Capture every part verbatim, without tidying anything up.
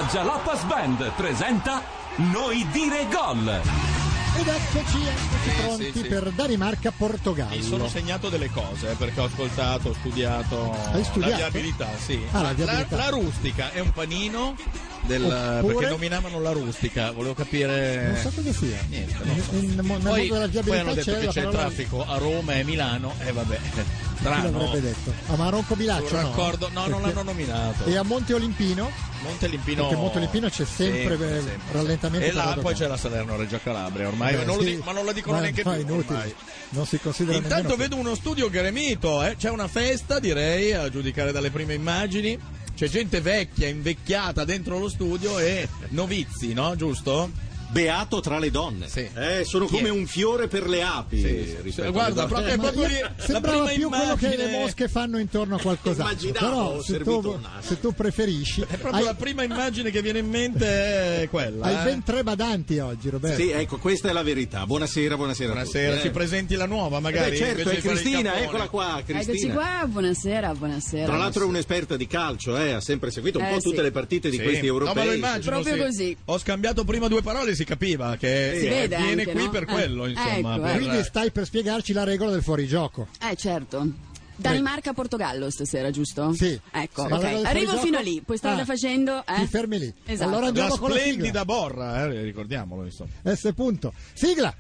Jalapas Band presenta Noi dire gol. Ed eccoci, eccoci sì, pronti sì, sì. per Danimarca-Portogallo. Mi sono segnato delle cose eh, perché ho ascoltato, ho studiato. Hai studiato? La viabilità, sì. Ah, la la, viabilità. la rustica è un panino del, Oppure? perché nominavano la rustica, volevo capire. Non so cosa sia. Niente, non so. In, in, nel Poi, mondo della poi viabilità hanno detto c'è che la c'è il parola... traffico a Roma e Milano, e eh, vabbè. Chi Strano. l'avrebbe detto? A Maronco Bilaccio Sul no? raccordo, no, non Perché- l'hanno nominato. E a Monte Olimpino? Monte Olimpino. Perché Monte Olimpino c'è sempre, eh, rallentamento E per là l'autocarro. poi c'è la Salerno-Reggio Calabria, ormai Beh, non lo sì, di- ma non la dicono ma- neanche ma più. inutile. Ormai. Non si considera Intanto nemmeno vedo uno studio gremito, eh? C'è una festa, direi, a giudicare dalle prime immagini. C'è gente vecchia, invecchiata dentro lo studio e novizi, no? Giusto? Beato tra le donne. Sì. Eh, sono Chi come è? un fiore per le api. Sì, rispetto alle guarda, donne. proprio, è Ma proprio io- lì, la sembrava prima più quello che immagine- le mosche fanno intorno a qualcos'altro. Immaginavo, Però ho se servito tu, un naso. se tu preferisci È proprio hai, la prima immagine che viene in mente è quella. hai eh. ben tre badanti oggi, Roberto. Sì, ecco, questa è la verità. Buonasera, buonasera. a Buonasera, tutti, ci eh. presenti la nuova, magari. Eh beh, certo, invece è di fare il Cristina, cappone. eccola qua, Eccoci Cristina. qua, buonasera, buonasera. Tra l'altro è un'esperta di calcio, eh, ha sempre seguito un Eh, po' sì. tutte le partite di Sì. questi europei. No, ma lo immagino, Proprio sì. così. Ho scambiato prima due parole, si capiva che Si eh, vede viene anche, qui no? per Eh, quello, insomma. ecco, per- eh. Quindi stai per spiegarci la regola del fuorigioco. Eh, certo. Danimarca-Portogallo stasera, giusto? Sì. Ecco, Sì. Ma la ok. regola del Arrivo fuorigioco? fino lì, poi strada Ah, facendo. Eh? ti fermi lì. Esatto. Allora La andiamo con la splendida sigla. Borra, eh, ricordiamolo, insomma. S. Punto. Sigla.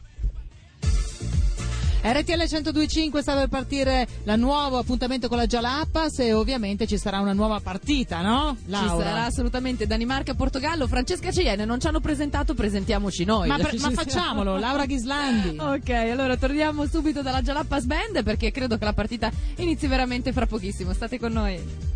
R T L centodue e cinque sta per partire la nuovo appuntamento con la Jalapas e ovviamente ci sarà una nuova partita, no? Laura. Ci sarà assolutamente Danimarca-Portogallo. Francesca Ceiene non ci hanno presentato, presentiamoci noi. Ma, Già pre- ci ma siamo. facciamolo, Laura Ghislandi. Ok, allora torniamo subito dalla Jalapas Band perché credo che la partita inizi veramente fra pochissimo. State con noi.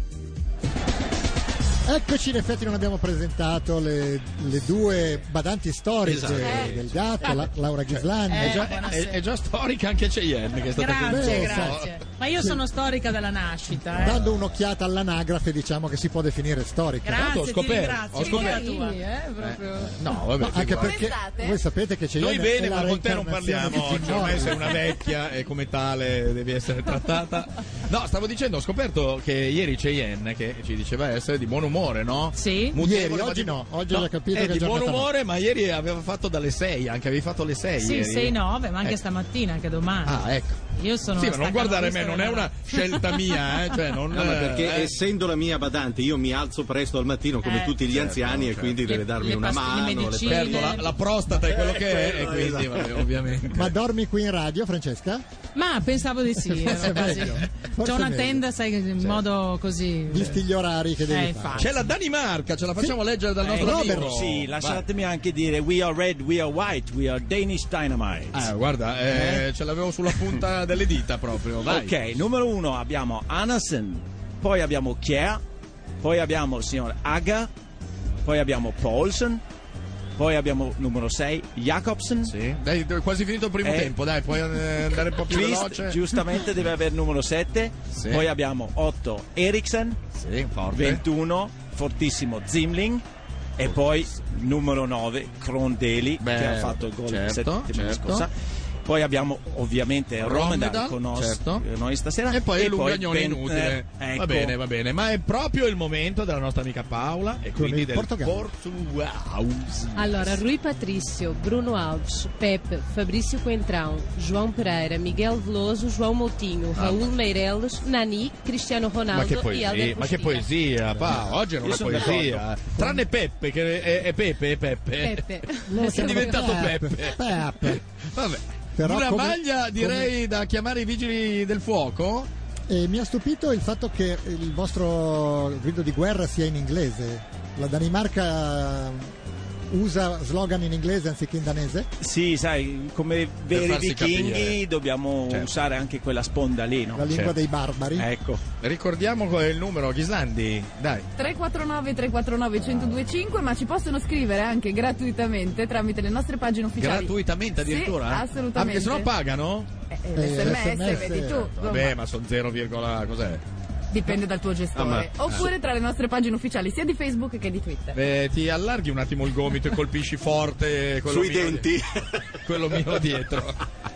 Eccoci, in effetti non abbiamo presentato le, le due badanti storiche Esatto. eh, del gatto, la- Laura Ghislandi. Eh, È già, è, è già storica anche Cheyenne che è stata Grazie, Beh, grazie. Ma io sono storica della nascita, eh. Dando un'occhiata all'anagrafe diciamo che si può definire storica. Grazie, ho ti scoperto, ringrazio. ho scoperto. Dimmi la tua. eh, proprio. No, vabbè, Ma anche figurati. perché Pensate? voi sapete che c'è Noi bene, è la ma con te non reincarnazione parliamo di oggi, Jim ormai sei Morrison. una vecchia e come tale devi essere trattata. No, stavo dicendo, ho scoperto che ieri Cheyenne, che ci diceva essere di buon umore, no? Sì. Mutevole, Ieri, ma oggi di- no, oggi ho già capito è che è di buon giornata umore, ma ieri aveva fatto dalle sei, anche avevi fatto le sei Sì, ieri. sei nove, ma anche Eh. stamattina, anche domani. Ah, ecco. Io sono Sì, una ma non guardare me, staccanovista non è della- una scelta mia, eh, cioè non No, ma perché eh, essendo la mia badante io mi alzo presto al mattino come Eh, tutti gli certo, anziani certo. e quindi deve Le- darmi le una pastiglie mano. le medicine. certo, la, la prostata è quello che è e Quello, quindi esatto. vabbè, ovviamente. Ma dormi qui in radio, Francesca? Ma pensavo di sì. Forse eh, così. meglio, forse C'ho una meglio. tenda, sai, in modo così. Visti gli orari che devi Eh, fare. infatti. C'è la Danimarca, ce la facciamo leggere dal Eh, nostro Robert. amico. Sì, lasciatemi anche dire we are red, we are white, we are Danish Dynamite. Ah, guarda, eh, ce l'avevo sulla punta delle dita proprio. Vai. Ok, numero uno abbiamo Andersen, poi abbiamo Kjær, poi abbiamo il signor Agger, poi abbiamo Poulsen, poi abbiamo numero sei Jacobsen. Sì. Dai, è quasi finito il primo Eh. tempo, dai, puoi eh, andare un po' più Christ veloce. giustamente deve avere numero sette, Sì. poi abbiamo otto Eriksen, Sì, forte. ventuno fortissimo Zimling e poi numero nove Krondeli Beh, che ha fatto il gol la certo, settimana certo. scorsa. Poi abbiamo ovviamente Romedal Romedal, con nos- certo. noi stasera E poi il lungagnone Ben- inutile. eh, ecco. Va bene, va bene, ma è proprio il momento della nostra amica Paola e Con quindi il del Portogallo. Portugal. Allora, Rui Patrício, Bruno Alves, Pepe, Fabrício Coentrão, João Pereira, Miguel Veloso, João Moutinho, Raul Meireles, Nani, Cristiano Ma Ronaldo che e poesia, Alder ma che Postiga. poesia, pa, oggi è una Io sono poesia. Tranne Peppe, che è, è Pepe, è Peppe. Pepe. È diventato Peppe. Peppe. Peppe. Vabbè. Però una come- maglia direi da chiamare i vigili del fuoco. E mi ha stupito il fatto che il vostro grido di guerra sia in inglese. La Danimarca usa slogan in inglese anziché in danese? Sì, sai, come veri farsi vichinghi capire. dobbiamo Certo. usare anche quella sponda lì, no? La lingua certo. dei barbari? Ecco. Ricordiamo qual è il numero, Ghislandi, dai. tre quattro nove tre quattro nove uno zero due cinque, ma ci possono scrivere anche gratuitamente tramite le nostre pagine ufficiali. Gratuitamente addirittura? Sì, Ah, assolutamente. perché sennò pagano? Eh, eh, Eh, l'S M S, l'S M S, vedi tu. Vabbè, insomma, ma sono zero, cos'è? dipende dal tuo gestore. Ah, Oppure tra le nostre pagine ufficiali sia di Facebook che di Twitter. Eh, ti allarghi un attimo il gomito e colpisci forte quello Sui mio, denti. quello mio dietro.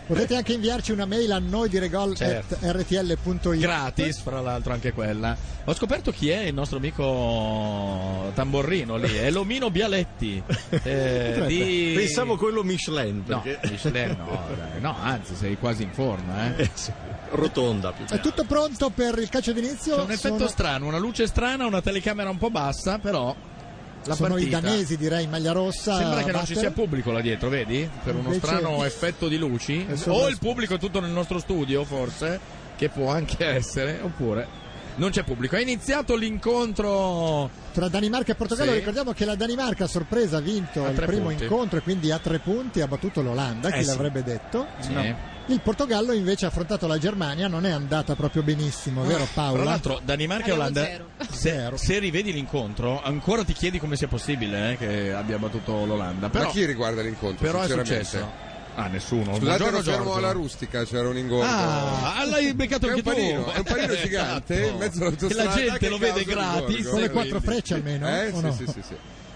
Potete anche inviarci una mail a noi di regol Certo. at r t l punto i t. Gratis, fra l'altro anche quella. Ho scoperto chi è il nostro amico tamborrino lì, è l'omino Bialetti. Eh, di... Pensavo quello Michelin. No, Perché... Michelin no, dai, no, anzi sei quasi in forma, eh. Eh sì, rotonda più che È tutto pronto per il calcio d'inizio? C'è un effetto Sono- strano, una luce strana, una telecamera un po' bassa, però la sono partita... i danesi, direi, in maglia rossa. Sembra che a non ci battere. sia pubblico là dietro, vedi? Per uno Invece- strano effetto di luci. È solo- O il pubblico è tutto nel nostro studio, forse, che può anche essere, oppure non c'è pubblico. È iniziato l'incontro Tra Danimarca e Portogallo. Sì. Ricordiamo che la Danimarca a sorpresa ha vinto A il tre primo punti. incontro e quindi a tre punti ha battuto l'Olanda, chi Eh sì. l'avrebbe detto? Sì. Il Portogallo invece ha affrontato la Germania, non è andata proprio benissimo, vero Tra Paola? l'altro Danimarca e Abbiamo Olanda, zero. se, Zero. se rivedi l'incontro, ancora ti chiedi come sia possibile eh, che abbia battuto l'Olanda. Però, Ma chi riguarda l'incontro? però è sinceramente? successo. Ah, nessuno. Scusate, Buongiorno, ero fermo Giorgio. alla rustica, c'era un incontro. Ah, l'hai beccato È un anche tu. panino, è un panino gigante Esatto. in mezzo Che all'autostrada la gente che lo vede causa gratis. ingorgo. Con le e quattro quindi- frecce almeno? Eh, o sì, no? sì, sì, sì.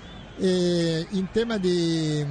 E in tema di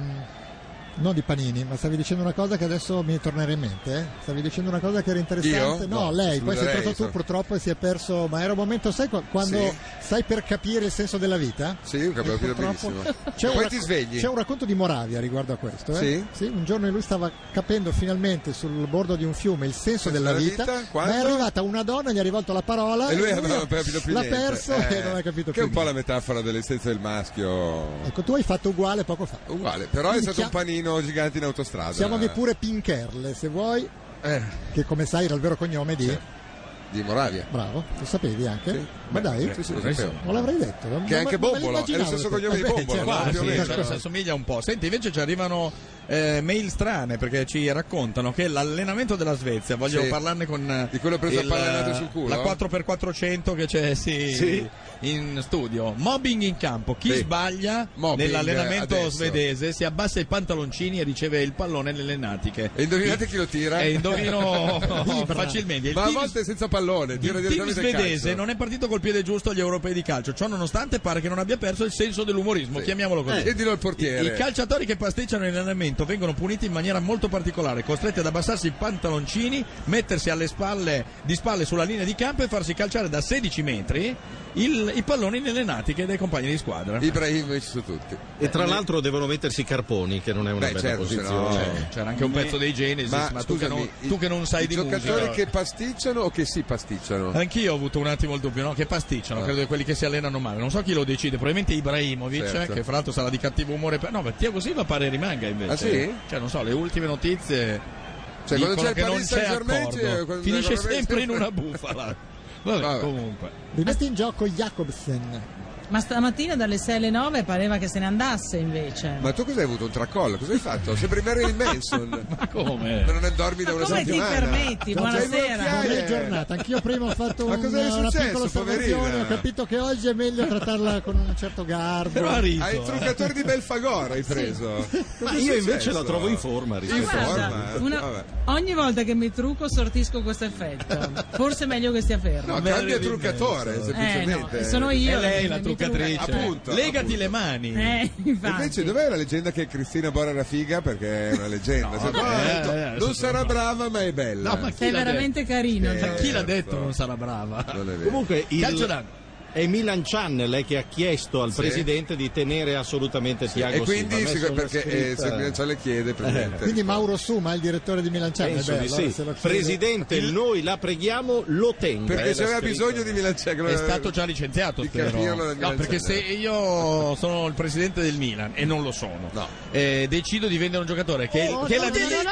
non di panini, ma stavi dicendo una cosa che adesso mi tornerà in mente, eh? Stavi dicendo una cosa che era interessante. Io? No, No, lei, poi sei escluderei, entrato tu insomma. purtroppo e si è perso, ma era un momento, sai qua- quando Sì. stai per capire il senso della vita? Sì, ho capito E purtroppo- benissimo. C'è Poi un ti racco- svegli. C'è un racconto di Moravia riguardo a questo. Eh? Sì? un giorno lui stava capendo finalmente sul bordo di un fiume il senso Senso della della vita, vita, quando? ma è arrivata una donna, gli ha rivolto la parola E lui e aveva ha- capito più l'ha niente. perso Eh, e non ha capito Che più è un po' la niente. metafora dell'essenza del maschio. Ecco, tu hai fatto uguale poco fa. Uguale, però è Quindi stato un chia- panino gigante in autostrada. Chiamami pure Pinkerle se vuoi, Eh, che come sai era il vero cognome di... Sì. di Moravia. Bravo, lo sapevi anche? Sì. Ma Beh, dai, sì, sì, lo Sì, sapevo. non l'avrei detto. non- Che è anche non me Bombolo, è lo l'immaginavo. stesso cognome di Eh beh, Bombolo, certo. no? Qua, più o sì, meno. cioè, si assomiglia un po'. Senti, invece ci arrivano eh, mail strane perché ci raccontano che l'allenamento della Svezia, voglio Sì. parlarne con eh, Di quello preso a il, pallenate sul culo? la quattro per quattrocento che c'è sì, Sì. in studio. Mobbing in campo, chi Sì. sbaglia Mobbing, nell'allenamento adesso. svedese si abbassa i pantaloncini e riceve il pallone nelle natiche. E indovinate chi lo tira? E indovino Vibra. facilmente. Il Ma a team- volte senza pallone, tira il team direttamente il svedese calcio. non è partito col piede giusto agli europei di calcio, ciò nonostante pare che non abbia perso il senso dell'umorismo, Sì. chiamiamolo così. Eh, chiedilo al portiere. I, I calciatori che pasticciano in allenamento vengono puniti in maniera molto particolare, costretti ad abbassarsi i pantaloncini, mettersi alle spalle, di spalle sulla linea di campo e farsi calciare da sedici metri il- i palloni nelle natiche dei compagni di squadra. Ibrahimovic su tutti. E tra l'altro devono mettersi i carponi, che non è una Beh, bella certo, se posizione. no- Cioè, c'era anche un pezzo dei Genesis, ma, Ma, tu, che scusami, non, tu che non sai i di giocatori musica. che pasticciano o che si pasticciano? Anch'io ho avuto un attimo il dubbio, no? Che pasticciano, Ah. credo che quelli che si allenano male. Non so chi lo decide, probabilmente Ibrahimovic, Certo. eh, che fra l'altro sarà di cattivo umore. Per... No, ma Thiago Silva pare rimanga invece. Ah, sì? Cioè, non so, le ultime notizie Cioè, dicono quando c'è il che non Paris c'è Saint-Germain, accordo. c'è- quando Finisce c'è- sempre in una bufala. Vabbè, Vabbè. comunque. Rimasti in gioco Jacobsen. Ma stamattina dalle sei alle nove pareva che se ne andasse invece. Ma tu cosa hai avuto? Un tracollo? Cosa hai fatto? Sembri Marilyn Manson. Ma come? Ma non è dormi da Ma una come ti settimana. permetti? Non c'hai Buonasera. bloccare. Buona giornata, anch'io prima ho fatto Ma un- cosa è una successo, piccola osservazione, poverina? ho capito che oggi è meglio trattarla con un certo garbo. Però ha rito. Hai il eh. truccatore di Belfagor hai preso. Ma io invece la trovo in forma Ma rispetto a guarda, forma, una- vabbè. ogni volta che mi trucco sortisco questo effetto. Forse è meglio che stia fermo. No, Vabbè, cambia Marilyn truccatore, Manson. Eh, semplicemente. no, sono È io. lei che la mi truccatrice. trucco. Appunto, Legati appunto. le mani. Eh, E infatti. invece dov'è la leggenda che Cristina Bora era figa? Perché è una leggenda. No, Cioè, vabbè, no, eh, no, eh, non adesso sarà no. brava ma è bella. No, ma chi Sei l'ha veramente carino. Eh, detto? Ma chi l'ha certo. detto non sarà brava? Non è vero. Comunque Calcio il, d'angolo. è Milan Channel eh, che ha chiesto al Sì. presidente di tenere assolutamente Thiago E quindi Silva. Ha messo sic- una perché eh, scritta- se Milancia le chiede presente. Quindi Mauro Suma, il direttore di Milanciano, è Penso bello, di allora sì. se lo chiede- Presidente, noi la preghiamo, lo tenga. Perché eh, c'aveva la scritta. bisogno di Milancia. È stato già licenziato, di spero. capirlo da No, Milan perché se Channel. io sono il presidente del Milan e non lo sono, No. eh, decido di vendere un giocatore che, Oh, che no, la, no, no, no,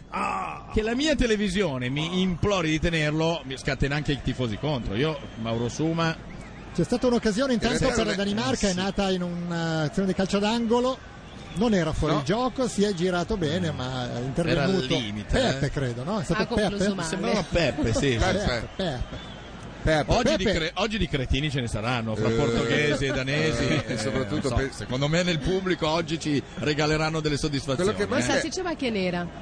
Ah, che la mia televisione mi implori di tenerlo, mi scatena anche i tifosi contro. Io, Mauro Suma, C'è stata un'occasione intanto realtà per non la è- Danimarca, è nata in un'azione di calcio d'angolo, non era fuori No. gioco, si è girato bene, ma è intervenuto Era al limite, Peppe, eh. credo, no? È stato Ha concluso Peppe? male. sembrava Peppe, sì. Peppe. Peppe, Peppe. Peppe. Oggi di, Peppe. cre- oggi di cretini ce ne saranno, fra Eh, portoghesi e danesi. eh, eh, soprattutto non so, pe- secondo me nel pubblico oggi ci regaleranno delle soddisfazioni. Quello che Ma Eh. salsiccia macchia nera.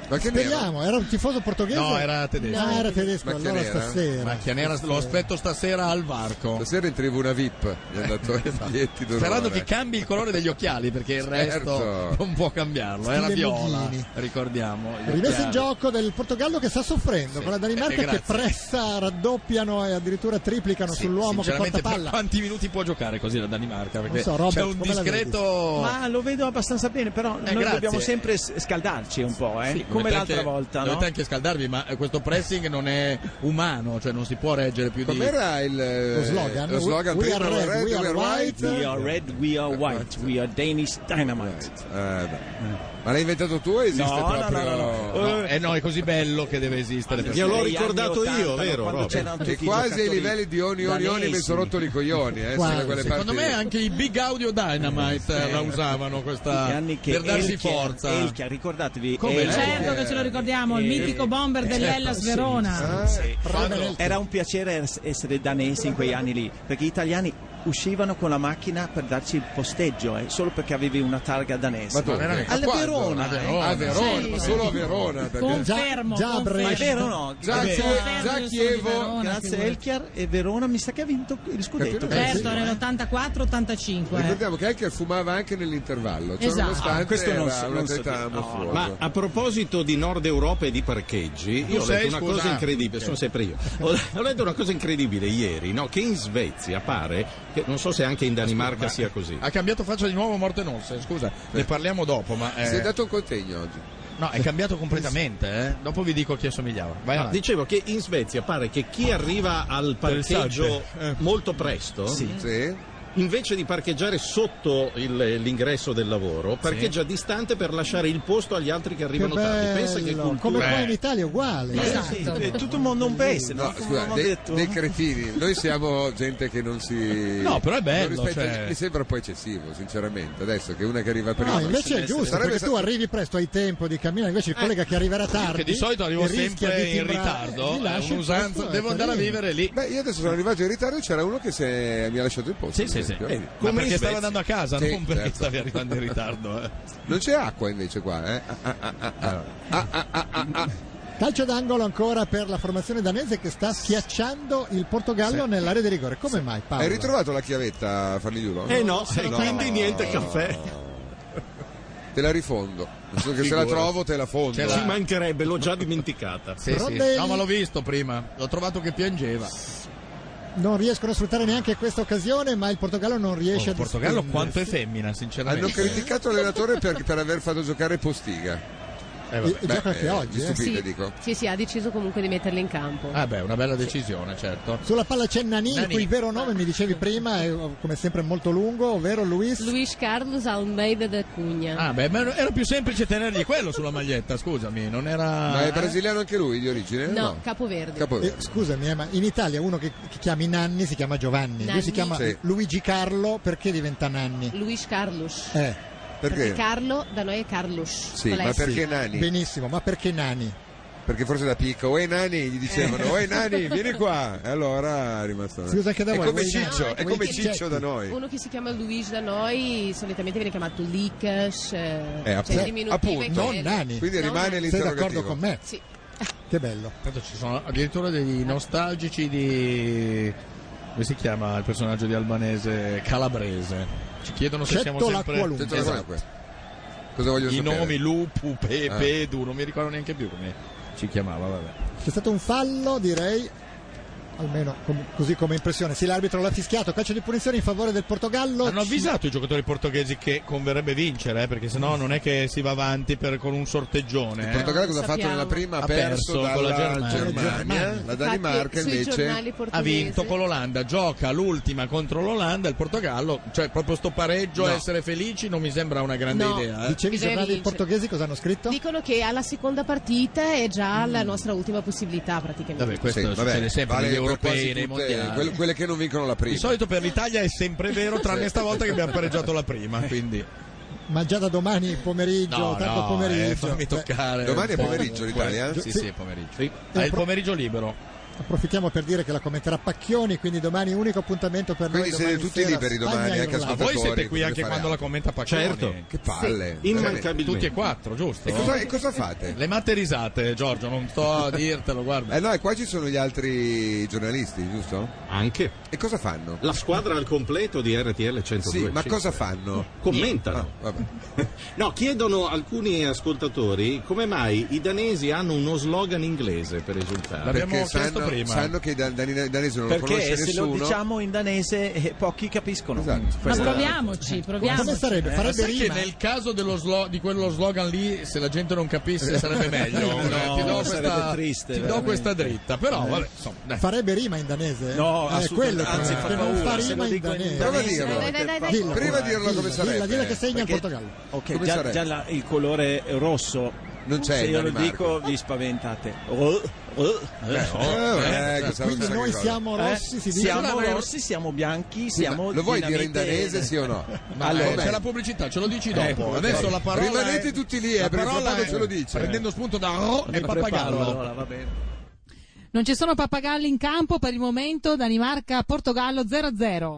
Ma che Speriamo, era un tifoso portoghese? No, era tedesco. Ah, era tedesco, Macchia allora nera? stasera. Macchia nera, lo aspetto stasera al varco. Stasera in tribuna V I P, gli hanno dato i biglietti d'onore. Sperando che cambi il colore degli occhiali, perché il resto Certo. non può cambiarlo. Era Stile viola, Mughini. ricordiamo. gli Rimessa in occhiali. gioco del Portogallo che sta soffrendo, Sì, con la Danimarca eh, che grazie. pressa, raddoppiano e addirittura triplicano Sì, sull'uomo che porta sinceramente, per palla. quanti minuti può giocare così la Danimarca? Perché Non so, Robert, c'è un come la discreto. Ma lo vedo abbastanza bene, però Eh, noi grazie. dobbiamo sempre s- scaldarci un po', eh? Sì, come dovete l'altra anche- volta, no? Dovete anche scaldarvi, ma questo pressing non è umano, cioè non si può reggere più di. Com'era il eh, Lo slogan? Lo slogan We prima are we red, are red, we we are are white. We are red, we are white, we are Danish dynamite. Eh, beh. Ma l'hai inventato tu o esiste No, no, proprio? no, no, no. No, eh no, è così bello che deve esistere. per Gliel'ho forza. Negli anni ricordato ottanta, io, no, vero, quando Robert? c'erano Che tutti i quasi ai giocatori livelli di Oni Oni Oni mi danesi. sono rotto i coglioni, eh, Quasi. da quelle Secondo parti. me anche i Big Audio Dynamite eh, la usavano questa Gli anni che per darsi Elchier- forza. Elchier, ricordatevi, Come Elchier- Certo che ce lo ricordiamo, il Eh, mitico bomber dell'Hellas sì, Verona. sì, sì. Quando- Era un piacere essere danesi in quegli anni lì, perché gli italiani uscivano con la macchina per darci il posteggio, eh, solo perché avevi una targa danese. Ma dove? veramente? Al A quando? Verona, A Verona. A Verona, Sì, ma sì. solo a Verona. perché- Confermo, Già- già a confermo. Ma è Brescia. vero o no? Già, Eh, Chie- Confermo, già io sono di Chievo, Verona, grazie figurati. Elchier e Verona mi sa che ha vinto il scudetto. Capito? credo. Certo, nell'ottantaquattro ottantacinque. Ricordiamo che Elker fumava anche nell'intervallo, cioè Esatto. nonostante Ah, questo non era so- un non so atleta dire. No, mostruoso. Ma a proposito di Nord Europa e di parcheggi, io ho sei, letto una scusa? cosa incredibile, sono sempre io. Ho, ho letto una cosa incredibile ieri, no? Che in Svezia pare, che non so se anche in Danimarca sia così. Ha cambiato faccia di nuovo Morten Olsen, scusa, ne parliamo dopo, ma eh, Si è dato un contegno oggi. no, è cambiato completamente, eh. Dopo vi dico chi assomigliava. Vai No, avanti. dicevo che in Svezia pare che chi arriva al parcheggio molto presto, Sì. invece di parcheggiare sotto il- l'ingresso del lavoro, parcheggia distante per lasciare il posto agli altri che Che arrivano tardi. Pensa che bello, cultura. come qua in Eh. Italia uguale. Esatto. Sì, è tutto il mondo un paese, no? No, Come scusa, abbiamo dei, detto. dei cretini. Noi siamo gente che non si. No, però è bello, non rispetta- cioè- Mi sembra un po' eccessivo, sinceramente. Adesso che una che arriva prima. No, invece è giusto, Sarebbe perché sta- tu arrivi presto, hai tempo di camminare, invece il collega che arriverà tardi. Che di solito arrivo e rischia sempre di in timbrare, ritardo, gli è lasci il un'usanza, posto, devo è andare a carino. vivere lì. Beh, io adesso sono arrivato in ritardo e c'era uno che se- mi ha lasciato il posto. Sì, ad sì, sì. esempio. Ma Come in perché stava Svezia. andando a casa, Sì, non perché certo. stavi arrivando in ritardo. eh. Non c'è acqua invece qua, eh? Ah, ah, ah, ah. Ah, ah, ah, ah, ah. Calcio d'angolo ancora per la formazione danese che sta schiacciando il Portogallo nell'area di rigore. Come mai, Paolo? Hai ritrovato la chiavetta, Farnigliulo? Eh no, e No. quindi niente caffè. Te la rifondo. Adesso che se la Figurati. trovo te la fondo. C'è Ci la- mancherebbe, l'ho già dimenticata. Sì, sì. Rondelli. No, ma l'ho visto prima, l'ho trovato che piangeva. Non riescono a sfruttare neanche questa occasione, ma il Portogallo non riesce Oh, a Portogallo distinguersi. quanto è femmina, Hanno sinceramente. criticato l'allenatore per, per aver fatto giocare Postiga. Eh, vabbè. E gioca anche eh, oggi, mi eh. stupite, Sì, dico. sì, sì, ha deciso comunque di metterli in campo. Ah beh, una bella decisione, certo. Sulla palla c'è Nani, il Nani. cui vero nome mi dicevi prima è come sempre molto lungo, ovvero Luis. Luis Carlos Almeida da Cunha. Ah beh, ma era più semplice tenergli quello sulla maglietta, scusami, non era... Ma è eh? brasiliano anche lui di origine? no, Capoverde. Capoverde. Eh, scusami, eh, ma in Italia uno che, che chiami Nanni si chiama Giovanni, lui Nanni. si chiama Sì. Luigi Carlo, perché diventa Nanni? Luis Carlos. Eh, Perché Perché? Carlo da noi è Carlos. Sì, con la ma S. perché Nani? benissimo, ma perché Nani? Perché forse da picco, uè Nani, gli dicevano, uè Nani, vieni qua. E allora è rimasto. Si usa anche da è voi, come uè Ciccio, Nani, è uè come Ciccetti. Ciccio da noi. Uno che si chiama Luis da noi solitamente viene chiamato Likas, eh, Eh, cioè appunto, diminutivo appunto. e Non quello. Nani. Quindi No, rimane Nani. Sei l'interrogativo. d'accordo con me? Sì. Che bello. Tanto ci sono addirittura degli nostalgici di... come si chiama il personaggio di Albanese? Calabrese. Ci chiedono se siamo Cetto la sempre... qualunque. Cetto la Esatto. qualunque. Cosa voglio I sapere? nomi Lupu, Pe, Ah. Pedu, non mi ricordo neanche più come ci chiamava, vabbè. C'è stato un fallo, direi, almeno com- così come impressione. Sì, l'arbitro l'ha fischiato, calcio di punizione in favore del Portogallo. Hanno avvisato i giocatori portoghesi che converrebbe vincere, eh, perché sennò non è che si va avanti per, con un sorteggione. Il eh. Portogallo cosa ha fatto Sappiamo. nella prima? Ha Ha perso, perso con la dalla Germania. Germania. La Danimarca Infatti, sui invece giornali Ha portoghesi vinto con l'Olanda, gioca l'ultima contro l'Olanda, il Portogallo, cioè proprio sto pareggio, No. essere felici non mi sembra una grande No. idea. Eh. Dicevi i Bisogna giornali vincere. portoghesi cosa hanno scritto? dicono che alla seconda partita è già Mm. la nostra ultima possibilità praticamente. Vabbè, questo Sì, succede vabbè, sempre vale negli per europei, quasi nei tutte- mondiali. quelle, quelle che non vincono la prima. Di solito per l'Italia è sempre vero, tranne stavolta che abbiamo pareggiato la prima, quindi... Ma già da domani pomeriggio, No, tardo no, pomeriggio. eh, fammi Beh, toccare. Domani è un po'. pomeriggio l'Italia? Sì, Sì. sì, è pomeriggio. E Ha il pro- pomeriggio libero. Approfittiamo per dire che la commenterà Pacchioni, quindi domani unico appuntamento per quindi noi. Quindi siete tutti liberi domani, anche Ma voi siete qui anche quando la commenta Pacchioni? Certo. Che palle. Sì, immancabilmente. Tutti e quattro, giusto? E cosa, e cosa fate? Le matte risate, Giorgio, non sto a dirtelo, guarda. Eh no, e qua ci sono gli altri giornalisti, giusto? Anche. E cosa fanno? La squadra al completo di R T L centodue. Sì, ma cosa fanno? Commentano. Ah, vabbè. No, chiedono alcuni ascoltatori come mai i danesi hanno uno slogan inglese per esultare. L'abbiamo Perché chiesto sanno, prima. sanno che i dan- dan- danesi non lo Perché conosce se nessuno. lo diciamo in danese eh, pochi capiscono. Esatto. Ma Questa- proviamoci, proviamoci. Come sarebbe? Ma Farebbe sai che rima. nel caso dello slo- di quello slogan lì, se la gente non capisse sarebbe meglio. No, ti do sarebbe questa, triste, ti do veramente. questa dritta, però vabbè, insomma, dai. Farebbe rima in danese? No, è assolutamente, quello anzi, che, fa che non paura, fa se rima lo in dico in danese. Prova a danese, dirlo. Dai, dai, dai, dai. Dillo. Prima di dirlo come Dilla, sarebbe. dilla, dilla che sei in Perché- Portogallo. Ok, Come già, sarebbe? già la- il colore rosso. Non c'è Se in io lo Danimarca. dico vi spaventate. Oh, oh. Eh, eh, che sa- Quindi sa che noi cosa. siamo Eh, rossi, si dice. siamo Allora, rossi, siamo bianchi, Sì, ma siamo lo vuoi dire in dinamite- danese, sì o no? Ma Allora, eh, vabbè. c'è la pubblicità, ce lo dici dopo. Ecco, Adesso ok. la parola Rimanete è- tutti lì, eh, la perché parola Pappagallo è- ce lo dice. Prendendo spunto da Ro Mi e preparo, Pappagallo. allora, va bene. Non ci sono pappagalli in campo per il momento. Danimarca-Portogallo zero a zero.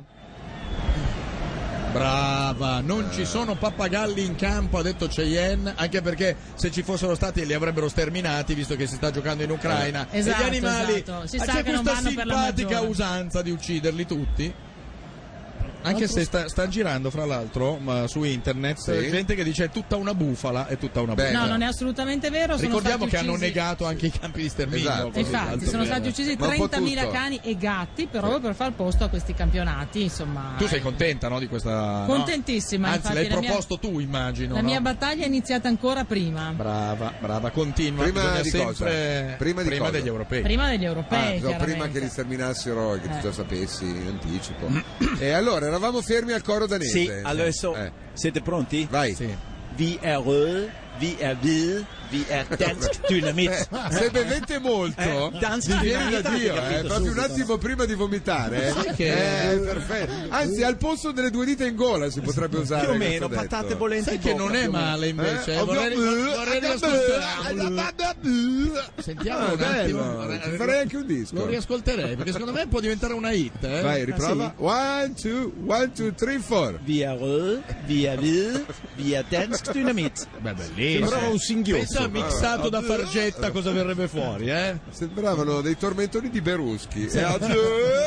Brava, non ci sono pappagalli in campo, ha detto Cheyenne, anche perché se ci fossero stati li avrebbero sterminati, visto che si sta giocando in Ucraina. Esatto, e gli animali, esatto. Si ah, sa c'è che non questa vanno per la simpatica maggiore. usanza di ucciderli tutti. Anche se sta, sta girando, fra l'altro, ma su internet, Sì. gente che dice è tutta una bufala, è tutta una Beh, bufala. No, non è assolutamente vero. Sono Ricordiamo stati che hanno uccisi- negato anche i campi di sterminio. Esatto. così, Infatti, tanto sono per- stati uccisi Ma un po' trentamila tutto. cani e gatti proprio per far posto a questi campionati. Insomma, Tu sei contenta, no, di questa... no? Contentissima, Anzi, infatti, l'hai la mia- proposto tu, immagino. la no? mia battaglia è iniziata ancora prima. Brava, brava, continua. Prima Bisogna di sempre cosa? Prima di cosa? degli europei. Prima degli Ah, europei, no, prima chiaramente. che li sterminassero e che tu Eh. già sapessi in anticipo. E allora eravamo fermi al coro danese. Sì, adesso Eh. siete pronti? Vai. Sì. Vi er rød, vi er hvid, vi er dansk dynamit. Eh, se bevete molto, Eh, danza vi viene dinamita, da avete Dio, capito eh, proprio un subito, attimo prima di vomitare. Eh. che- Eh, perfetto. Anzi, al posto delle due dita in gola si potrebbe usare. Più o meno, questo detto. patate bollenti Sai in che bocca, non è più o meno. male invece. Eh? eh, Vorrei, Ovvio- vorrei riascoltare. Sentiamo Ah, un bello. attimo. Ci farei anche un disco. Lo riascolterei perché secondo me può diventare una hit. Eh? Vai, riprova. One, two, one, two, three, four. Vi er rød, vi er hvid, vi er dansk dynamit. Beh, bellissimo. Sembrava un singhiozzo. Pensa mixato da Fargetta cosa verrebbe fuori, eh? Sembravano dei tormentoni di Beruschi. E addio.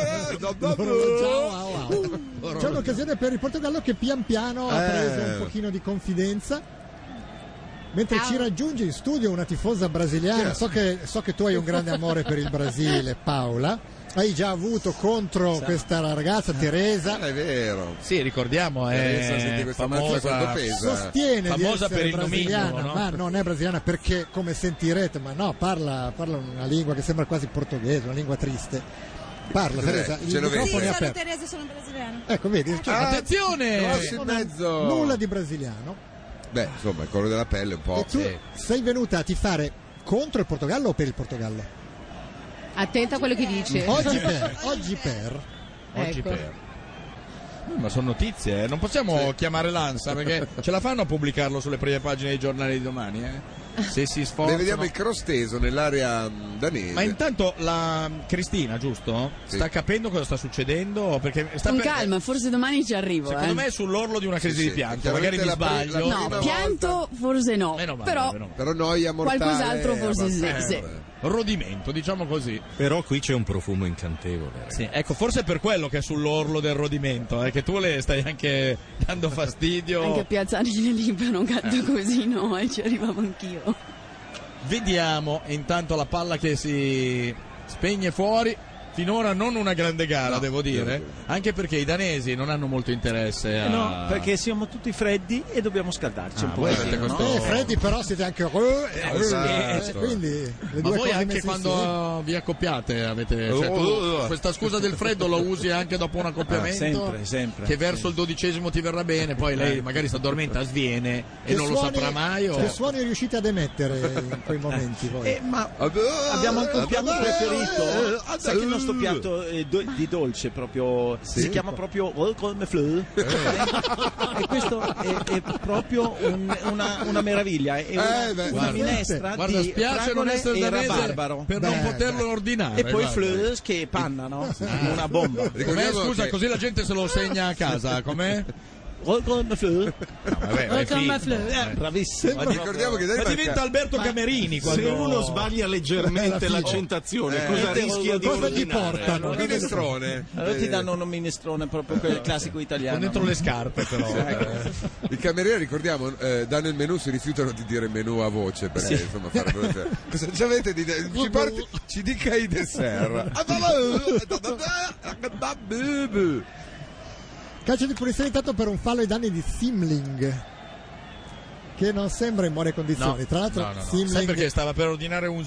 Ciao, wow. C'è un'occasione per il Portogallo che pian piano ha Eh. preso un pochino di confidenza. Mentre ci raggiunge in studio una tifosa brasiliana, so che, so che tu hai un grande amore per il Brasile, Paola. Hai già avuto contro questa ragazza Teresa. È vero. Sì, ricordiamo, Teresa, senti è questa mazza quando famosa, pesa. Sostiene di famosa essere per il brasiliana, nomignolo, no? ma non è brasiliana perché, come sentirete, ma no, parla, parla una lingua che sembra quasi portoghese, una lingua triste. Parla, Cos'è? Teresa, il Ce lo microfono vedi? è Sì, aperto. Teresa, sono brasiliana. Ecco, vedi, cioè, Ah, Attenzione! Grossi in mezzo. nulla di brasiliano. Beh, insomma, il colore della pelle un po'. E tu sei venuta a tifare contro il Portogallo o per il Portogallo? Attenta a quello che dice. Oggi per, oggi per. Oggi Ecco. per. Eh, Ma sono notizie, eh. Non possiamo chiamare l'ANSA perché ce la fanno a pubblicarlo sulle prime pagine dei giornali di domani, eh? Se si Ne sforzano. vediamo il cross teso nell'area mh, danese. Ma intanto la Cristina, giusto? Sì. Sta capendo cosa sta succedendo? Perché sta Con per- calma, forse domani ci arrivo. Secondo eh. me è sull'orlo di una crisi Sì, di sì. pianto, magari mi Chiaramente la pri- sbaglio. la No, prima pianto forse no, Meno male, però meno male. Però noia mortale. qualcos'altro forse sì, abbastanza. sì. Rodimento, diciamo così. Però qui c'è un profumo incantevole. Sì, ecco, forse è per quello che è sull'orlo del rodimento, eh, che tu le stai anche dando fastidio. Anche a Piazzale Libero un gatto così no, e ci arrivavo anch'io. Vediamo intanto la palla che si spegne fuori. Finora non una grande gara, No, devo dire, devo dire. anche perché i danesi non hanno molto interesse a... Eh no, perché siamo tutti freddi e dobbiamo scaldarci Ah, un po'. voi avete questo- Eh, freddi però siete anche eh, esatto. quindi le Ma due voi cose anche messe quando insieme. vi accoppiate avete cioè, tu, questa scusa del freddo lo usi anche dopo un accoppiamento sempre, sempre, che verso sì. il dodicesimo ti verrà bene, poi lei magari si addormenta, sviene e Che non lo suoni- saprà mai o... Che suoni riuscite ad emettere in quei momenti voi? Eh, ma abbiamo anche un piano preferito. Sai che il nostro questo piatto eh, do- di dolce proprio Sì. si chiama proprio rødgrød med fløde. E questo è, è proprio un- una, una meraviglia, è una, Eh, beh, una guarda, minestra Guarda, di spiace non fragole essere e danese rabarbaro. per non Beh, poterlo ordinare. E poi guarda. flødes che panna, no? Una bomba. Com'è? Ricordiamo Scusa, che- così la gente se lo segna a casa. Com'è? Rødgrød med fløde. No, vabbè, è Rødgrød figo. med fløde. Eh. Bravissimo. Ma ricordiamo che dai Ma manca- diventa Alberto Camerini Se quando uno sbaglia leggermente Beh, la l'accentazione, Eh, cosa eh, rischia di cosa gli ordinare? portano? un minestrone. Allora ti Eh, danno un minestrone proprio quel classico italiano. con dentro le scarpe però. eh. I camerieri, ricordiamo, eh, danno il menù, si rifiutano di dire menù a voce perché insomma farebbero cioè, cosa ci avete di de- ci, porti- ci dica i dessert. Calcio di punizione intanto per un fallo ai danni di Simling, che non sembra in buone condizioni. Tra l'altro no, no, no. Simling Sai perché stava per ordinare un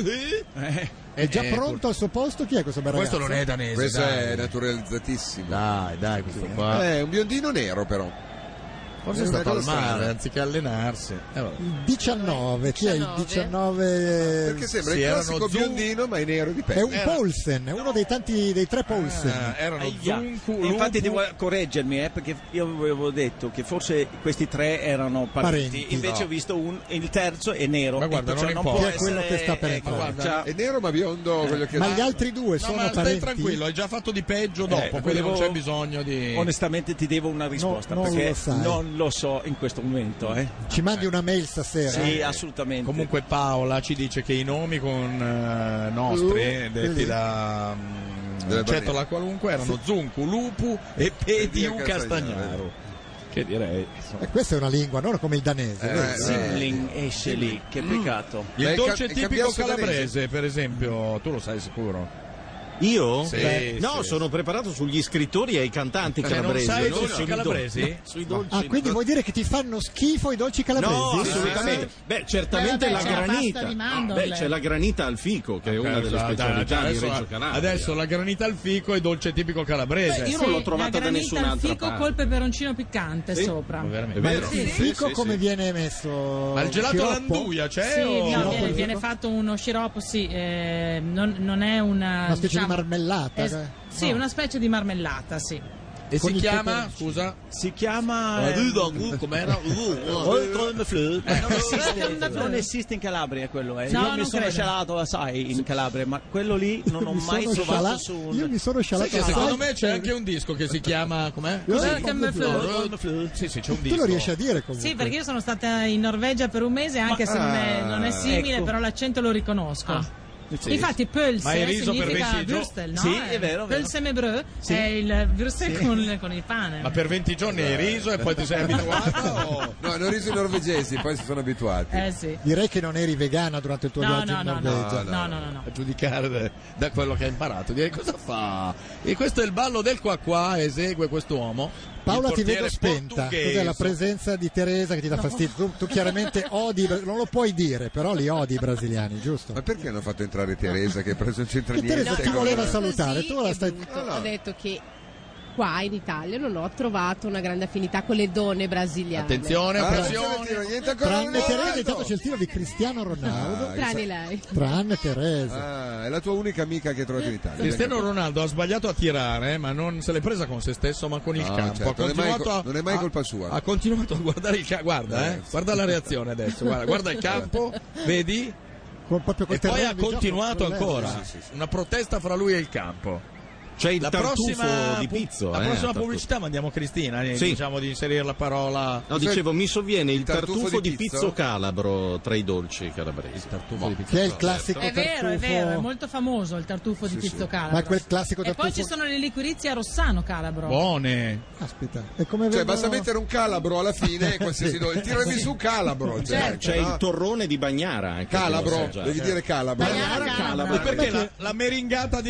Eh, è già Eh, pronto al suo posto. Chi è questo bel Questo ragazzo? non è danese. Questo dai. è naturalizzatissimo. Dai, dai, questo qua. È un biondino nero però. Forse è è una stato al cosa mare strana. anziché allenarsi. Eh, vabbè. Il diciannove, chi è il diciannove? diciannove? Perché sembra Sì, il erano classico Zu- biondino ma è nero di È pelle. un Paulsen, è uno dei tanti dei tre Paulsen. Ah, erano Aia. Zunku, Infatti Lupu. devo correggermi eh, perché io avevo detto che forse questi tre erano parenti, Parenti, invece no. ho visto un, il terzo è nero. Ma guarda, e perciò non può importa. Che è quello essere- che sta per ecco, entrare. guarda, È nero ma biondo con gli occhi Ma azzurri. gli altri due No, sono ma stai parenti? tranquillo, hai già fatto di peggio dopo, Eh, quindi non volevo- c'è bisogno di... onestamente ti devo una risposta non perché lo sai. non lo so in questo momento. Eh. Ci mandi una mail stasera? Sì, assolutamente. Comunque Paola ci dice che i nomi con eh, nostri, Uh, detti quelli. da um, Della Cettola qualunque, erano Zuncu, Lupu e Pediu Pediu Castagnaro. Castagnaro. Che direi, insomma. E questa è una lingua, non come il danese. Eh, vedi? Simling esce lì, che peccato. Il Beh, dolce ca- tipico cambiasse calabrese, per esempio, tu lo sai sicuro? Io? Sì, Beh, sì. no, sono preparato sugli scrittori e ai cantanti Cioè, non calabresi. sai i non dolci sui calabresi? do- no, sui dolci. Ah, quindi vuoi dire che ti fanno schifo i dolci calabresi? No, assolutamente. Beh, certamente Eh, vabbè, la c'è la granita. pasta di mandorle. Beh, c'è la granita al fico, che è una delle Esatto, specialità di adesso, Reggio Calabria. adesso la granita al fico e dolce tipico calabrese. Beh, io non l'ho trovata la da granita al nessun'altra fico parte. col peperoncino piccante Sì. sopra. Veramente. È Ma il vero? Sì, fico sì, come sì. viene messo? Ma il gelato Sciroppo? all'anduia c'è? Sì, o... no, Sciroppo viene, al viene fico? fatto uno sciroppo, sì, eh, non, non è una... Una specie diciamo, di marmellata? es- eh? sì, No. una specie di marmellata, sì. E Con si il chiama, peperoncino. scusa? Si chiama eh, Com'era? rødgrød med fløde. Non esiste, Rødgrød med fløde. non esiste in Calabria quello, eh. No, Io non mi sono credo. scialato assai in Calabria, ma quello lì non ho Mi mai sono trovato sciala- su un... Io mi sono Sai scialato che secondo assai. me c'è anche un disco che si chiama, com'è? Io Cos'è? non Che me proprio- fløde? Rødgrød med fløde. Sì, sì, c'è un Tu disco. lo riesci a dire comunque? Sì, perché io sono stata in Norvegia per un mese, anche se non è, non è simile, ecco. però l'accento lo riconosco. Ah, sì. Infatti pölse Ma hai riso per significa venti gio- würstel, no? Sì, è vero, vero. Pölse med brød Sì. è il würstel con, con il pane. Ma per venti giorni hai riso e poi ti sei abituato? o- No, hanno riso i norvegesi, poi si sono abituati. Eh sì. Direi che non eri vegana durante il tuo No, viaggio no, in no, Norvegia. no, no, no, no, no. A giudicare da- da quello che hai imparato, direi cosa fa? E questo è il ballo del qua qua, esegue quest'uomo. Paola, il ti vedo portiere spenta. portoghese. Cos'è la presenza di Teresa che ti dà fastidio? Tu, tu chiaramente odi, non lo puoi dire, però li odi i brasiliani, giusto? Ma perché hanno fatto entrare Teresa che non c'entra Che niente? Teresa ti con- voleva Così salutare, tu la è stai... venuto. No, no. Ho detto che qua in Italia non ho trovato una grande affinità con le donne brasiliane. Attenzione, Ah, pressione. attenzione, tiro, niente ancora. Tranne Ronaldo! Teresa, intanto c'è il tiro di Cristiano Ronaldo. Ah, Tranne lei. Tranne Teresa. Ah, è la tua unica amica che hai trovato in Italia. Cristiano Ronaldo ha sbagliato a tirare, ma non se l'è presa con se stesso, ma con il No, campo. certo, ha non è mai continuato co- a- non è mai a- colpa sua. Ha continuato a guardare il campo. Guarda, eh, Eh, sì. guarda la reazione adesso. Guarda, guarda il campo, vedi? Con, proprio col E poi terreno ha di gioco, continuato con lei. ancora. Sì, sì, sì. Una protesta fra lui e il campo. C'è il La tartufo prossima, di pu- Pizzo. la eh, prossima tartufo. pubblicità mandiamo Cristina, eh, Sì. diciamo di inserire la parola. No, dicevo, mi sovviene il Il tartufo tartufo, di di Pizzo? Pizzo calabro tra i dolci calabresi. Tartufo di pizza. Che è il classico È vero, è tartufo. vero, è molto famoso il tartufo di Pizzo Calabro. Ma è quel classico E poi tartufo- ci sono le liquirizie a Rossano Calabro. Buone. Aspetta, è come Cioè, vengono- basta mettere un calabro alla fine, qualsiasi do- il tiramisù calabro. Cioè, Certo. C'è no? il torrone di Bagnara anche. che lo Calabro, assaggiate. devi dire calabro. Bagnara Calabro. E perché la, la meringata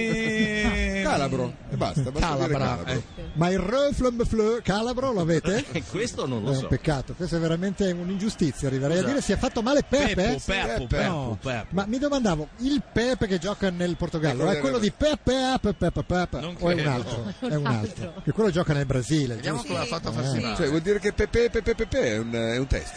di. Calabro, e basta, basta dire Calabra, calabro. eh. Ma il Reflum Calabro lo avete? E questo non È lo un so. peccato, questo è veramente un'ingiustizia, arriverei a dire si è fatto male Pepe. Peppo, eh? Peppo, Pepe. No. Peppo, Peppo. Ma mi domandavo, il Pepe che gioca nel Portogallo Ecco, è quello di Pepe, Pepe, Pepe, Pepe Non o è un credo. altro? È un Un altro. altro. Che quello gioca nel Brasile, Vediamo giusto? come l'ha fatto a Eh. farsi male. Cioè, vuol dire che Pepe Pepe Pepe è un, è un testo?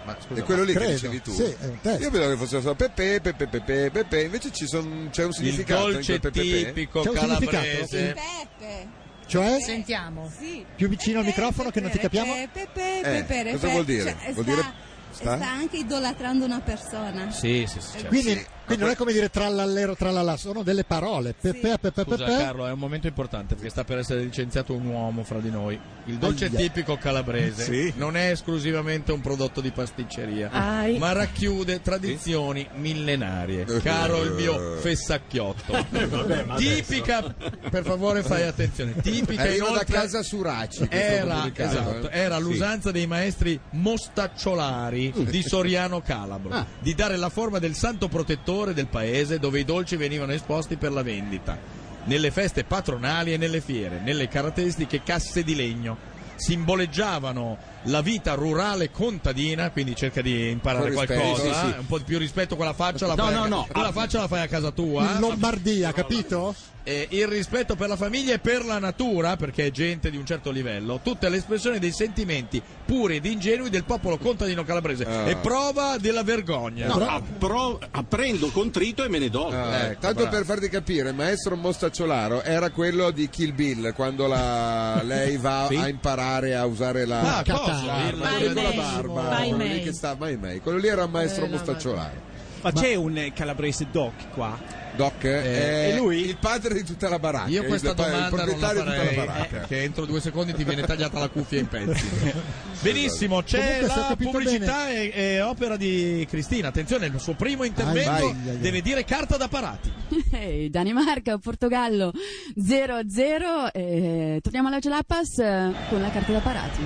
Ma scusa, è quello lì credo. che dicevi tu. Sì, è un testo. Io vedo che fosse solo Pepe, Pepe, Pepe, Pepe, invece ci son, c'è un significato il dolce in quel Pepe. tipico C'è un calabrese. Pepe. Cioè? Sentiamo. Sì. Più vicino al microfono che non ti capiamo? Pepe, Eh, Pepe, cosa vuol dire? Cioè, Vuol sta, dire sta? sta anche idolatrando una persona. Sì, sì, sì. Certo. Quindi, Sì. quindi non è come dire trallallero, trallala, sono delle parole. Pepe, pepe, Scusa pepe. Carlo, è un momento importante perché sta per essere licenziato un uomo fra di noi. Il dolce Aia. tipico calabrese Sì. non è esclusivamente un prodotto di pasticceria, Ai. ma racchiude tradizioni millenarie. Caro il mio fessacchiotto. Tipica, per favore fai attenzione, tipica Arriva da inoltre casa Suraci. che è stato era, pubblicato, esatto, eh. era Sì. l'usanza dei maestri mostacciolari di Soriano Calabro Ah. di dare la forma del santo protettore del paese dove i dolci venivano esposti per la vendita, nelle feste patronali e nelle fiere, nelle caratteristiche casse di legno. Simboleggiavano la vita rurale contadina, quindi cerca di imparare Con rispetto, qualcosa, sì, eh, un po' più rispetto, quella faccia la No, fai no, a, no. quella faccia la fai a casa tua. In Lombardia, capito? Eh, il rispetto per la famiglia e per la natura, perché è gente di un certo livello, tutte le espressioni dei sentimenti puri ed ingenui del popolo contadino calabrese Ah. e prova della vergogna. No, appro- apprendo contrito e me ne dolgo. Ah, Ecco, tanto bravo. per farti capire, il maestro Mostacciolaro era quello di Kill Bill quando la- lei va Sì? a imparare a usare la Ah, cosa? barba, Il- quello con la Mai barba, mai. quello lì che sta mai mai. Quello lì era il maestro Eh, no, Mostacciolaro. Ma c'è un eh, calabrese doc qua? Doc Eh, è e lui? il padre di tutta la baracca. Io questa il, il domanda non la proprietario di tutta farei, la eh, baracca. perché entro due secondi ti viene tagliata la cuffia in pezzi. Benissimo, c'è Comunque, se ho la capito pubblicità e, e opera di Cristina. Attenzione, il suo primo intervento Ai, ai, ai. deve dire carta da parati. Ehi, Danimarca, Portogallo zero a zero. Eh, torniamo alla Jalapas eh, con la carta da parati.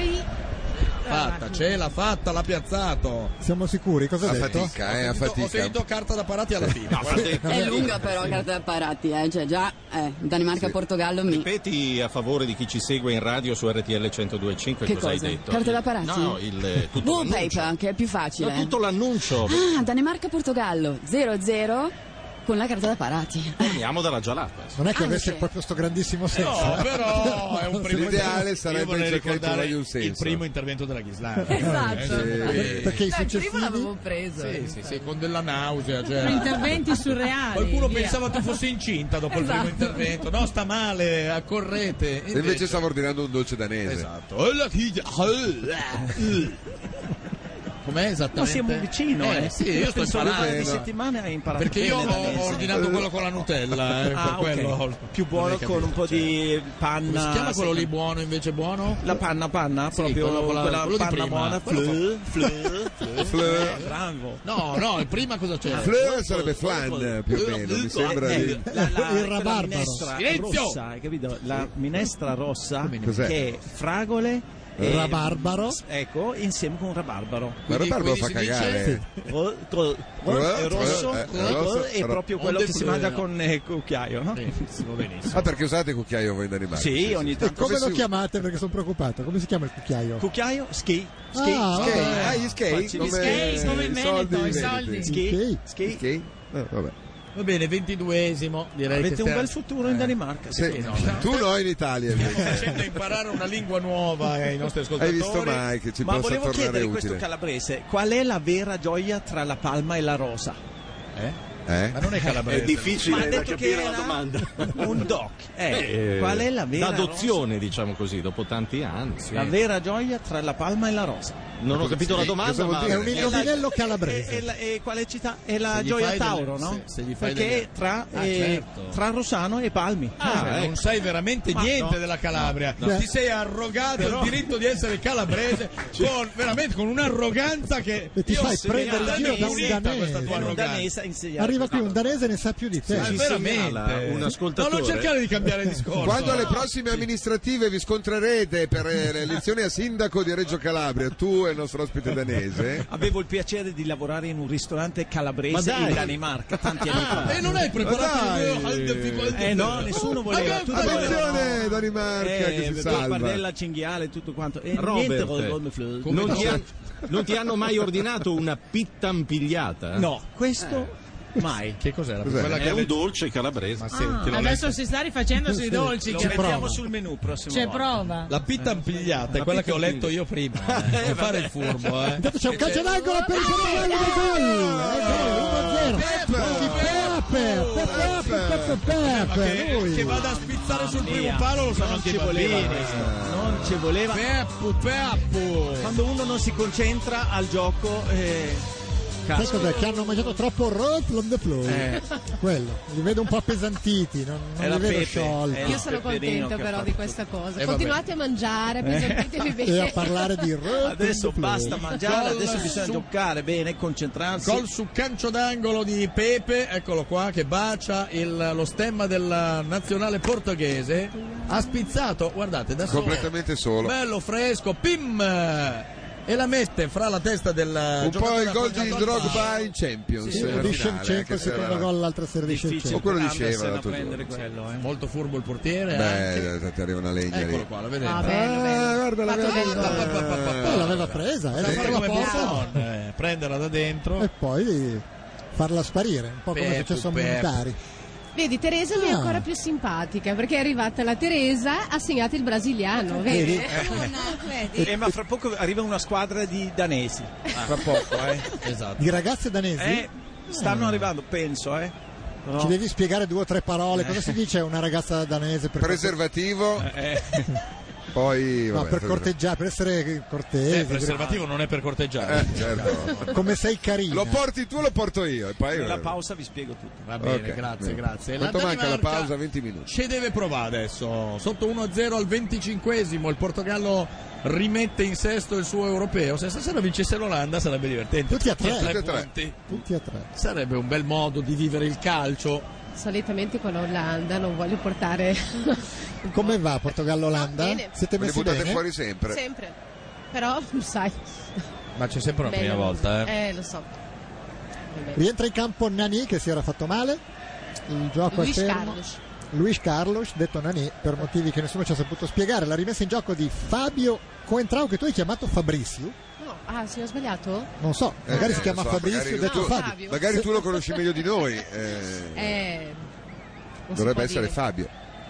Fatta, ce l'ha fatta, l'ha piazzato. Siamo sicuri? Cosa A hai detto? fatica, eh, a Ho fatica. sentito carta da parati alla fine. È lunga però la carta da parati, eh. Cioè già eh, Danimarca, Sì. Portogallo mi... Ripeti a favore di chi ci segue in radio su R T L centodue e cinque Che cosa, cosa? hai detto? Carta da parati? No, no, il eh, tutto l'annuncio. Wallpaper, che è più facile. No, tutto l'annuncio. Ah, Danimarca, Portogallo zero a zero con la carta da parati. Torniamo dalla Jalapas. Non è che Anche. avesse proprio sto grandissimo senso. No, però è un primo L'ideale Io sarebbe vorrei cercare di ricordare trovare un senso. il primo intervento della Ghislanda. Esatto. Eh, Perché i No, il primo successivi l'avevo preso. Sì, sì, sì, con della nausea. Cioè, Interventi surreali. qualcuno via. pensava tu fossi incinta dopo il primo intervento. No, sta male, accorrete. E invece stavo ordinando un dolce danese. Esatto. Com'è esattamente? Ma siamo vicino, eh. Eh, sì, io sto Penso che un paio imparando. di settimane hai imparato Perché io bene ho, danese. ho ordinato quello con la Nutella, eh, per Ah, quello. ok. Più buono Non hai con un capito, po' cioè. di panna. Come si chiama quello sì. lì buono invece buono? La panna panna, Sì, proprio quello con la- quella quello di panna prima. buona. Quello Fleu, fleu, Fleur. bravo. No, no, prima cosa c'era? Fleur sarebbe flan più o meno, mi sembra Eh, di... la, la, Il quella rabarbaro. minestra Silenzio! rossa, hai capito? La minestra rossa Cos'è? che è fragole e- Rabarbaro. ecco, insieme con rabarbaro. Ma il rabarbaro fa quindi si cagare. Ro- col- Eh, è rosso, eh, col- rosso, è proprio on quello the che si fleur. mangia con eh, cucchiaio, no? Benissimo, benissimo. Ah, perché usate il cucchiaio voi in Danimarca? Sì, ogni E tanto. come lo si- chiamate? Perché sono preoccupato. Come si chiama il cucchiaio? Cucchiaio, ski, ski, Ah, ski. Skate. Ah, gli skate? Facci gli Come skate, come in i Veneto, soldi i veneti. soldi. Ski, Skate. ski. Skate? Ah, vabbè. Va bene, ventiduesimo, direi Avete che un stiamo- bel futuro in Danimarca. Sì, sì, no, no. tu no in Italia Stiamo invece. facendo imparare una lingua nuova ai nostri ascoltatori. Hai visto mai che ci Ma possa volevo tornare chiedere a questo utile? calabrese, qual è la vera gioia tra la palma e la rosa? Eh? Eh? Ma non è calabrese. È difficile Ma ha da detto che capire era la domanda. un doc. Eh, Eh, qual è la vera D'adozione, diciamo così, dopo tanti anni. rosa? La vera gioia tra la palma e la rosa. Non ho capito la Cosa domanda, vuol ma dire? È un indovinello calabrese. E, e la- e quale città? È la Se gli gioia fai Tauro, delle- no? se- se gli fai Perché delle- è tra, Ah, eh, certo. tra Rossano e Palmi. Ah, Eh, non sai veramente Ma niente no. della Calabria. no. Ti sei arrogato Però- il diritto di essere calabrese con veramente con un'arroganza che E ti io fai se prendere mi in giro da un finita danese. questa tua un arroganza. danese a insegnare Arriva questo. qui un danese e ne sa più di te. Ma Ci veramente segnala un ascoltatore. No, non cercare di cambiare discorso. Quando alle No. prossime amministrative vi scontrerete per eh, le elezioni a sindaco di Reggio Calabria, tu e il nostro ospite danese, Avevo il piacere di lavorare in un ristorante Ma calabrese dai. in Danimarca tanti anni fa. E non hai preparato Dai. il Eh no, nessuno voleva. Tutti attenzione volevano- Danimarca che Eh, si due salva. pardella, cinghiale, tutto quanto. E Robert, niente con il fleur. non ti, han- non ti hanno mai ordinato una pittan pigliata? No, questo Mai. Che cos'era? Cos'è? Quella È che un dolce calabrese. Ma Ah, senti, l'ho adesso letto. si sta rifacendo sui dolci. Lo che- mettiamo sul menù prossimo C'è volta. prova. La pitta ampigliata è La quella pitta che ho letto io prima. Eh. Non fare il furbo, eh. Intanto c'è un calcio d'angolo per il Portogallo del gol. È gol uno a zero. Di Pepe, Pepe, Pepe, Ma Pepe, che, lui. che vada a spizzare sul primo Mia. palo lo sanno Non anche i ci voleva bambini. questo. Non ci voleva. Peppu, Peppu. Quando uno non si concentra al gioco, eh, Sai cazzo. cos'è? Che hanno mangiato troppo roast on the floor. Eh. Quello, li vedo un po' appesantiti, non, non È la li vedo Pepe, sciolti. è Io sono Peperino contenta che però ha di fatto questa cosa. Eh, Continuate a mangiare, pesantitevi E bene. a parlare di roast Adesso on the floor. basta mangiare, Gol adesso bisogna su- giocare bene, concentrarsi. Gol su calcio d'angolo di Pepe, eccolo qua, che bacia il- lo stemma della nazionale portoghese. Ha spizzato, guardate, da solo. Completamente solo. Bello, fresco, pim! E la mette fra la testa del Un po' giocatore il gol di appoggiato al Drogba palo. in Champions. Sì, nella di finale, Shevchenko, che il secondo era- gol, l'altra serie di Difficile Shevchenko. O quello per diceva Andersen l'altro a prendere giorno. quello, eh. Molto furbo il portiere. anche. Beh, ti arriva una legna Eccolo lì. qua, lo vedete. Ah, Eh, bello, bello. guarda la Fatto bel Pa, pa, pa, pa, pa, pa. Poi l'aveva presa, eh, Sa fare la come porta Buffon, eh, prenderla da dentro. e poi farla sparire, un po' come è Peppu, successo a Peppu. Montari. Vedi, Teresa mi è Ah. ancora più simpatica perché è arrivata la Teresa, ha segnato il brasiliano, vedi? Vedi? vedi? Eh, ma fra poco arriva una squadra di danesi. Fra poco, eh. Esatto. Di ragazze danesi? Eh, stanno Ah. arrivando, penso, eh. No. Ci devi spiegare due o tre parole. Cosa si dice a una ragazza danese? Per Preservativo, Eh, poi No, vabbè, per preservativo. corteggiare, per essere cortese. Eh, preservativo non è per corteggiare. Eh, certo. Come sei carina. Lo porti tu, lo porto io. E poi nella pausa vi spiego tutto. Va bene, Ok, grazie, bene. grazie. Quanto la manca la Danimarca pausa? venti minuti. ci deve provare adesso. Sotto uno a zero al venticinquesimo. Il Portogallo rimette in sesto il suo europeo. Se stasera vincesse l'Olanda sarebbe divertente. Tutti a tre. Tutti Tutti a tre. punti. Tutti a tre. Sarebbe un bel modo di vivere il calcio. Solitamente con l'Olanda non voglio portare Come va Portogallo-Olanda? Bene. Siete Me li messi buttate bene? fuori sempre. sempre. Però, sai, Ma c'è sempre una bene, prima volta, eh. Eh, lo so. Vabbè. Rientra in campo Nani che si era fatto male. Il gioco Luis è fermo. Carlos. Luis Carlos, detto Nani, per motivi che nessuno ci ha saputo spiegare. La rimessa in gioco di Fabio Coentrao, che tu hai chiamato Fabrizio. No, ah, sì, ho sbagliato? Non so, magari Eh, si chiama non so, Fabrizio, magari detto tu- Fabio. Fabio. Magari tu lo conosci meglio di noi. eh, Eh, non si dovrebbe può essere dire. Fabio.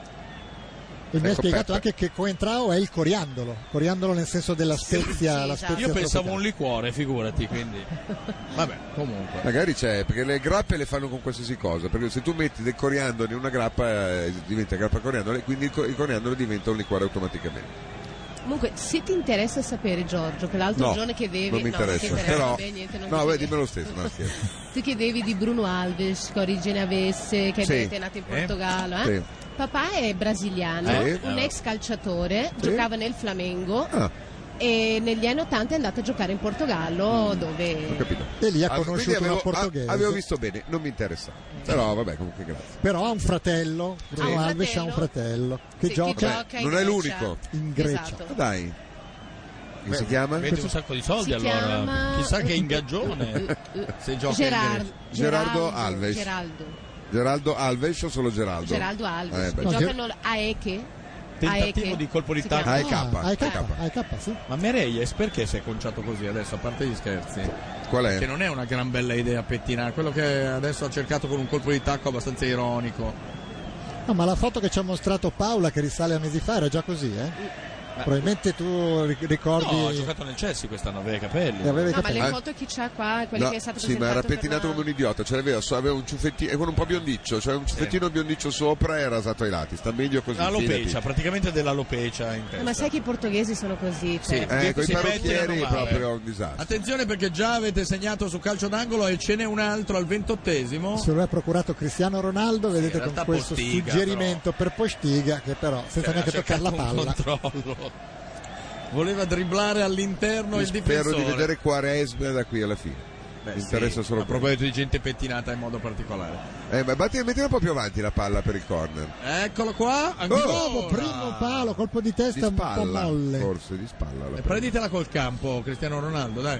E mi ha Ecco, spiegato Peppe. anche che Coentrao è il coriandolo. Coriandolo nel senso della spezia. sì, la esatto. spezia Io pensavo tropicale. un liquore, figurati, quindi. Vabbè, comunque. Magari c'è, perché le grappe le fanno con qualsiasi cosa. Perché se tu metti del coriandolo in una grappa, eh, diventa grappa coriandolo, e quindi il, co- il coriandolo diventa un liquore automaticamente. Comunque, se ti interessa sapere, Giorgio, che l'altro No, giorno chiedevi... non mi no, ti interessa. interessa, Però, vabbè, niente, non no, ti beh, chiedi. dimmelo lo stesso. No, scherzo. Tu chiedevi di Bruno Alves, che origine avesse, che Sì. è nato in Portogallo. Eh? Sì. Papà è brasiliano, Sì. un ex calciatore, Sì. giocava nel Flamengo Ah, e negli anni ottanta è andato a giocare in Portogallo ho dove... capito. E lì ha Ah, quindi conosciuto avevo, una portoghese. ah, avevo visto bene, non mi interessa. Però vabbè, comunque grazie. Però ha un fratello. Bruno Ha un Alves ha un fratello. fratello che Sì, gioca che gioca in non è Grecia. l'unico. in Grecia. Esatto. Ma dai. Come si chiama? Vedi un sacco di soldi Si allora. chiama- Chissà che ingaggione. Se gioca in Gerard- Grecia. Gerardo Alves. Geraldo. Geraldo Alves o solo Geraldo? Geraldo Alves. Eh, beh. No, Giocano a Eche. Tentativo Aeche. di colpo di Si tacco. chiama. A E K. Ah, A E K, A E K. A E K, sì. Ma Mereyes perché si è conciato così adesso, a parte gli scherzi? Qual Che è? non è una gran bella idea pettinare, quello che adesso ha cercato con un colpo di tacco abbastanza ironico. No, ma la foto che ci ha mostrato Paola, che risale a mesi fa, era già così, eh? Probabilmente tu ri- ricordi. No, ha giocato nel Chelsea quest'anno, aveva i capelli. e aveva i No, ma le capelli. foto chi c'ha qua, quelle No, che è stato sì, ma presentato era per pettinato la- come un idiota, cioè aveva, aveva un ciuffettino, e con un po' biondiccio, cioè un ciuffettino biondiccio sopra e rasato ai lati, sta meglio così. L'alopecia, fidati. praticamente dell'alopecia in testa. No, ma sai che i portoghesi sono così, Sì. cioè. Eh, con i Si parrucchieri pettinano male. proprio un disastro. Attenzione perché già avete segnato su calcio d'angolo e ce n'è un altro al ventottesimo. Se lo è procurato Cristiano Ronaldo, vedete in con realtà questo Postiga, suggerimento per Postiga, che però senza Cioè, neanche ha toccare la cercato un palla. controllo. Voleva dribblare all'interno il Spero difensore. di vedere Quaresma da qui alla fine. Beh, Mi interessa sì, solo a quello. proposito di gente pettinata in modo particolare. Eh, ma batti, mettila un po' più avanti la palla per il corner. Eccolo qua, Di ancora. nuovo, primo palo, colpo di testa Di un po' spalla, molle. forse di spalla. la E prenditela col campo, Cristiano Ronaldo, dai.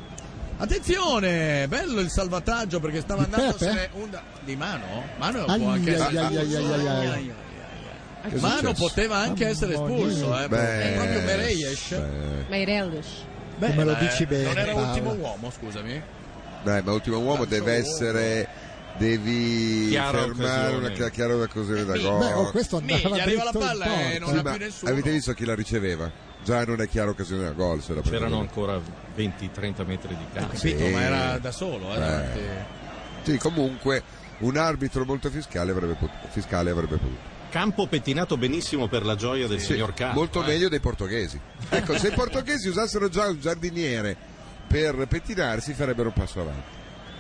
Attenzione, bello il salvataggio perché stava Di andatosene Pepe? un da- di mano? Mano Ai, può anche ai, essere ai, ai, espulso. ai, ai, ai. Che è Mano successo? poteva anche essere Mamma espulso, mia. eh, Beh, è proprio Mereyes. beh. Meireles. Beh, Come lo eh, dici bene, non era Paola. ultimo uomo, scusami. Dai, ma ultimo uomo Calcio deve uomo. essere devi Chiara fermare occasione. una chiara occasione da gol. Beh, oh, questo Mi, andava gli arriva la dritto in palla e porta. non Sì, ha ma più nessuno. avete visto chi la riceveva? Già non è chiara occasione da gol se la C'erano prendeva. ancora venti trenta metri di campo. Capito, Sì. ma era da solo. Eh, Beh. davanti. Sì, comunque un arbitro molto fiscale avrebbe potuto, fiscale avrebbe potuto. Campo pettinato benissimo per la gioia del Sì, signor Campo. molto eh. meglio dei portoghesi. Ecco, se i portoghesi usassero già un giardiniere per pettinarsi farebbero un passo avanti.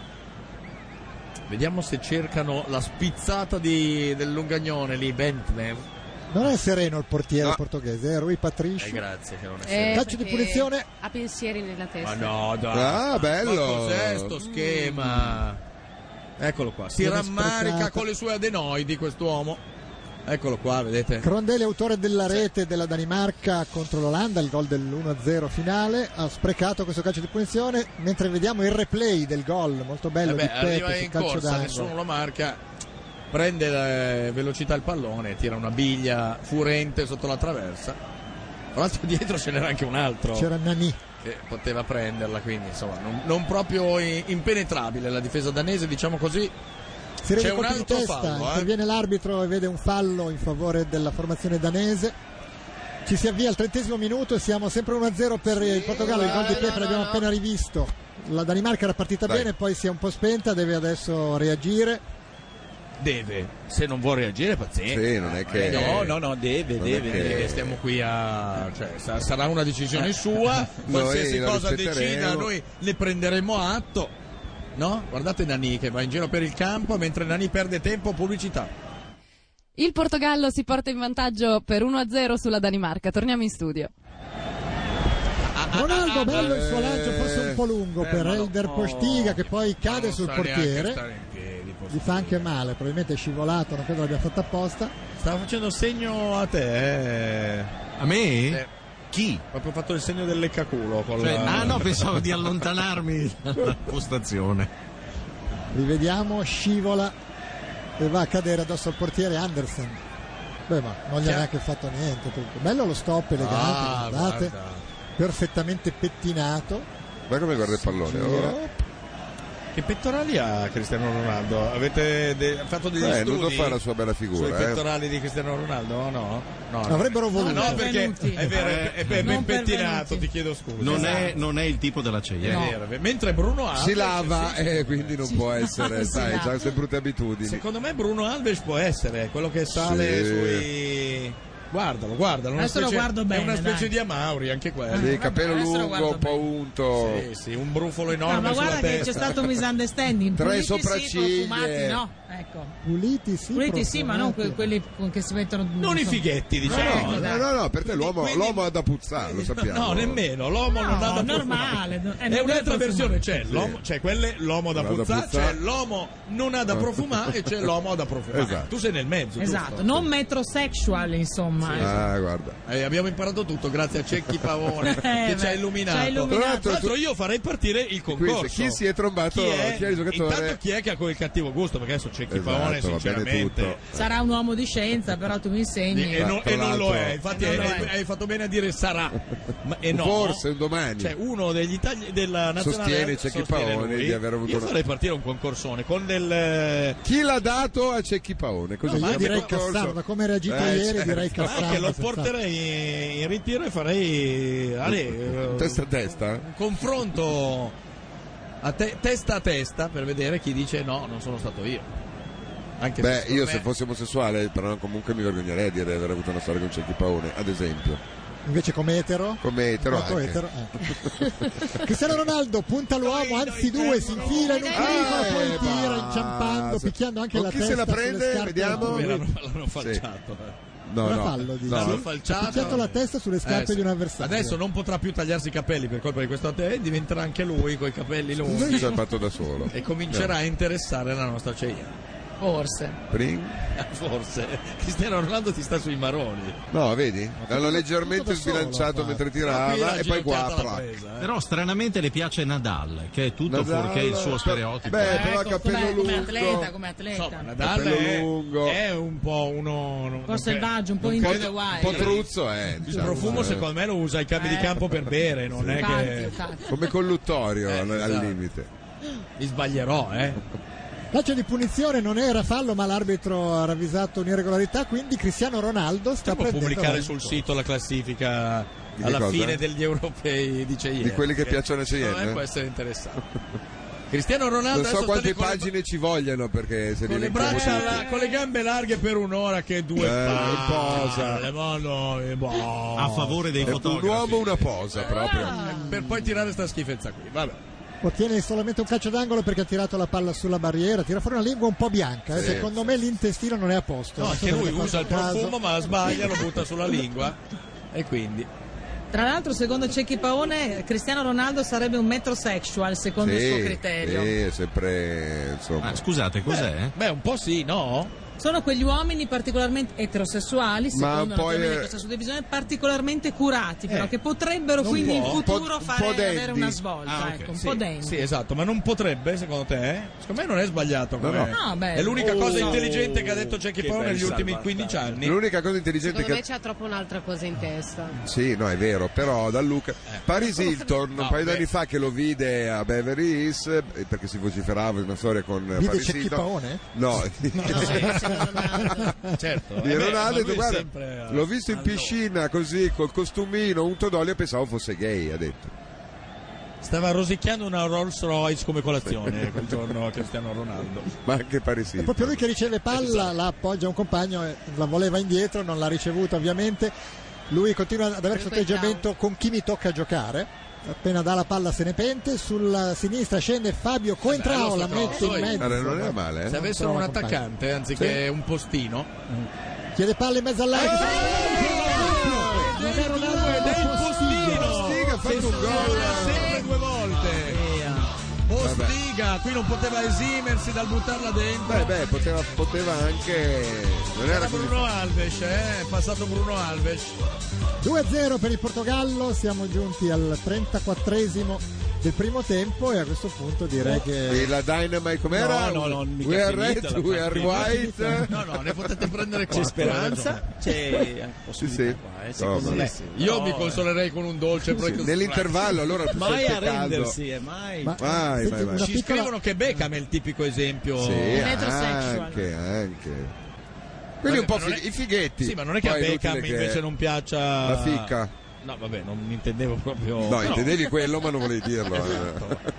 Vediamo se cercano la spizzata di, del lungagnone lì, Bentner. Non è sereno il portiere No. portoghese, è Rui Eh, Patricio. grazie che non è Eh, serio. Calcio di perché punizione. Ha pensieri nella Ma testa. no, dai. Ah, bello. Ma cos'è sto schema? Eccolo qua. Si Viene rammarica sprecato. con le sue adenoidi quest'uomo. Eccolo qua, vedete? Crondelli, autore della rete della Danimarca contro l'Olanda, il gol dell'uno a zero finale, ha sprecato questo calcio di punizione, mentre vediamo il replay del gol molto bello Eh beh, di arriva Pepe sul in calcio corsa, nessuno d'angolo. lo marca. Prende la velocità il pallone, tira una biglia furente sotto la traversa. Tra l'altro dietro ce n'era anche un altro C'era Nani. che poteva prenderla, quindi insomma non, non proprio i- impenetrabile la difesa danese, diciamo così. Si rende C'è un colpo di altro testa, fallo, eh. interviene l'arbitro e vede un fallo in favore della formazione danese. Ci si avvia al trentesimo minuto e siamo sempre uno a zero per il Portogallo, il gol di Pepe l'abbiamo appena rivisto. La Danimarca era partita Dai. bene, poi si è un po' spenta, deve adesso reagire. Deve, se non vuol reagire, pazienza. Sì, non è che- Eh, No, no, no, deve, non è deve, che- deve. Stiamo qui a. Cioè, sa- sarà una decisione sua. Qualsiasi Noi la cosa rispetteremo. decida, noi ne prenderemo atto. No? Guardate Nani che va in giro per il campo, mentre Nani perde tempo, pubblicità. Il Portogallo si porta in vantaggio per uno a zero sulla Danimarca. Torniamo in studio. Ronaldo, bello il suo eh, lancio, forse un po' lungo per fermalo. Elder Oh, Postiga che poi cade non sul sa neanche portiere. stare in piedi, Gli fa anche male, probabilmente è scivolato, non credo l'abbia fatto apposta. Stava facendo segno a te, eh. A me? Eh, Chi? proprio fatto il segno del leccaculo. Con Cioè, la... ah no, pensavo di allontanarmi dalla postazione. Rivediamo, scivola e va a cadere addosso al portiere Andersen. Beh, ma non gli ha Chi- neanche fatto niente. Tutto. Bello lo stop elegante, Ah, guardate, guarda. perfettamente pettinato. Guarda come guarda il pallone. Gira. Oh. Che pettorali ha Cristiano Ronaldo? Avete de- fatto degli Eh, studi non fa la sua bella sui figura. Eh. pettorali di Cristiano Ronaldo? No, no. no. Avrebbero Ah, voluto. no, perché Pervenuti. è vero, è, è ben Non pettinato, pervenuti. ti chiedo scusa. Non, è, Esatto. non è il tipo della È Cheyenne. vero, è vero. Mentre Bruno Alves Si lava sì, sì. e quindi non può essere, si sai, lava. c'ha queste brutte abitudini. Secondo me Bruno Alves può essere quello che sale Sì. sui. Guardalo, guardalo. Una Adesso lo specie- guardo È bene, una specie dai. di Amauri, anche quello. Sì, vabbè, capello adesso lo lungo, guardo un po' bene. unto. Sì, sì, un brufolo enorme No, ma sulla guarda che testa. c'è stato un misunderstanding. Tre Puliti sì, sopracciglia. profumati no. Ecco. Puliti sì, Puliti sì, ma non profumati. que- quelli con- che si mettono. Non i insomma. fighetti, diciamo. No, no, no, no, per te l'uomo, Quindi- l'uomo ha da puzzare, lo sappiamo. No, nemmeno. L'uomo non ha da normale, profumare. è È normale un'altra profumato. versione. C'è Sì. l'uomo, c'è quelle l'uomo da Non ha da puzzare, puzzare. c'è l'uomo non ha da profumare e c'è l'uomo da profumare. Esatto. Tu sei nel mezzo. Esatto, giusto? non metrosexual, insomma. ecco. Ah, guarda. Eh, abbiamo imparato tutto grazie a Cecchi Pavone che Eh, ci ha beh, illuminato. ci ha illuminato. Tra l'altro, Tra l'altro tu- io farei partire il concorso. Quindi, chi si è trombato? Chi è? Chi è il giocatore? Intanto chi è che ha quel cattivo gusto? Perché adesso Cecchi Esatto, Pavone va bene sinceramente tutto. Sarà un uomo di scienza, però tu mi insegni. e, non, Tra e non lo l'altro- è, infatti E non hai, lo è. hai fatto bene a dire sarà. Ma, e no, Forse un domani. cioè uno degli itali- della nazionale Sostiene Cecchi sostiene Pavone lui. di aver avuto Io una- farei partire un concorsone con del Chi l'ha dato a Cecchi Paone? Così No, ma Io anche direi concorso. Cassano, da come ha reagito Eh, ieri certo. direi ma Cassano. anche lo senz'altro. porterei in ritiro e farei Ale, eh, Testa a testa? un confronto a te- testa a testa per vedere chi dice no, non sono stato io. Anche Beh, secondo io me- se fossi omosessuale, però comunque mi vergognerei di aver avuto una storia con Cecchi Paone, ad esempio. Invece come etero? Come etero Molto anche. etero, eh. Cristiano Ronaldo punta l'uomo, anzi due, si infila in un pericolo, Eh, poi tira basta. inciampando, picchiando anche Con la chi testa se la sulle prende? scarpe Vediamo. di- l'hanno, l'hanno falciato. eh. No, Era no. fallo, dici? No. L'hanno Ha falciato. picchiato la testa sulle scarpe Eh, sì. di un avversario. Adesso non potrà più tagliarsi i capelli per colpa di questo e diventerà anche lui coi capelli Lui lunghi si è fatto da solo. e comincerà a interessare la nostra Cheyenne. Forse. Pring. Forse Cristiano Ronaldo ti sta sui maroni. No, vedi? L'hanno leggermente tutto da solo, sbilanciato guarda. mentre Qui tirava la e poi qua ginocchiata l'ha plac. presa, eh. Però stranamente le piace Nadal, che è tutto Nadal, fuorché il suo stereotipo. Beh, però ha Ecco, capello come, come lungo. atleta, come atleta. Insomma, Nadal Capello è, lungo. è un po' uno non- un po' non selvaggio, un po' non in credo- the Un wild. po' truzzo, eh. Il diciamo. profumo Eh. secondo me lo usa ai campi di campo per bere, non è Infatti, che infatti. Come colluttorio Eh, al, esatto. al limite. mi sbaglierò, eh. Calcio di punizione, non era fallo, ma l'arbitro ha ravvisato un'irregolarità, quindi Cristiano Ronaldo sta può prendendo pubblicare vento. sul sito la classifica Di alla cosa? fine degli europei di Cheyenne. Di quelli che piacciono a Cheyenne, Secondo me eh? può essere interessante. Cristiano Ronaldo Non so adesso sta quante lì con le- pagine ci vogliono perché se con li le braccia leggiamo là- tutti. con le gambe larghe per un'ora che due Eh, palle, posa. ma no, eh, boh. A favore dei È fotografi. un uomo una posa proprio. Ah, per poi tirare sta schifezza qui, vabbè. Ottiene solamente un calcio d'angolo perché ha tirato la palla sulla barriera, tira fuori una lingua un po' bianca, eh. Sì, secondo me l'intestino non è a posto. No, Non so anche se lui avete usa il fatto caso. profumo ma sbaglia, lo butta sulla lingua e quindi Tra l'altro, secondo Cecchi Paone, Cristiano Ronaldo sarebbe un metrosexual, secondo il suo Sì, criterio. sì, è sempre insomma. Ah, scusate, cos'è? beh, un po' sì, no? Sono quegli uomini particolarmente eterosessuali, secondo un la po' teoria è- di questa suddivisione, particolarmente curati, però, Eh, che potrebbero non quindi può. in Un po'- futuro un po' fare avere dandy. una svolta, Ah, ok. ecco, un Sì, po' dandy. sì, esatto, ma non potrebbe secondo te? Secondo me non è sbagliato No, come- no. No, beh. È l'unica cosa Oh, intelligente che ha detto Cecchi che Paone bel negli ultimi salvataggio. quindici anni. L'unica cosa intelligente Secondo me che c'ha troppo un'altra cosa in testa. sì, no, è vero, però da Luca Paris Hilton No, un paio beh. d'anni fa che lo vide a Beverly Hills, eh, perché si vociferava una storia con Vide Paris Cecchi Hilton. Paone? No, Certo. di eh beh, Ronaldo, ma ha detto, lui è guarda, sempre, eh, l'ho visto in allora. piscina così col costumino unto d'olio, pensavo fosse gay, ha detto. Stava rosicchiando una Rolls Royce come colazione quel giorno a Cristiano Ronaldo. Ma anche Paris È Hilton. proprio lui che riceve palla, la appoggia un compagno, e la voleva indietro, non l'ha ricevuta ovviamente. Lui continua ad avere questo atteggiamento con chi mi tocca giocare. Appena dà la palla se ne pente. Sulla sinistra scende Fabio Coentrao, la mette in mezzo. Allora, non è male, Se eh? avessero un Trova compagno. attaccante anziché Sì. un postino, Chiede palla in mezzo all'area. Non è Ronaldo, è del postino. Postiga ha fatto un gol. sempre due volte. Postiga, qui non poteva esimersi dal buttarla dentro. Beh, beh, poteva, poteva anche. Non era Era così. Bruno Alves, eh? È passato Bruno Alves. due a zero per il Portogallo, siamo giunti al trentaquattresimo del primo tempo e a questo punto direi che E la Dynamite com'era? No, no, no, mica We are finita red, la we are partita. white. No, no, ne potete prendere C'è quattro. speranza, c'è anche Sì, possibilità sì. qua, eh, No, secondo ma- me. sì, Io No, mi eh. consolerei con un dolce Sì, nell'intervallo allora più Mai freddo a e caldo. rendersi, eh, mai. Ma- Mai, Senti, mai, mai. una Ci piccola- scrivono che Beckham è il tipico esempio. Sì, Metrosexual. anche, anche. Quelli un Vabbè, po' ma non fighi- è- i fighetti. Sì, ma non è che a Poi è Beckham inutile che- invece non piaccia La ficca. No, vabbè, non intendevo proprio. No, intendevi quello, ma non volevi dirlo. eh.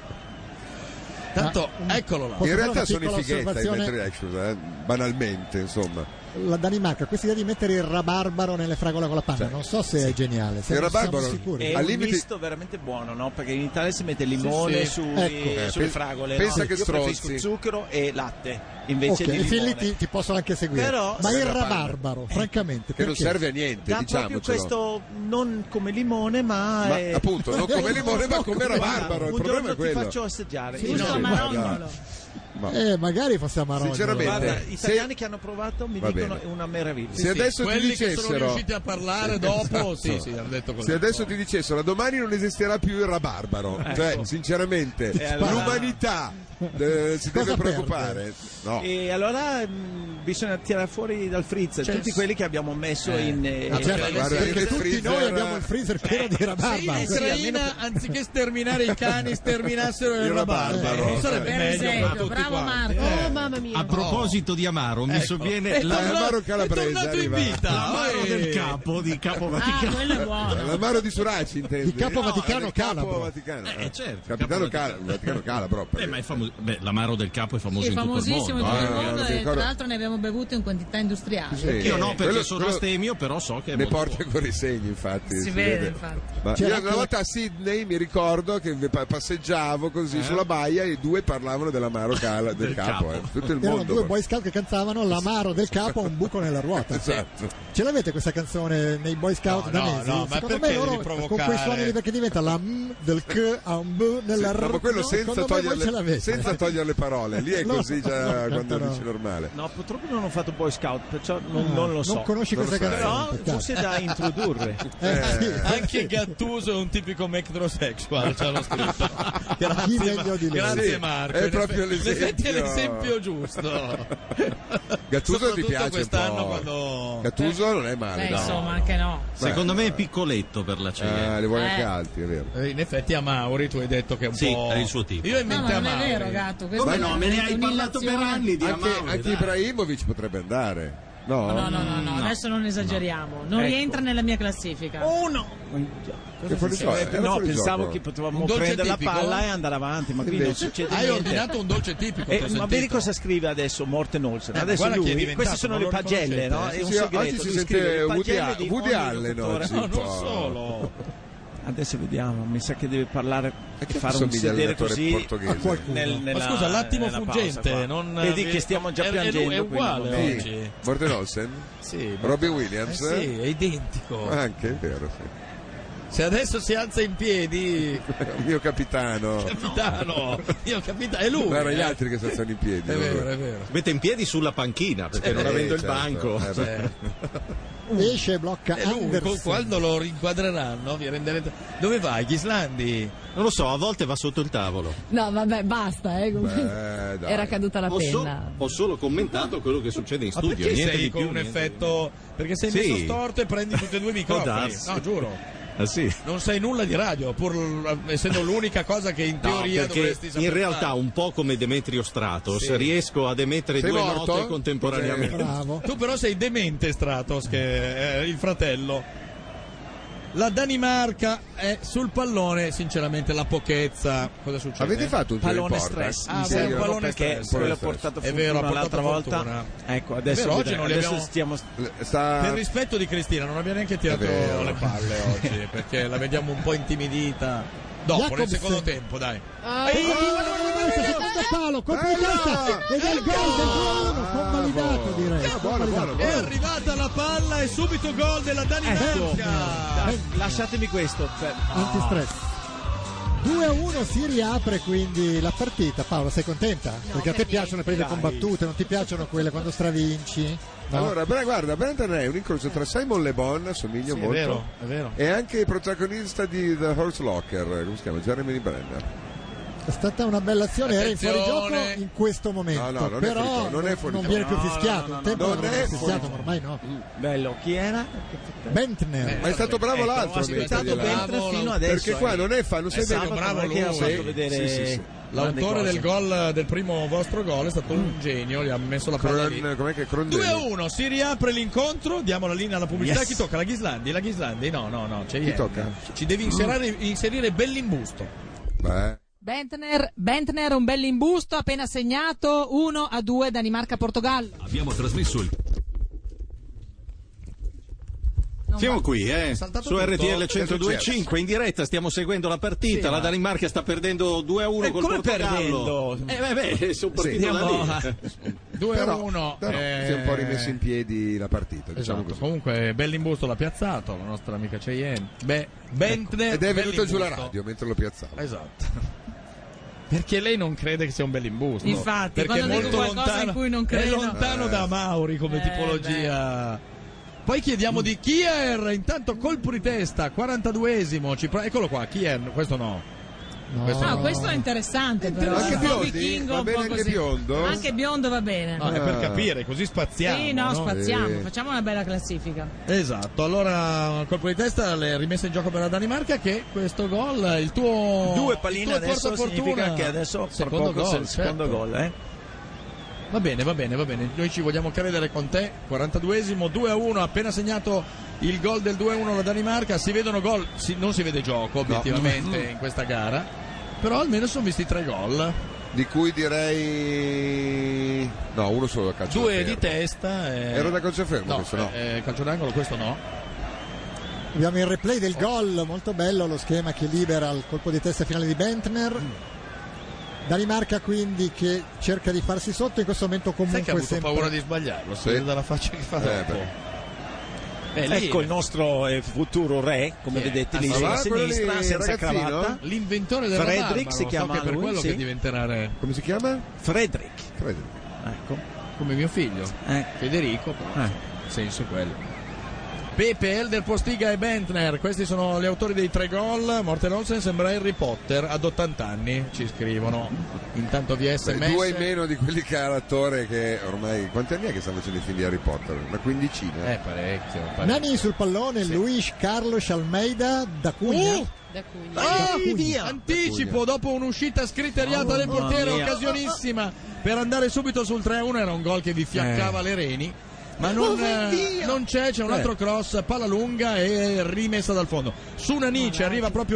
Tanto, eccolo là. Posso In fare realtà una sono i piccola fighetti ai osservazione? Metri Action, eh, banalmente, insomma. La Danimarca, questa idea di mettere il rabarbaro nelle fragole con la panna, Sì. non so se è geniale. Se Il non siamo rabarbaro- sicuri. È Al un limite- misto veramente buono, no? Perché in Italia si mette limone Sì, sì. sui- Ecco. sulle Eh, fragole. pensa no? che Io preferisco stronzi. zucchero e latte invece Ok, di e fin lì limone. ti, ti posso anche seguire. Però- ma il Serve la panna. rabarbaro, francamente, Che non perché? serve a niente, Dà proprio diciamocelo. questo non come limone, ma, Ma è... appunto, non come limone, ma come rabarbaro. Il Un problema giorno è quello. ti faccio assaggiare. Sì, Io no, no, ma- guarda, Ma- Eh, magari fosse amarognolo. Sinceramente, guarda, se- italiani che hanno provato mi Va dicono bene. è una meraviglia. Se adesso ti Quelli che sono dicessero riusciti a parlare dopo, Esatto. sì, sì, hanno detto così. Se adesso ti dicessero domani non esisterà più il rabarbaro, Ecco. cioè sinceramente E allora- l'umanità eh, si Cosa deve preoccupare. No. E allora mh, bisogna tirare fuori dal freezer Cioè, tutti quelli che abbiamo messo in eh, Ah, certo, in- guarda, perché il tutti freezer- noi abbiamo il freezer pieno di Se in rabarbaro. Ucraina, anziché sterminare i cani, sterminassero il Il rabarbaro, rabarbaro. non sarebbe Per meglio esempio, per tutti bravo quanti? Marco. Eh. Oh mamma mia. A proposito di Amaro, mi Ecco. sovviene È la- tornato- l'amaro calabrese, è tornato in arriva. vita. l'amaro eh. del capo di Capo Ah, Vaticano. quello è buono. L'amaro di Suraci intendi? Di Capo Vaticano del Capo Calabro. Vaticano. Eh, certo, Capitano Capo Cal- Vaticano Calabro. Beh, ma è famoso- beh, l'amaro del capo è famoso È in tutto il famosissimo in mondo. tutto il Ah, mondo non mi e tra ricordo. l'altro ne abbiamo bevuto in quantità industriali. Sì. Io no, perché Quello- sono quello- astemio, però so che è Ne molto porta buono. con i segni, infatti. Si vede, infatti. Ma C'era io anche una la- volta a Sydney mi ricordo che pa- passeggiavo così sulla baia e due parlavano dell'amaro cala- del, Del capo, capo. eh. tutto il Erano mondo. due boy scout che cantavano l'amaro del capo ha un buco nella ruota. Esatto. Ce l'avete questa canzone nei boy scout No, danesi? no, no, ma Secondo perché me loro devi con provocare? quei suoni lì, perché diventa la M del K a un B nella Sì, R. no, ma quello No, senza secondo me voi togliere, ce l'avete. senza togliere le parole, lì è No, così già no, quando cantano. dici normale. No, purtroppo non ho fatto Boy Scout, perciò non, Ah, non lo so. Non conosci Non lo questa sai. canzone? Però peccato. forse da introdurre. Eh, sì. Anche Gattuso è un tipico metrosexual, ci hanno scritto. Chi Grazie, meglio di lui? grazie Sì, Marco. è In proprio effetti- in effetti è l'esempio. l'esempio giusto. Gattuso ti Soprattutto piace un quest'anno po'. quando... Gattuso non è male, Beh, no. insomma, anche no. Secondo me è piccoletto per la Cheyenne. Ah, li vuoi Eh. anche alti, è vero. Eh, in effetti a Mauri tu hai detto che è un Sì, po'... è il suo tipo. Io ho in No, mente ma a non è Mauri. vero, gatto. Come no? Me ne hai parlato per anni di Anche, Amauri, anche dai. Ibrahimovic potrebbe andare. No, No, no, no, no, adesso non esageriamo. Non Ecco. rientra nella mia classifica. Uno! Che fuori gioco, Eh, era no, fuori pensavo gioco. che potevamo Un dolce prendere tipico? la palla e andare avanti, ma qui non Invece- succede Hai niente. ordinato un dolce tipico. Eh, t'ho ma sentito. vedi cosa scrive adesso Morten Olsen? Eh, Adesso guarda chi è lui, diventato, queste sono non le lo pagelle, no? riconoscete? È un Sì, segreto. oggi si lui sente scrive le Woody, pagelle Al- di Woody ogni Allen giocatore. oggi. No, un non po'. solo. Adesso vediamo, mi sa che deve parlare, che fare un assomiglia sedere all'allenatore così portoghese? A qualcuno. nel, nella, Ma scusa, l'attimo nella fuggente, pausa qua. non Vedi vi- che stiamo già è- è lui- piangendo. È uguale quindi non- Sì. oggi. Morten Olsen? Sì, ma- Robbie eh Williams? sì, è identico. Anche, è vero, sì. Se adesso si alza in piedi, Il mio capitano. capitano, io capitano, è lui. Guarda gli eh. altri che si alzano in piedi. È no? vero, è vero. Mette in piedi sulla panchina perché Eh, non avendo il certo. banco. Eh, beh. Cioè, Esce e blocca è lui, con- Andersen. quando lo rinquadreranno vi renderete. Dove vai, Ghislandi? Non lo so, a volte va sotto il tavolo. No, vabbè, basta, eh. comunque. Beh, dai. Era caduta la Ho, so- penna. ho solo commentato quello che succede in Ma studio. perché niente sei di con più, un niente di effetto? Perché sei Sì. messo storto e prendi tutti e due i microfoni. darsi. No, giuro. meno. Ah, sì. Non sai nulla di radio, pur l- essendo l'unica cosa che in No, teoria perché dovresti sapere. in realtà fare. un po' come Demetrio Stratos Sì. riesco ad emettere Sei due morto? note contemporaneamente. Bravo. Tu però sei demente, Stratos, che è il fratello. La Danimarca è sul pallone, sinceramente la pochezza. Cosa succede? Avete fatto un giro in Pallone porta? stress, Ah, mi beh, sembra, un pallone perché stress. quello ha Pallone portato È fortuna vero, ha portato l'altra volta. fortuna. Ecco, adesso, vero, oggi vedrai, non li adesso abbiamo- stiamo Sta... Per rispetto di Cristina non abbia neanche tirato È vero. le palle oggi, perché la vediamo un po' intimidita. Dopo, nel Jacobsen. secondo tempo, dai. Secondo palo, colpo di testa ed è il gol del due a uno, convalidato direi. Ah, buono, buono, È buono. arrivata la palla e subito gol della Danimarca. Dai, lasciatemi questo. Cioè, Antistress. due a uno si riapre quindi la partita. Paola, sei contenta? Perché a te per piacciono le prese Dai. combattute, non ti piacciono quelle quando stravinci? No? Allora, beh, guarda, Brandon è un incrocio tra Simon Le Bon, assomiglia Sì, è molto, vero, è vero. e anche il protagonista di The Horse Locker, come si chiama? Jeremy Brenner. È stata una bella azione, era in Attenzione. fuorigioco in questo momento, No, no, non è però fuori gioco, non è fuori non gioco. viene più No, fischiato. no, no, Un tempo no, non non viene è fischiato, fuori ma ormai no. bello, chi era? Bentner. Ma è stato bravo Ecco, l'altro ho a aspettato mettergliela. Bentner Bravo, fino adesso. Perché qua eh. non è fa, non sei È stato vero. bravo Che ha lui. fatto vedere Sì, sì, sì. grandi L'autore cose. del gol del primo vostro gol è stato un genio, gli ha messo la palla lì. Cron- com'è che Crondelli? due a uno, si riapre l'incontro, diamo la linea alla pubblicità. Yes. Chi tocca? La Ghislandi? La Ghislandi? No, no, no, c'è Chi Yen. tocca? Ci devi inserire, inserire Bellimbusto. Beh. Bentner, Bentner, un bell'imbusto, appena segnato, uno a due Danimarca-Portogallo. Abbiamo trasmesso il Siamo qui, eh, saltato su tutto. R T L centodue e cinque in diretta, stiamo seguendo la partita, Sì, la ma- Danimarca sta perdendo due a uno Eh, col come Portogallo. perdendo? Eh beh, beh, sono partito Stiamo- da lì. due a Però, uno. però eh, si è un po' rimesso in piedi la partita, diciamo Esatto, così. comunque Bellimbusto l'ha piazzato, la nostra amica Cheyenne. Beh, Bentner Ed è venuto giù la Bellimbusto. radio mentre lo piazzava. Esatto. Perché lei non crede che sia un bell'imbusto. Infatti, perché quando è dico molto qualcosa lontano, in cui non è credo. lontano Eh. da Mauri come Eh, tipologia. Poi chiediamo di Kier, intanto colpo di testa, quarantaduesimo, ci pro- eccolo qua, Kier, questo no. No. Questo Ah, no. questo è interessante però. Anche un po' Biondi? vichingo, Va un bene po' anche così. Biondo? Anche biondo va bene. No, è per Ah. capire, così spaziamo. Sì, no, no? spaziamo, Eh. facciamo una bella classifica. Esatto, allora colpo di testa, le rimessa in gioco per la Danimarca che questo gol, il tuo Due il palline tuo adesso portafortuna. significa che adesso tra secondo poco gol, c'è il secondo certo. gol, eh. Va bene, va bene, va bene. Noi ci vogliamo credere con te. quarantaduesimo, due a uno, appena segnato il gol del due a uno la Danimarca. Si vedono gol, si- non si vede gioco obiettivamente in questa gara. Però almeno sono visti tre gol. Di cui direi no, uno solo da calcio Due da di fermo. testa. E... Era da calcio fermo No, questo no. eh, calcio d'angolo, questo no. Abbiamo il replay del gol, molto bello lo schema che libera il colpo di testa finale di Bentner. Danimarca quindi che cerca di farsi sotto, in questo momento Sai che ha comunque avuto sempre paura di sbagliarlo, si Sì. vede dalla faccia che fa Eh, dopo. beh. Eh, lì- Ecco il nostro eh, futuro re, come Chi è? vedete lì Ah, sulla sì, quello lì, sinistra, senza ragazzino? cravatta. L'inventore della Frederick barba, si lo chiama so che è per lui, quello sì. che diventerà re. Come si chiama? Frederick. Frederick. Ecco. Come mio figlio. Eh. Federico, però, Eh. senso quello. Pepe, Elder Postiga e Bentner, questi sono gli autori dei tre gol. Morten Olsen sembra Harry Potter ad ottanta anni, ci scrivono. Intanto via Beh, sms. due in meno di quelli che ha l'attore che ormai quanti anni è che sta facendo i film di Harry Potter? Una quindicina. Eh, parecchio. parecchio. Nani sul pallone, Sì. Luis Carlos Almeida da Cunha. Uh, Da Cugna. Ah, via. anticipo dopo un'uscita scriteriata Oh, del portiere, mamma mia. occasionissima per andare subito sul tre a uno. Era un gol che vi fiaccava Eh. le reni. Ma non, eh, non c'è, c'è un altro cross, palla lunga e rimessa dal fondo. Su Nani ci arriva proprio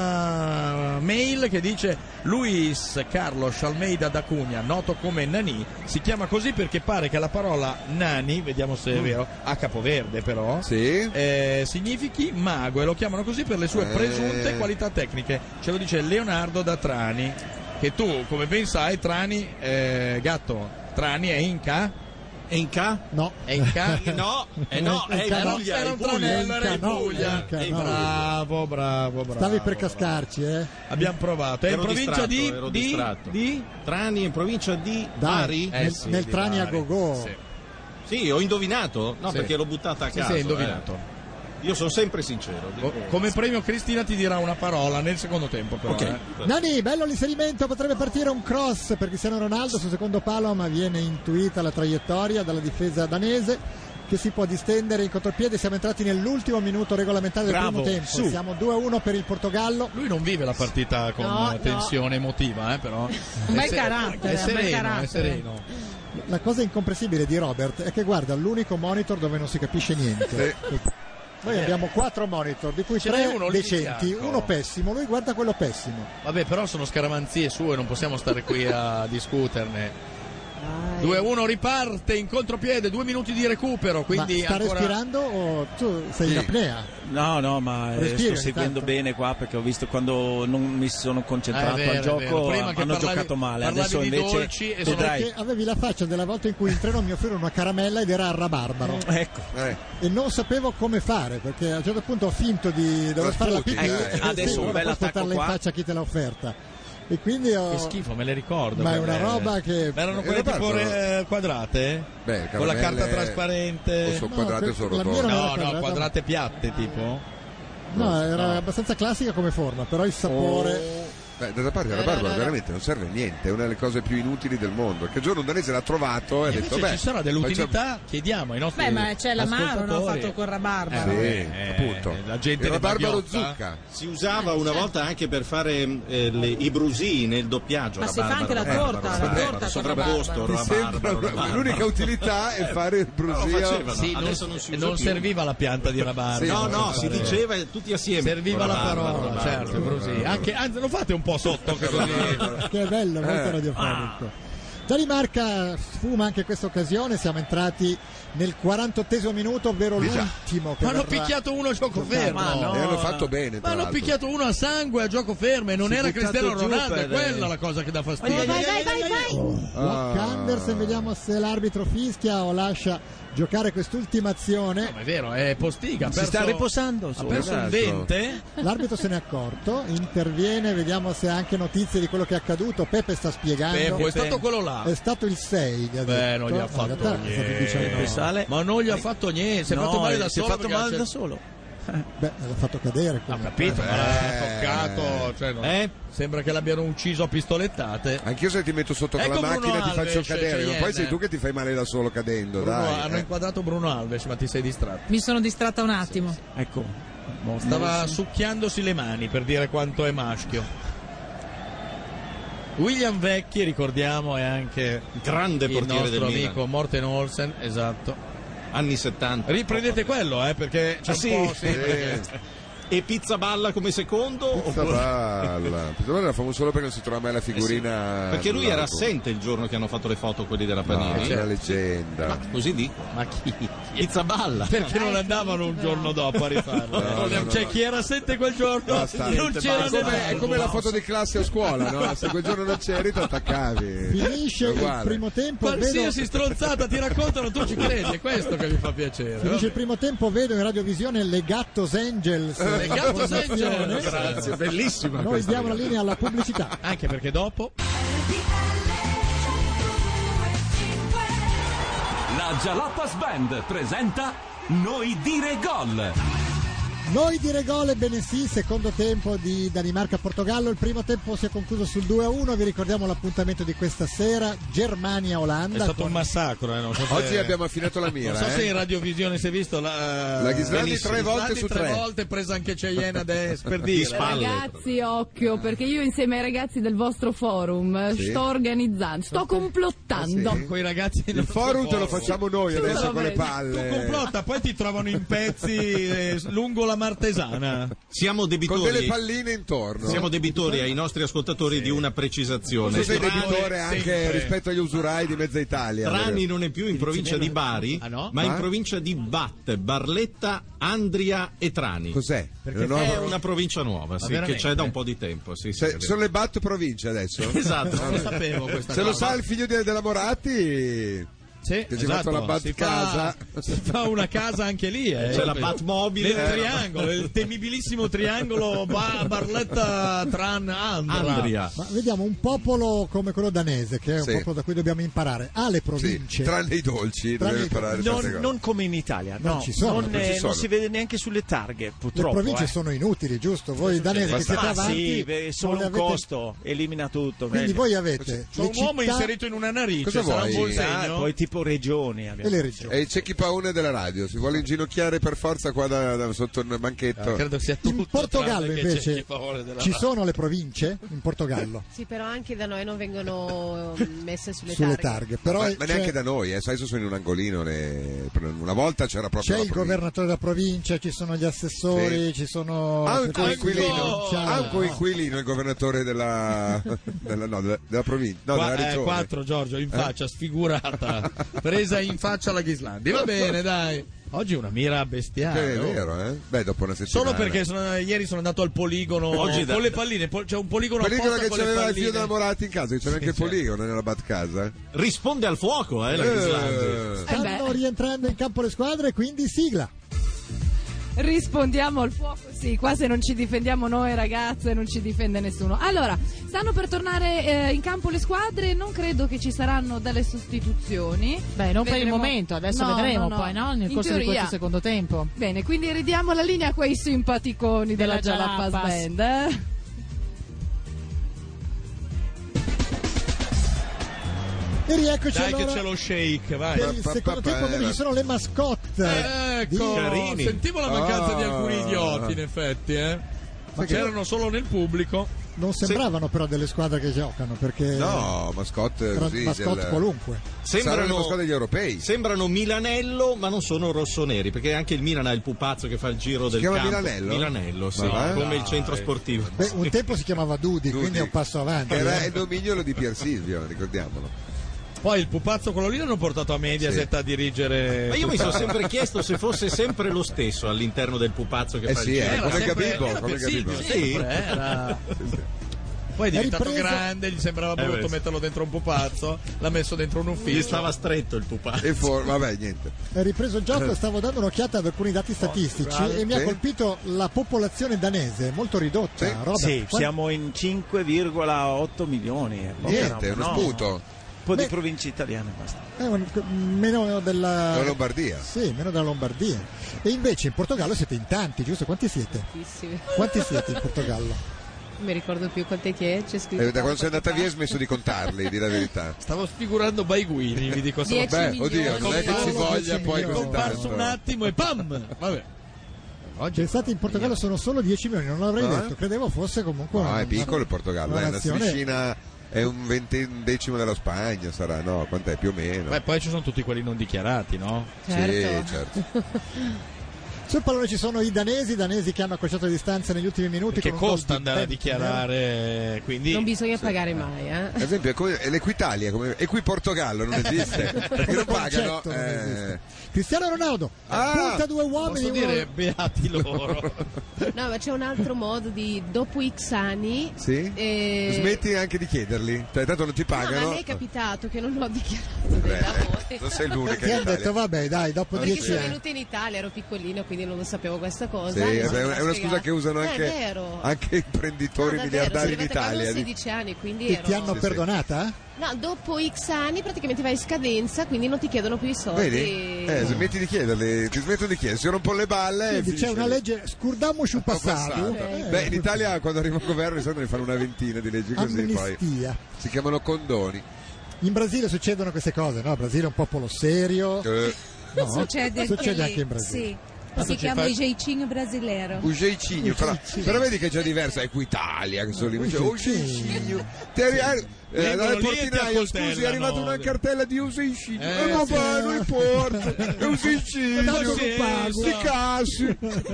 una mail che dice: Luis Carlos Almeida da Cugna, noto come Nani, si chiama così perché pare che la parola Nani, vediamo se è vero, a Capoverde però, Sì. eh, significhi mago, e lo chiamano così per le sue Eh. presunte qualità tecniche. Ce lo dice Leonardo da Trani, che tu, come ben sai, Trani, eh, gatto, Trani è Inca? È in ca? No. È in ca? No, eh no, è Inca in no. Puglia. Era è un in Puglia. tranello, era in No, Puglia. Inca Eh, no. Bravo, bravo, bravo. Stavi per cascarci, eh? Abbiamo provato. È in Ero provincia distratto, di, ero di, distratto. di? Trani in provincia di Dai, Bari? nel, sì, nel di Trani a Bari. go-go. Sì. Sì, ho indovinato? No, Sì. perché l'ho buttata a Sì, caso. sì, hai indovinato. eh. Io sono sempre sincero. dico- Co- Come premio Cristina ti dirà una parola nel secondo tempo però. Ok. eh. Nani, bello l'inserimento, potrebbe partire un cross per Cristiano Ronaldo sul secondo palo, ma viene intuita la traiettoria dalla difesa danese, che si può distendere in contropiede. Siamo entrati nell'ultimo minuto regolamentare del Bravo, primo tempo. su. Siamo due a uno per il Portogallo. Lui non vive la partita con No, eh, tensione emotiva, eh, però. Un bel È se- carattere, È un bel sereno, è carattere. sereno. La cosa incomprensibile di Robert è che guarda l'unico monitor dove non si capisce niente. Noi abbiamo quattro monitor, di cui Ce n'è tre uno lì di decenti, fianco. uno pessimo. Lui guarda quello pessimo. Vabbè, però sono scaramanzie sue, non possiamo stare qui a discuterne. due a uno riparte in contropiede, due minuti di recupero, quindi Ma sta ancora... respirando o tu sei Sì. in apnea? No, no, ma eh, Respiri sto seguendo intanto. bene qua perché ho visto quando non mi sono concentrato Eh, è vero, al è vero. gioco Prima che hanno parlavi- giocato male. parlavi Adesso di invece dolci e sono- vedrai. Perché avevi la faccia della volta in cui in treno mi offrirono una caramella ed era a rabarbaro. Ecco. Eh. E non sapevo come fare, perché a un certo punto ho finto di dover La fare la sputi, pipì eh. e Adesso sì, un non bel posso attacco sputarla in qua. faccia a chi te l'ha offerta. E quindi ho... Che schifo, me le ricordo. Ma è quelle- una roba che... Ma erano Eh, quelle lo tipo parlo. eh, quadrate? Beh, Con la caramelle- carta O trasparente? sono No, quadrate o que- sono la mia rotonde? non era No, no, quadrata. quadrate piatte tipo. No, era No. abbastanza classica come forma, però il sapore... Beh, d'altra parte la barba veramente non serve a niente, è una delle cose più inutili del mondo. Che giorno un danese l'ha trovato e ha E detto: invece beh, ci sarà dell'utilità, chiediamo ai nostri Beh, ma c'è l'amaro, no? ascoltatori. Fatto con rabarbaro. Sì, Eh, appunto. la gente era di barbaro Baghiotta. zucca. Si usava una volta anche per fare eh, le- i brusì nel doppiaggio. Ma la si fa barbara, anche la barbara, torta, barbara, la barbara, torta con sovrapposto, Mi la sembra barbara, la barbara. l'unica utilità è fare il No, lo brusio. facevano. Sì, Adesso non, non si usa non più. serviva la pianta di rabarba. Sì, No, no, no, si Fare- diceva tutti assieme. Serviva la Barbara, parola, barbara, certo, barbara. così. Anche, anzi, lo fate un po' sotto, che così. Che è bello, molto Eh. radiofonico. Danimarca sfuma anche questa occasione, siamo entrati nel quarantottesimo minuto, ovvero Già. l'ultimo che Ma hanno verrà- picchiato uno a gioco fermo. Ma no. E hanno fatto bene. Ma tra hanno l'altro. picchiato uno a sangue a gioco fermo e non Si è era buttato Cristiano giù Ronaldo, è per- quella la cosa che dà fastidio. Vai, vai, vai, vai, vai. Block Ah. Andersen, vediamo se l'arbitro fischia o lascia giocare quest'ultima azione. No, ma è vero, è Postiga. ha Si perso- sta riposando. Ha su, perso un esatto. dente. L'arbitro se n'è accorto, interviene, vediamo se ha anche notizie di quello che è accaduto. Pepe sta spiegando. Beh, è stato quello là. È stato il sei, gli ha Beh, detto. non gli ha No, fatto in realtà è stato il niente. diciannove. Sale. Ma non gli ha fatto niente, si è No, fatto male da si è solo. fatto perché male c'è- da solo. Beh, l'ha fatto cadere. Ho comunque. capito, ma l'ha Eh. toccato. Cioè, non- Eh? Sembra che l'abbiano ucciso a pistolettate. Anch'io se ti metto sotto con Ecco la Bruno macchina ti Alves, faccio cadere, ma Cheyenne. poi sei tu che ti fai male da solo cadendo, Bruno- dai. hanno eh. inquadrato Bruno Alves, ma ti sei distratto. Mi sono distratta un attimo. Ecco. Stava succhiandosi le mani per dire quanto è maschio. William Vecchi, ricordiamo, è anche Grande il portiere nostro del Milan. amico Morten Olsen, esatto. Anni settanta. Riprendete quello, eh, perché c'è Ah, un sì? po', sì, Sì. perché- E Pizzaballa come secondo? Pizza oppure- Balla. Pizza Balla era famoso solo perché non si trova mai la figurina. Eh sì. Perché lui era sull'album. assente il giorno che hanno fatto le foto quelli della No, Panini. è una leggenda. Ma così dico. Ma chi? Pizzaballa. Perché non andavano un giorno dopo a rifarlo? No, no, no, cioè, no. chi era assente quel giorno Basta. non c'era È come, è nessuno. come la foto di classe a scuola, no? Se quel giorno non c'eri ti attaccavi. Finisce È il uguale. primo tempo, vedo, Qualsiasi stronzata ti raccontano, tu ci credi, è questo che mi fa piacere. finisce il primo tempo, vedo in radiovisione le Gattos Angels. Le Gattos Formazione. Angels. Grazie, bellissima Noi questa diamo la ragazza. linea alla pubblicità. Anche perché dopo La Jalapas Band presenta Noi dire gol. Noi dire gol, ebbene sì, secondo tempo di Danimarca-Portogallo, il primo tempo si è concluso sul due a uno, vi ricordiamo l'appuntamento di questa sera, Germania-Olanda. È stato con... un massacro, eh, non so se... Oggi abbiamo affinato la mira. Non so eh? se in radiovisione si è visto la, la Ghislandi tre volte su tre. tre volte, presa anche Cheyenne adesso, per dire. Ragazzi, occhio, perché io insieme ai ragazzi del vostro forum sì. sto organizzando, sto complottando. Ah, sì? Con i ragazzi il forum te lo facciamo noi Tu adesso lo con le vedi. palle. Tu complotta, poi ti trovano in pezzi eh, lungo la Martesana. Siamo debitori. Con delle palline intorno. Siamo debitori ai nostri ascoltatori sì. di una precisazione. Tu sei debitore Trani, anche sempre. rispetto agli usurai di mezza Italia. Trani non è più in provincia di Bari, ah, no? ma ah? in provincia di Batte, Barletta, Andria e Trani. Cos'è? Perché nuova... è una provincia nuova, sì, che c'è da un po' di tempo. Sì, sì, Se, sono le Batte province adesso? Esatto, non lo sapevo questa Se cosa. lo sa il figlio di, della Moratti... Sì, che ci esatto. ha fatto la Bat si casa fa, si fa una casa anche lì, eh. C'è la Batmobile nel triangolo, il temibilissimo triangolo ba- Barletta Tran Andra. Andria. Ma vediamo un popolo come quello danese, che è un Sì. popolo da cui dobbiamo imparare, ha le province. Sì, tranne i dolci, Tranne dobbiamo i- imparare Non, certe cose. non come in Italia, Non no, ci sono, non, non ci eh, sono. non si vede neanche sulle targhe, Le purtroppo. province eh. sono inutili, giusto? Voi danesi che siete Ma avanti, sì, beh, solo non le un avete- costo, elimina tutto. Quindi meglio. voi avete C'è le un uomo città inserito in una narice, Cosa sarà vuoi? un buon Ah, segno. poi tipo regioni e abbiamo. le regioni. È il Cecchi Paone della radio, si vuole inginocchiare per forza qua da, da sotto il banchetto. Ah, credo sia tutto In Portogallo tranne che c'è invece chi favore della ci radio. sono le province in Portogallo Sì, però anche da noi non vengono mm, messe sulle, sulle targhe. targhe, però ma, è- ma c'è, neanche da noi, eh. Adesso sono in un angolino. Le... Una volta c'era proprio. c'è la il provincia. governatore della provincia, ci sono gli assessori, Sì. ci sono Ha un le coinquilino, provincia- ha un coinquilino il governatore della, della, no, della, della provincia, no, Qua- della eh, regione. quattro Giorgio in faccia, sfigurata, presa in faccia la Ghislandi. Va bene, dai. Oggi una mira bestiale. Che è oh. vero, eh? Beh, dopo una settimana. Solo perché sono- ieri sono andato al poligono Oggi da- con le palline. po- C'è un poligono Poligono apposta che con le c'aveva il palline. figlio della Moratti in casa, che c'era Sì, anche il certo. poligono nella bat casa. Risponde al fuoco, eh, la Ghislandi. Eh. stanno beh. rientrando in campo le squadre, quindi sigla. Rispondiamo al fuoco, sì, qua se non ci difendiamo noi ragazze non ci difende nessuno. Allora, stanno per tornare eh, in campo le squadre, non credo che ci saranno delle sostituzioni. Beh, non per il Vedremo- momento, adesso No, vedremo no, no. poi, no? Nel In corso di teoria. questo secondo tempo. Bene, quindi ridiamo la linea a quei simpaticoni della, Della Jalapas Jalapas. Band. eh? E rieccoci Dai allora che c'è lo shake, vai. per il secondo tempo dove ci sono le mascotte. di- Ecco, Carini. sentivo la mancanza Ah. di alcuni idioti in effetti, eh. Ma c'erano solo nel pubblico. Non sembravano però delle squadre che giocano, perché No, mascotte erano così. mascotte del- qualunque. Saranno le Sembrano, mascotte degli europei. sembrano Milanello, ma non sono rossoneri, perché anche il Milan ha il pupazzo che fa il giro del chiama campo. Milanello? Milanello, sì, Ma va? come il centro sportivo. Beh, un tempo si chiamava Dudi, Dudi. quindi è un passo avanti. Era eh. il dominio di Pier Silvio, ricordiamolo. Poi il pupazzo quello lì l'hanno portato a Mediaset Sì. a dirigere. Ma io mi sono sempre chiesto se fosse sempre lo stesso all'interno del pupazzo che Eh fa sì, il eh, giro. Era come sempre- Gabibbo, era come per Silvio, Gabibbo. sempre, eh, era- Poi è È diventato ripreso- grande, gli sembrava Eh, brutto beh. metterlo dentro un pupazzo, l'ha messo dentro un Gli ufficio. stava stretto il pupazzo. E for- vabbè, niente. È ripreso il gioco, stavo dando un'occhiata ad alcuni dati statistici e mi ha Sì. colpito la popolazione danese, molto ridotta. Sì. Robert, Sì, quanti- siamo in cinque virgola otto milioni. eh, poca Niente, roba, è uno no. sputo. Un po' Beh. di province italiane basta. È un- meno della La Lombardia. Sì, meno della Lombardia. E invece in Portogallo siete in tanti, giusto? Quanti siete? Tantissimi. Quanti siete in Portogallo? Non mi ricordo più quante che è, c'è scritto. Eh, da quando sei poco andata fa. via hai smesso di contarli, di la verità. Stavo sfigurando Baiguini, vi dico solo. Dieci Beh, milioni. oddio, non è che ci Comparso- voglia dieci poi milioni. così Comparso tanto. un attimo e pam! Vabbè. Oggi Pensate, in Portogallo sono solo dieci milioni, non l'avrei No, eh? detto, credevo fosse comunque No, una- è piccolo il Portogallo, una è una nazione- striscina, è un ventundecimo della Spagna, sarà, no? Quant'è più o meno? Beh, poi ci sono tutti quelli non dichiarati, no? Certo. Sì, certo. Sul pallone ci sono i danesi, i danesi che hanno accorciato le distanze negli ultimi minuti. Che con un gol costa di andare a Bentner. dichiarare, quindi Non bisogna pagare mai, eh. Ad esempio, è come- è l'Equitalia, come Equiportogallo non esiste, perché non pagano. concetto non eh, esiste. Cristiano Ronaldo Ah, punta due uomini. posso uno- dire beati loro. No, ma c'è un altro modo di dopo X anni. Sì? eh, Smetti anche di chiederli, cioè, tanto non ti No, ma a pagano. me è capitato che non ho dichiarato dei Beh, lavori. non sei l'unica Ti in hanno detto Italia. vabbè dai, dopo Perché dieci sono anni. venuta in Italia, ero piccolino, quindi quindi non lo sapevo questa cosa. Sì, è una, è una scusa che usano anche, è vero. anche imprenditori no, miliardari in Italia. A sedici anni, quindi e ero... ti hanno sì, perdonata? Sì. No, dopo X anni praticamente vai in scadenza, quindi non ti chiedono più i soldi. Vedi? Eh, smetti di chiederli, ti smettono di chiedere, si rompono le balle. Quindi e c'è una legge, scordiamoci un passato. passato. Eh. Beh, in Italia quando arriva il governo di solito ne fanno una ventina di leggi così, Amnistia. Poi si chiamano condoni. In Brasile succedono queste cose, no? Il Brasile è un popolo serio. Eh. No? Succede, Succede anche, anche in Brasile. Sì. Si chiama il jeitinho brasileiro. Un jeitinho, però, però vedi che è già diversa, è qui Italia che sono lì, dice, oh jeitinho. Ti arri- eh, dal portinaio, scusi, è arrivata una cartella di un jeitinho. Eh, Eh, ma sì. va, non importa, è un jeitinho, sti cassi.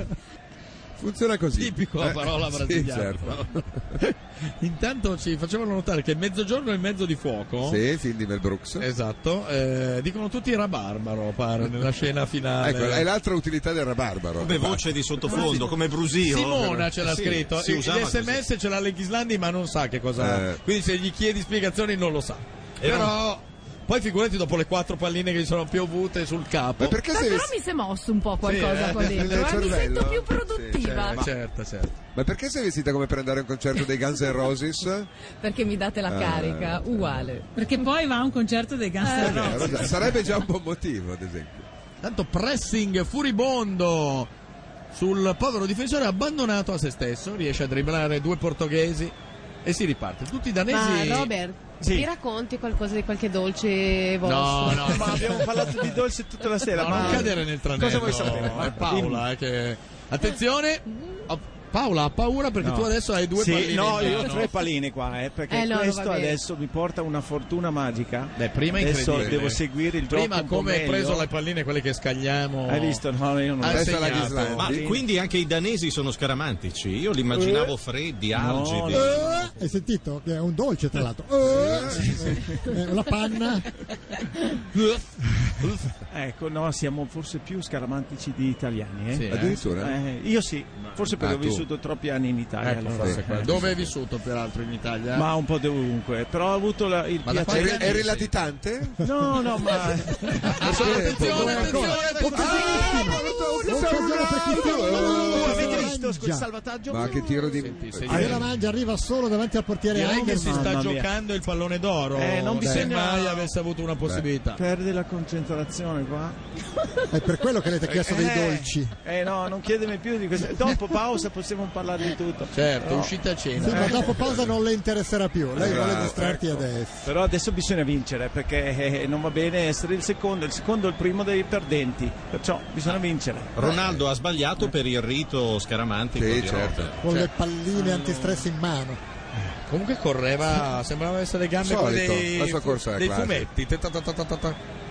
Funziona così. Tipico la parola Eh, brasiliana. sì, certo. Intanto ci facevano notare che Mezzogiorno e Mezzo di Fuoco. Sì, film di Mel Brooks. Esatto, eh, dicono tutti rabarbaro, pare, nella scena finale. Ecco, è l'altra utilità del rabarbaro. Come voce di sottofondo, come brusio. Simona ce l'ha Sì, scritto, si il usava S M S così. ce l'ha Leghislandi ma non sa che cosa. Eh. Quindi se gli chiedi spiegazioni non lo sa. Era Però poi figurati dopo le quattro palline che gli sono piovute sul capo. Ma perché Beh, sei però mi si è mosso un po' qualcosa Sì, eh, qua dentro, nel eh, mi cervello? sento più Sì, produttiva. Eh, certo, certo. Ma perché sei vestita come per andare a un concerto dei Guns N' Roses? Perché mi date la Ah. carica, uguale. Perché poi va a un concerto dei Guns Eh, N' Roses. vero, sarebbe già un buon motivo, ad esempio. Tanto pressing furibondo sul povero difensore abbandonato a se stesso, riesce a dribblare due portoghesi e si riparte. Tutti i danesi. Ma Robert, Sì. mi racconti qualcosa di qualche dolce vostro? No, no, Ma abbiamo parlato di dolce tutta la sera. no, ma non cadere nel tranello. Cosa vuoi sapere? È Paola, eh, che... Attenzione, oh, Paola ha paura perché No. tu adesso hai due Sì, palline no, in io ho mano. tre palline qua, eh, perché Eh, no, questo va bene. adesso mi porta una fortuna magica. Beh, prima adesso incredibile. devo seguire il Prima gioco un po' come hai meglio. preso le palline quelle che scagliamo. Hai visto? No, io non Ha Adesso è la segnato. Ghislandi. Ma Sì. quindi anche i danesi sono scaramantici? Io li immaginavo freddi, argidi. no. Eh, hai sentito? Che è un dolce tra l'altro. Eh, eh, la panna. Ecco, no, siamo forse più scaramantici di italiani, eh? Sì, eh. Addirittura? Eh, io sì, forse perché Ah, ho tu. vissuto troppi anni in Italia. Ecco, allora. forse quello. Dove hai vissuto peraltro in Italia? Ma un po' dovunque, però ho avuto la- il Ma da piacere. Eri, eri latitante? No, no, ma Attenzione, attenzione, avete visto quel Mangia. salvataggio? Ma che tiro di... Senti, sei- Se la mangia, arriva solo davanti al portiere Direi che si Anderson. sta Mamma mia. giocando il pallone d'oro. Eh, non se bisogna- mai avesse avuto una possibilità. Perde la concentrazione qua. È per quello che lei ti ha chiesto dei Eh, dolci. Eh no, non chiedemi più di questo. Dopo pausa possiamo parlare di tutto. Certo, No. uscita a cena. Sì, ma dopo pausa non le interesserà più. Lei vuole Esatto, distrarti ecco. adesso. Però adesso bisogna vincere perché eh, non va bene essere il secondo, il secondo è il primo dei perdenti, perciò bisogna vincere. Ronaldo ha sbagliato per il rito scaramantico. Sì, di certo. Robert. Con le palline antistress in mano. Comunque correva, sembrava essere le gambe come Solito, dei, la sua corsa dei classica. fumetti. Ta ta ta ta ta ta ta.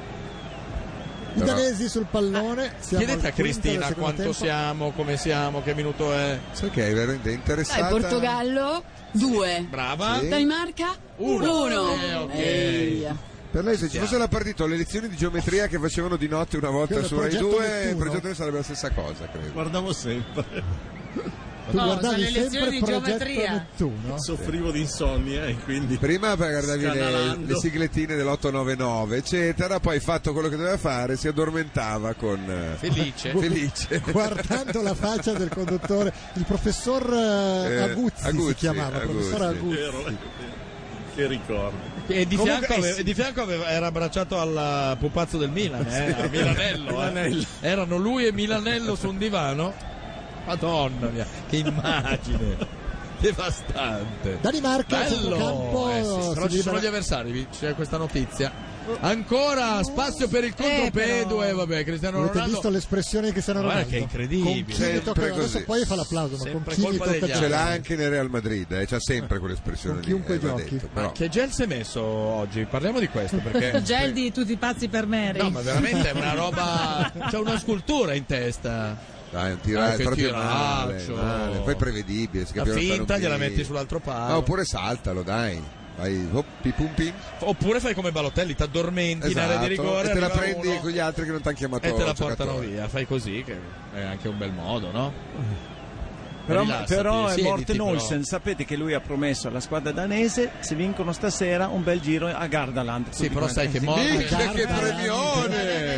I Però- danesi sul pallone. Siamo Chiedete al a quinto del Cristina secondo quanto tempo. siamo, come siamo, che minuto è. Sai che è veramente interessata? Dai, Portogallo due. Brava. Sì. Danimarca Uno. uno. Eh, ok. Ehi. Per lei se ci fosse la partita o le lezioni di geometria che facevano di notte una volta Quello su Rai progetto due, Nettuno. il progetto sarebbe la stessa cosa, credo. Guardavo sempre. Tu No, guardavi sono le lezioni sempre di Progetto geometria. Nettuno. Soffrivo di insonnia e quindi... Prima guardavi le, Scanalando. le siglettine dell'otto nove nove, eccetera, poi fatto quello che doveva fare, si addormentava con eh, Felice. Felice. Guardando la faccia del conduttore, il professor eh, Eh, Aguzzi, si Aguzzi, chiamava, Aguzzi. professor Aguzzi. Vero, che ricordo. E di, Comunque, fianco, eh, aveva, sì. e di fianco aveva- era abbracciato al pupazzo del Milan, eh, a Milanello, eh. Milanello. Erano lui e Milanello su un divano. Madonna mia, che immagine devastante. Danimarca, Bello. centrocampo, Eh sì, si però ci sono libera- gli avversari, c'è questa notizia. Ancora spazio per il contropedo e vabbè, Cristiano Avete Ronaldo. visto l'espressione di Cristiano Guarda Ronaldo? che incredibile. Con chi gli Sempre tocca, adesso così. poi fa l'applauso, ma con Sempre chi gli colpa tocca degli Ce giocare? l'ha anche nel Real Madrid, eh, c'ha sempre quell'espressione Con lì, chiunque eh, va giochi. detto, Ma però. che gel si è messo oggi? Parliamo di questo perché. Gel di tutti pazzi per Mary. No, ma veramente è una roba. C'è una scultura in testa. Dai, un Ah, tiraggio che proprio male, tiraccio. male, poi prevedibile, si La capiva finta non gliela più. metti sull'altro palo. Ah, oppure saltalo, dai. Vai, hop, pi pum pim. Oppure fai come Balotelli, ti addormenti in area di Esatto, rigore e te la arriva prendi uno con gli altri che non ti hanno chiamato e te la giocatore. portano via. Fai così, che è anche un bel modo, no? Però, Rilassati, però è siediti, Morten però. Olsen, sapete che lui ha promesso alla squadra danese, se vincono stasera, un bel giro a Gardaland. Sì, però sai che Sì. Morten. Minchia, che Guarda, premione!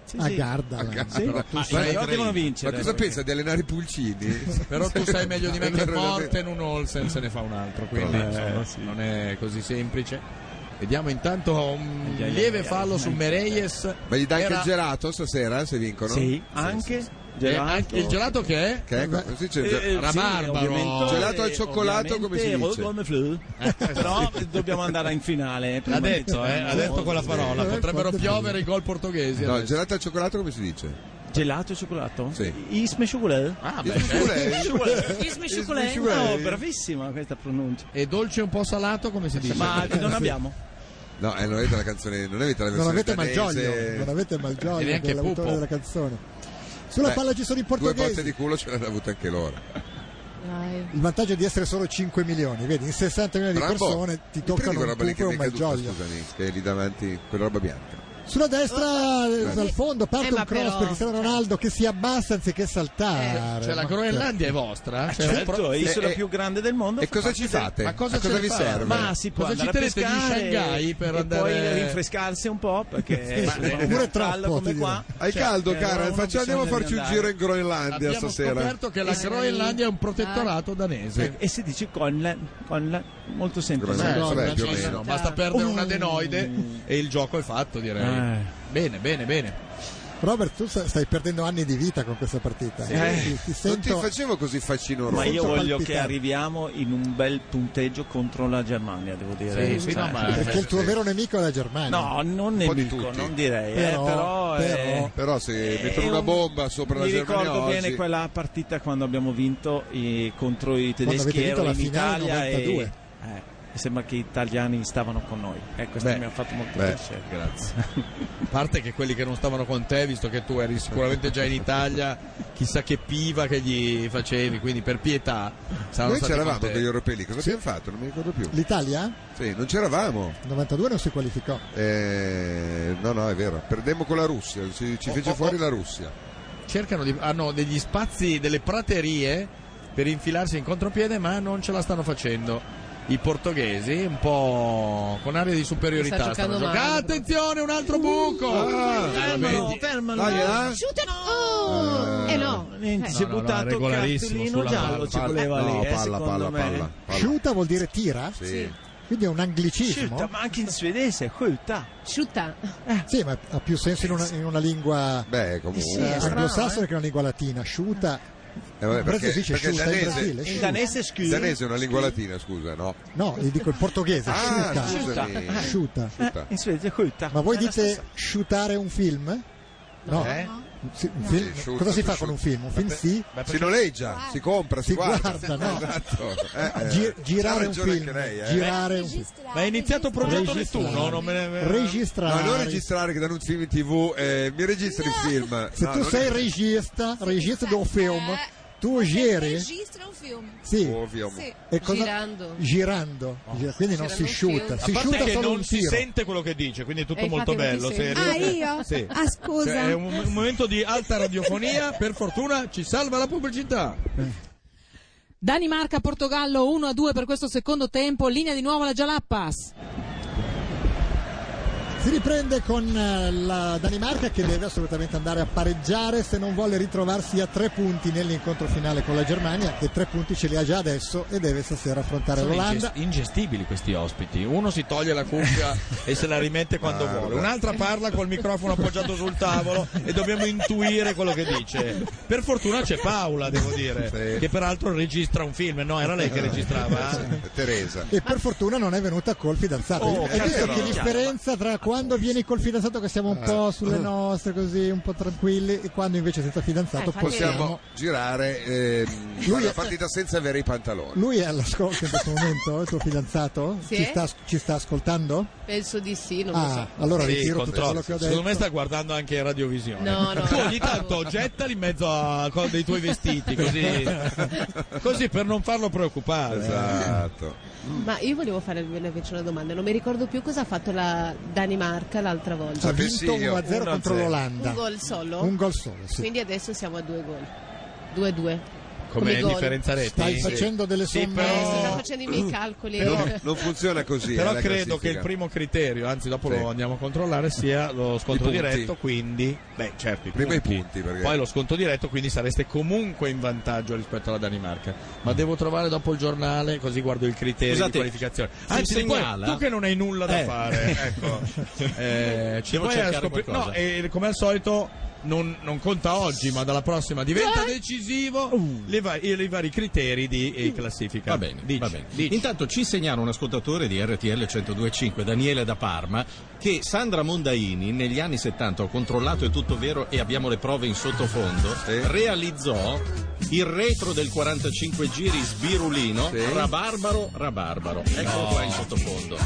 Sì, a sì. Garda. A Garda. Sì, però tu ma sai- però devono vincere. Ma cosa perché- pensa di allenare i pulcini? Però tu sai meglio di me che Allora, Morten un Olsen se ne fa un altro, quindi Eh, insomma, sì. non è così semplice. Vediamo intanto un Ai, ai, lieve ai, fallo ai, su ai. Mereyes. Ma gli dà anche Era- il gelato stasera se vincono? Sì, anche Eh, gelato. anche il gelato che è? Che è così c'è Eh, eh, Rabarbaro. sì, ovviamente- Gelato al cioccolato, come si ovviamente dice? come fløde. Però dobbiamo andare in finale. L'ha prima di detto, tutto. eh, ha detto quella parola. Eh, Potrebbero quante piovere i gol portoghesi. No, il adesso. gelato al cioccolato come si dice? Gelato e cioccolato? Sì. Is med chocolade. Ah, Il beh, chocolate. Chocolate. Is med Is chocolade. med chocolate. No, bravissima questa pronuncia. E dolce un po' salato, come si dice? Ma non abbiamo. No, eh, non avete la canzone, non avete la Non versione avete Malgioglio, danese. non avete E Malgioglio neanche che è l'autore Pupo. della canzone. Sulla Beh, palla ci sono i Due botte portoghesi. di culo ce l'hanno avute anche loro. Dai. Il vantaggio è di essere solo cinque milioni, vedi, in sessanta milioni di Rambo, persone ti mi prendi toccano quella un roba lì Pupo che e mi un è caduta, Malgioglio. scusami, che è lì davanti, quella roba bianca. Sulla destra, dal fondo, parte Eh, ma un cross però- per Cristiano Ronaldo che si abbassa anziché saltare. Cioè la Ma- Groenlandia è vostra? Cioè, un Certo, pro- è l'isola e- più grande del mondo. E fa cosa parte ci del- fate? Ma cosa A cosa ce ne vi fa? serve? Ma si può Cosa ci andare a tenete di pescare Shanghai per e andare- poi rinfrescarsi un po' perché Sì, ma- sì, ma- pure un troppo, caldo come ti qua. Hai Cioè, caldo, eh, cara? uno Facciamo, andiamo a bisogna farci un andare. giro in Groenlandia Abbiamo stasera. scoperto che la Sì. Groenlandia è un protettorato danese. E si dice con, con molto semplice. Groenlandia, no, vabbè, no, più o no, meno. No, basta perdere un Uh. adenoide e il gioco è fatto, direi. Eh. Bene, bene, bene. Robert, tu sta- stai perdendo anni di vita con questa partita. Eh. Ti, ti Non ti sento... facevo così facinoroso. Ma io Sento voglio palpitare. che arriviamo in un bel punteggio contro la Germania, devo dire. Sì, sì, Cioè, no, ma- Perché il tuo sì. vero nemico è la Germania. no, non po' di nemico, tutti. non direi, Però- eh, però, però- eh, Però se mettono è una un- bomba sopra la mi Germania ricordo oggi... bene quella partita quando abbiamo vinto i- contro i Quando tedeschi, avete vinto ero la in finale Italia e novantadue. eh, mi sembra che gli italiani stavano con noi e questo Beh, mi ha fatto molto beh, piacere. Grazie. A parte che quelli che non stavano con te, visto che tu eri sicuramente già in Italia, chissà che piva che gli facevi, quindi per pietà saranno Noi stati c'eravamo con te. con gli europei lì, cosa Sì. abbiamo fatto? Non mi ricordo più. L'Italia? Sì, non c'eravamo. Nel novantadue non si qualificò. Eh, no, no, è vero. Perdemmo con la Russia, ci, ci Oh, fece oh, fuori oh. la Russia. Cercano di, hanno degli spazi, delle praterie per infilarsi in contropiede, ma non ce la stanno facendo. I portoghesi un po' con aria di superiorità Sta stanno giocando giocando. male. Attenzione, un altro buco! Ah, Eh, Fermalo, vedi? fermalo. Dai, là. Shoot Oh! Eh no. Niente, Eh. si è No, no, no, buttato il regolarissimo cartellino sulla giallo, palla, ci palla. voleva No, lì, eh, palla, secondo palla, me. palla, palla. Sciuta vuol dire tira? Sì. Quindi è un anglicismo? Sciutta, ma anche in svedese, skjuta. Shoota. Sì, ma ha più senso in una, in una lingua Beh, comunque. Sì, eh, è strano, anglosassone eh. che in una lingua latina. Sciuta. Eh, vabbè, In Brasile perché, si dice perché il sciuta in danese, Brasile. In sciuta. danese il scusa. danese è una lingua latina, scusa, no? No, gli dico il portoghese. Ah, sciuta. scusami. Sciuta. Sciuta. In svedese skjuta. Ma voi È la dite stessa. shootare un film? No. Eh? Sì, un film? Sì, shoot, Cosa si fa shoot. con un film? Un film sì, Si noleggia, si compra, si, si guarda. guarda, no? Esatto. Eh, eh. Gi- girare C'ha un ragione film. anche lei, eh. Girare un film. Ma è iniziato il progetto Registrare. Nettuno? Non me ne... No, Registrare. non registrare che danno un film in tv, eh, mi registri il film. Se No, tu non sei è- regista, regista di un film, tu giri. Registra un film. Sì. Oh, film. Sì. E cosa- Girando. Girando. Gira- Quindi non si Girando un sciuta. film. Si A parte sciuta che solo non un si tiro. sente quello che dice, quindi è tutto Eh, molto infatti non bello. ti se senti. Ah, riesci- io? Sì. Ah, scusa. Cioè, è un, un momento di alta radiofonia, per fortuna ci salva la pubblicità. Danimarca-Portogallo uno a due per questo secondo tempo, linea di nuovo la Jalapas. Si riprende con eh, la Danimarca che deve assolutamente andare a pareggiare se non vuole ritrovarsi a tre punti nell'incontro finale con la Germania, che tre punti ce li ha già adesso e deve stasera affrontare Sono l'Olanda. ingest- ingestibili questi ospiti. Uno si toglie la cuffia e se la rimette quando Guarda. vuole, un'altra parla col microfono appoggiato sul tavolo e dobbiamo intuire quello che dice. Per fortuna c'è Paola, devo dire, Sì. che peraltro registra un film. No, era lei che registrava? Teresa. E per fortuna non è venuta col fidanzato. Oh, Hai visto cavolo. che differenza tra quando vieni col fidanzato che siamo un po' sulle nostre così, un po' tranquilli, e quando invece senza fidanzato Eh, infatti- possiamo... Possiamo girare ehm, Lui la è- partita senza avere i pantaloni. Lui è all'ascolto in questo momento, il tuo fidanzato? Sì. Ci sta, ci sta ascoltando? Penso di sì, non lo Ah, so. allora Sì, ritiro tutto controllo. quello che ho detto. Secondo me sta guardando anche Radiovisione. No, no, tu no. ogni tanto gettali in mezzo a co- dei tuoi vestiti, così, così per non farlo preoccupare. Esatto. Ma io volevo fare invece una domanda, non mi ricordo più cosa ha fatto la Danimarca l'altra volta. Ha Sapessi vinto io, uno a zero uno a contro zero. l'Olanda. Un gol solo? Un gol solo, sì. Quindi adesso siamo a due gol. due a due. come gol. differenza reti. Stai facendo delle Sì, somme. però- Eh, sto facendo i miei calcoli. Non, non funziona così. Però eh, la credo che classifica. il primo criterio, anzi dopo Sì. lo andiamo a controllare, sia lo sconto I punti. diretto, quindi beh certo i Prima i punti, punti, perché- poi lo sconto diretto, quindi sareste comunque in vantaggio rispetto alla Danimarca. Ma devo trovare dopo il giornale, così guardo il criterio Scusate, di qualificazione. si Anzi, poi, segnala- tu che non hai nulla da Eh. fare, ecco, eh, ci Devo puoi cercare scopri- qualcosa. no, e come al solito non, non conta oggi, ma dalla prossima diventa decisivo le va- i, i vari criteri di eh, classifica. Va bene, Dici, va bene. dici. Intanto ci segnala un ascoltatore di R T L centodue e cinque, Daniele da Parma, che Sandra Mondaini negli anni settanta, ho controllato, è tutto vero e abbiamo le prove in sottofondo, realizzò il retro del quarantacinque giri sbirulino, Sì. rabarbaro, rabarbaro. Eccolo qua in sottofondo.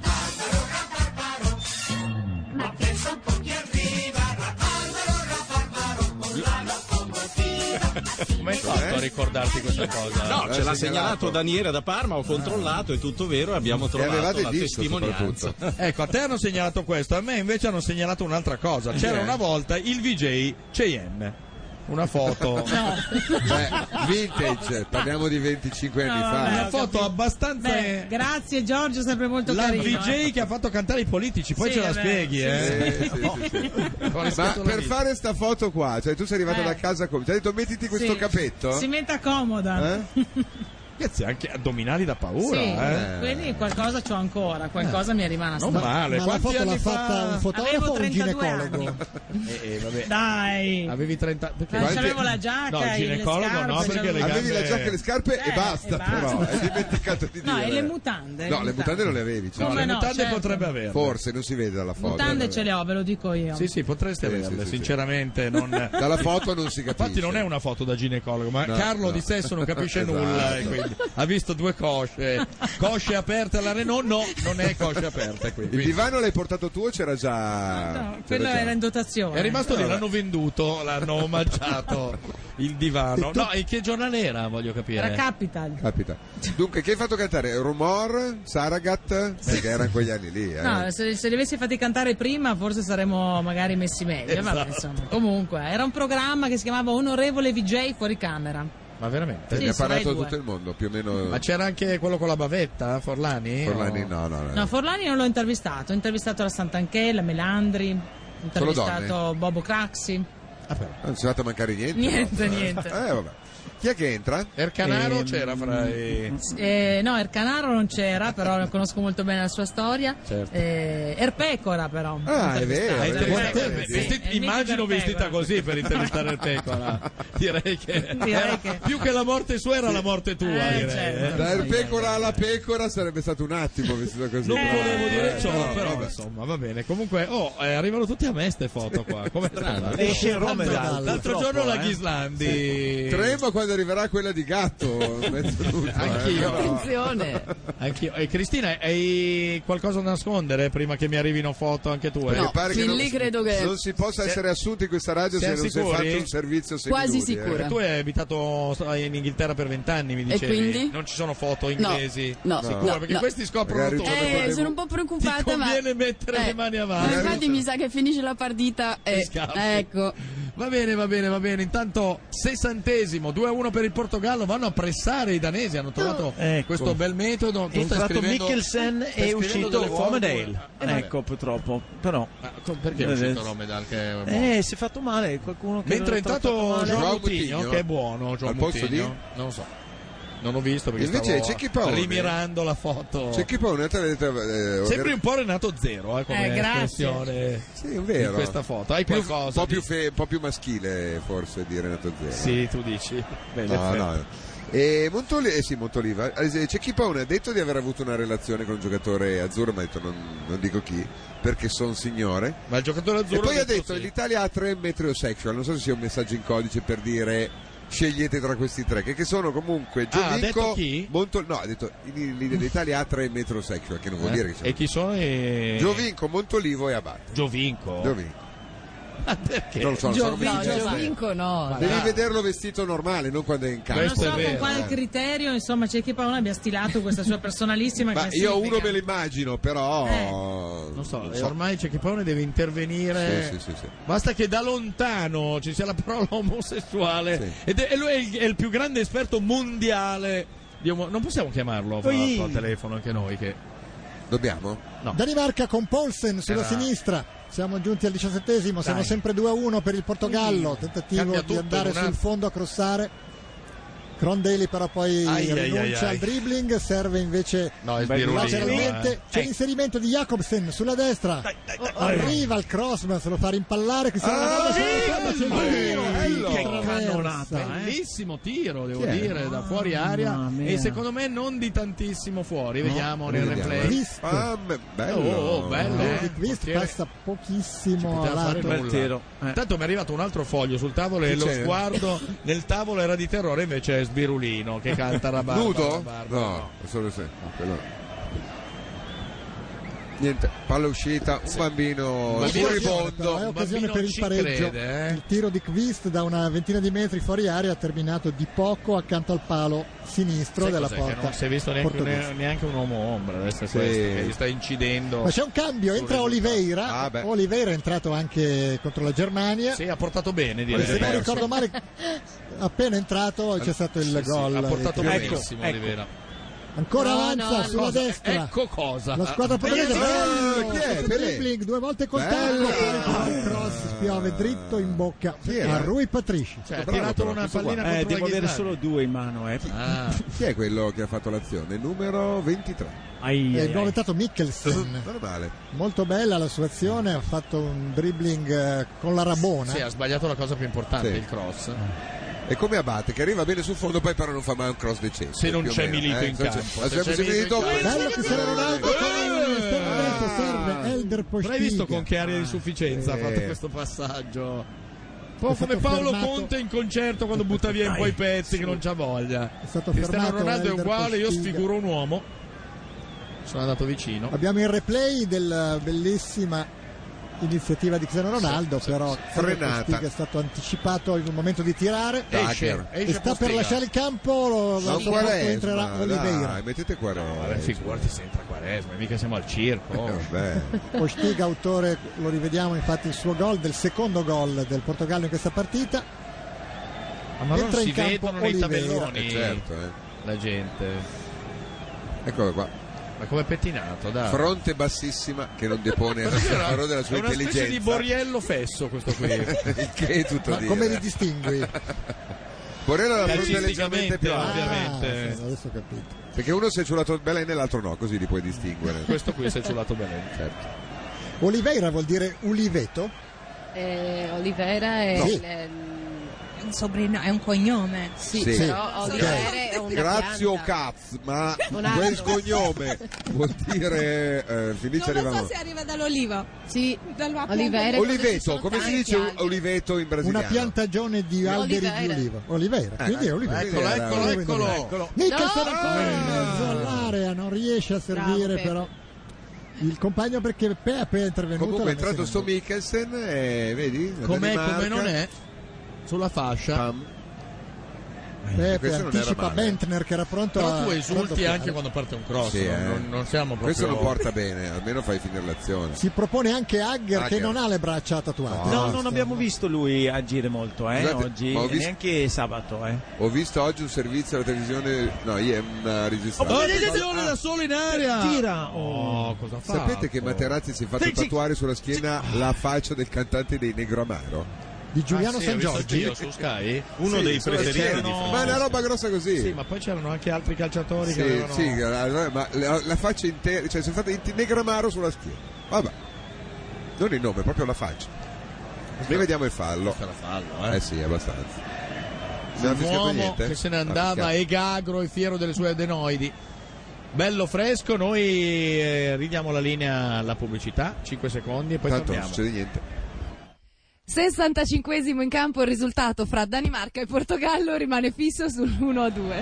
Come hai fatto a ricordarti questa cosa? No, ce l'ha segnalato. segnalato Daniele da Parma, ho controllato, è tutto vero e abbiamo trovato avevate la il disco, testimonianza. Ecco, a te hanno segnalato questo, a me invece hanno segnalato un'altra cosa. C'era Eh. una volta il V J Cheyenne. Una foto. Beh, vintage, parliamo di venticinque anni No, fa. vabbè. Una foto abbastanza. Beh, grazie Giorgio, sempre molto La carino. V J eh. che ha fatto cantare i politici, poi Sì, ce la vabbè, spieghi, sì, eh. Sì, sì, sì, sì. Con Ma rispetto alla per vita. fare sta foto qua, cioè tu sei arrivato Eh. da casa come? Ti ha detto mettiti questo Sì. capetto? Si metta comoda. Eh? Ragazzi, anche addominali da paura, Sì, eh. quindi qualcosa c'ho ancora, qualcosa mi è rimasto. Non male. Ma la Quanti foto l'ha anni fa? fatta un fotografo Avevo o un trentadue ginecologo? Eh, eh, vabbè. Dai. Avevi trenta. Perché? Ma c'avevo la giacca, No, il e ginecologo le scarpe, no, perché c'avevo- le gambe- Avevi la giacca e le scarpe Eh, e basta, e basta. però hai dimenticato di No, dire. e le mutande. No, le mutande non le avevi, cioè. No, Come le no, mutande certo. potrebbe averle. Forse non si vede dalla foto. Mutande ce le ho, ve lo dico io. Sì, sì, potreste Sì, averle, sì, sì, sinceramente. Non... Dalla foto non si capisce. Infatti non è una foto da ginecologo, ma No, Carlo no. di sesso non capisce Esatto. nulla, e quindi ha visto due cosce, cosce aperte alla Renault, no, non è cosce aperte qui. Il Quindi divano l'hai portato tu o c'era già? No, c'era quello già? era in dotazione. è rimasto lì, l'hanno venduto, l'hanno omaggiato il divano. No, e che giornale era, voglio capire? Era Capital. Capita. Dunque, chi hai fatto cantare? Rumor? Saragat? Perché erano quegli anni lì, eh. No, se, se li avessi fatti cantare prima forse saremmo magari messi meglio. Vabbè, Esatto. insomma. Comunque, era un programma che si chiamava Onorevole V J fuori camera. Ma veramente? Sì, ne ha su Rai parlato due. tutto il mondo, più o meno. Ma c'era anche quello con la bavetta, Forlani? Forlani, O- no, no, no. No, Forlani non l'ho intervistato, ho intervistato la Santanchè, la Melandri, ho intervistato Bobo Craxi. Ah, però. Non si è fatto mancare niente. Niente, no? niente. Eh, vabbè. Chi è che entra? Ercanaro Ehm, c'era fra i... Eh, no, Ercanaro non c'era, però conosco molto bene la sua storia. Certo. Eh, Erpecora però. Ah, è vero, Intervistato. è vero. Intervista- Sì, sì. vesti- È il immagino mitico vestita Erpecora. così per intervistare il Pecora. Direi che, Direi che- più che la morte sua era la morte tua, Eh, direi. certo. eh. Da pecora alla pecora sarebbe stato un attimo vestito così. Non Eh, volevo dire eh, ciò, no, però vabbè. insomma va bene. Comunque, oh, eh, arrivano tutti a me ste foto qua. Come strano. Esce in Romedal. L'altro purtroppo, giorno la eh. Ghislandi. Tremo quando arriverà quella di gatto, mezzo nudo, eh, Anch'io. però- Attenzione. Anch'io. E Cristina, hai qualcosa da nascondere prima che mi arrivino foto anche tue? Perché No, pare che fin non, lì credo che- non si possa essere assunti in questa radio se siamo non si è sicuri? fatto un servizio Quasi seminudi, eh. sicura. Tu hai abitato in Inghilterra per vent'anni, mi E dicevi. quindi? Non ci sono foto inglesi? No, Sicuro? no, perché no. questi scoprono Magari tutto. c'è Eh, volevo- sono un po' Ti preoccupata, ma... conviene mettere eh, le mani ma avanti. infatti mi sa che finisce la partita e... scappi. Ecco. Va bene, va bene, va bene. Intanto sessantesimo, due a uno per il Portogallo. Vanno a pressare i danesi. Hanno trovato Ecco. questo bel metodo. Tu È stai entrato scrivendo- Mikkelsen stai e è scrivendo uscito delle formule. Romedale. Eh, vabbè. Ecco, purtroppo. Però. Ma co- perché è uscito Romedal? Che è buono? Eh, si è fatto male. Qualcuno che Mentre è l'ha trattato entrato male. Joao Joao Moutinho, Moutinho. che è buono. Joao Al posto Moutinho. di? Non lo so. Non ho visto perché Invece stavo c'è chi Paone. rimirando la foto. C'è chi poi un'altra vedete, eh, Sembri un po' Renato Zero, eh, come Eh, grazie. espressione sì, è in vero. questa foto. Hai Più- qualcosa? un po' più, di- fe- un po' più maschile forse di Renato Zero. Sì, tu dici. Bene, No, perfetto. no. E Montoli- eh sì, Montoliva. Eh, C'è chi Paone ha detto di aver avuto una relazione con un giocatore azzurro, ma ha detto non, non dico chi, perché sono signore. Ma il giocatore azzurro E poi ha detto detto sì. l'Italia ha tre metrosexual, non so se sia un messaggio in codice per dire scegliete tra questi tre, che, che sono comunque Ah, ha detto Giovinco, chi? Montol- no, ha detto in- in- l'Italia ha tre metrosexual, che non vuol Eh? dire che E chi sono? i- Giovinco, Montolivo e Abate. Giovinco. Giovinco. Perché? Non lo so, sono No, Giovinco no. Devi dai. vederlo vestito normale, non quando è in campo. Non so con quale criterio, insomma, c'è chi Paola abbia stilato questa sua personalissima Ma classifica. io uno me lo immagino, però Eh. Non so, non e so. ormai c'è chi poi deve intervenire. Sì, sì, sì, sì. Basta che da lontano ci sia la parola omosessuale. Sì. Ed è, e lui è il, è il più grande esperto mondiale di omo- non possiamo chiamarlo fra Ui. l'altro al telefono anche noi che Dobbiamo? no. Danimarca con Poulsen sulla Era- sinistra. Siamo giunti al diciassettesimo, siamo Dai. sempre due a uno per il Portogallo. Tentativo Cambia di tutto andare in un sul fondo a crossare. Crondelli però poi Ai, ai, rinuncia ai, ai. al dribbling, serve invece No, è Sbirulino, lateralmente. eh. C'è l'inserimento di Jacobsen sulla destra. Oh, arriva il cross, ma se lo fa rimpallare. Che Ah, c'è sì, il bello, bello. Che traversa. cannonata, eh. Bellissimo tiro, devo Chi è? dire, da fuori aria Mamma e mia. secondo me non di tantissimo fuori. Vediamo nel Vediamo. replay. Quist. Ah, beh, bello. Oh, bello. Eh, Eh, di Quist portiere. passa pochissimo poteva a fare lato. nulla. Bel tiro. Eh. Intanto mi è arrivato un altro foglio sul tavolo e Chi lo c'è? sguardo nel tavolo era di terrore, invece è Sbirulino che canta la barba. Nudo? la barba. No, solo se. no, quello- Niente, palla uscita, un bambino Un bambino furibondo. Però è occasione bambino per il ci pareggio. crede, eh. Il tiro di Quist da una ventina di metri fuori area ha terminato di poco accanto al palo sinistro Sai della cos'è? Che porta. non si è visto neanche, portoghese. un, neanche un uomo ombra, adesso è Sì. questo che gli sta incidendo. Ma c'è un cambio, sul entra risultato. Oliveira. Ah, beh. Oliveira è entrato anche contro la Germania. Sì, ha portato bene, direi. E se non perso. ricordo male, appena entrato c'è stato il Sì, sì, gol. ha portato Ecco, benissimo ecco. Oliveira. Ancora No, avanza no, sulla Cosa? destra. Ecco cosa. La squadra portoghese Ah, bello, chi è? questo Pelé? dribbling, due volte col Bello. tacco, poi con il cross spiove dritto in bocca Chi era? a Rui Patrici. Cioè, ha Bravo, tirato però, una questo qua. pallina Eh, contro devo la avere Ghisardi. solo due in mano, eh. Ah. Chi è quello che ha fatto l'azione? Numero ventitré. Ai, È ai, il nuovo ai. entrato Mikkelsen. Non è male. Molto bella la sua azione, ha fatto un dribbling eh, con la rabona. Sì, ha sbagliato la cosa più importante, Sì. il cross. È come Abate che arriva bene sul fondo, poi però non fa mai un cross decente. Se non più o c'è meno, Milito eh. in Se c'è- campo. Ma Se se c'è c'è Milito, Milito in campo. Bello Cristiano Ronaldo con il esterno serve Elder Postiga. Non hai visto con che aria di sufficienza ha Eh. fatto questo passaggio? Un po' È come stato Paolo fermato. Conte in concerto quando butta via un po' i pezzi che non c'ha voglia. È stato Cristiano fermato Ronaldo è Elder uguale, io Postiga. sfiguro un uomo. Sono andato vicino. Abbiamo il replay della bellissima iniziativa di Cristiano Ronaldo, però frenata. Postiga è stato anticipato in un momento di tirare Tucker. e sta per lasciare il campo, lo, Ma lo- un tra poco Quaresma, entrerà Oliveira. dai, mettete Quaresma. Vabbè, figurati se entra Quaresma, mica siamo al circo. Eh, vabbè. Postiga, autore, lo rivediamo infatti il suo gol, del secondo gol del Portogallo in questa partita. Ma non Entra si in campo vedono nei Oliveira. tabelloni Eh, certo, eh. la gente. Eccolo qua. Ma come pettinato, dai. Fronte bassissima che non depone a Era- favore della sua è una specie intelligenza. di Borriello fesso questo qui. Il che è tutto Ma dire. come li distingui? Borrello ha la fronte leggermente Calcisticamente, più alta. ovviamente. Ah, sì, adesso ho capito. Perché uno si è ciulato bene e l'altro no, così li puoi distinguere. Questo qui si è ciulato bene. Certo. Oliveira vuol dire uliveto? Eh, Oliveira è No. il- È un soprino- è un cognome. sì, Sì. però Sì. Oliveira Ok. è una Grazio pianta. Caz, ma Un altro. quel cognome vuol dire eh, Felice Non lo so arrivava. se arriva dall'oliva. Sì, Dalla Oliveira. Oliveto, come si dice Tanti altri. oliveto in brasiliano? Una piantagione di alberi Oliveira. di oliva. Oliveira, quindi è Oliveira. Eccolo, Era- eccolo, era- eccolo. Eccolo. Mikkelsen No! ancora in mezzo all'area, non riesce a servire Bravo, però il compagno perché Pe è appena intervenuto. Comunque è l'ha messo entrato in sto gol. Mikkelsen e vedi? la Com'è, Danimarca. come non è? Sulla fascia. Pam. Pepe questo non era anticipa male. Bentner che era pronto Però a tu esulti raddoppiare. anche quando parte un cross. Sì, eh. non, non siamo proprio. Questo non porta bene, almeno fai finire l'azione. Si propone anche Agger, che Agger. non ha le braccia tatuate. No, Ah, non abbiamo visto lui agire molto, eh, Scusate, oggi, ma ho e visto- neanche sabato, eh. Ho visto oggi un servizio alla televisione, no, io è una registrata. Oh, attenzione da solo in area! Tira! Oh, cosa fa? Sapete che Materazzi si è fatto Sì, sì. tatuare sulla schiena la faccia del cantante dei Negro Amaro? Di Giuliano Ah, sì, San ho visto Giorgi. io su Sky. Uno Sì, dei sulla preferiti schiena. di Ma è Francesco. una roba grossa così. Sì, ma poi c'erano anche altri calciatori Sì, che avevano. sì, allora, ma la, la faccia intera, cioè si è fatta in Negro Amaro sulla schiena. Vabbè. Non il nome, proprio la faccia. Ne vediamo il fallo. Questo era fallo, eh. Eh sì, abbastanza. Non ha Un fischiato uomo niente? che se ne Ha andava fischiato. egagro e fiero delle sue adenoidi. Bello fresco, noi eh, ridiamo la linea alla pubblicità, cinque secondi e poi Tanto non torniamo. succede niente. sessantacinquesimo in campo, il risultato fra Danimarca e Portogallo rimane fisso sull'uno a due.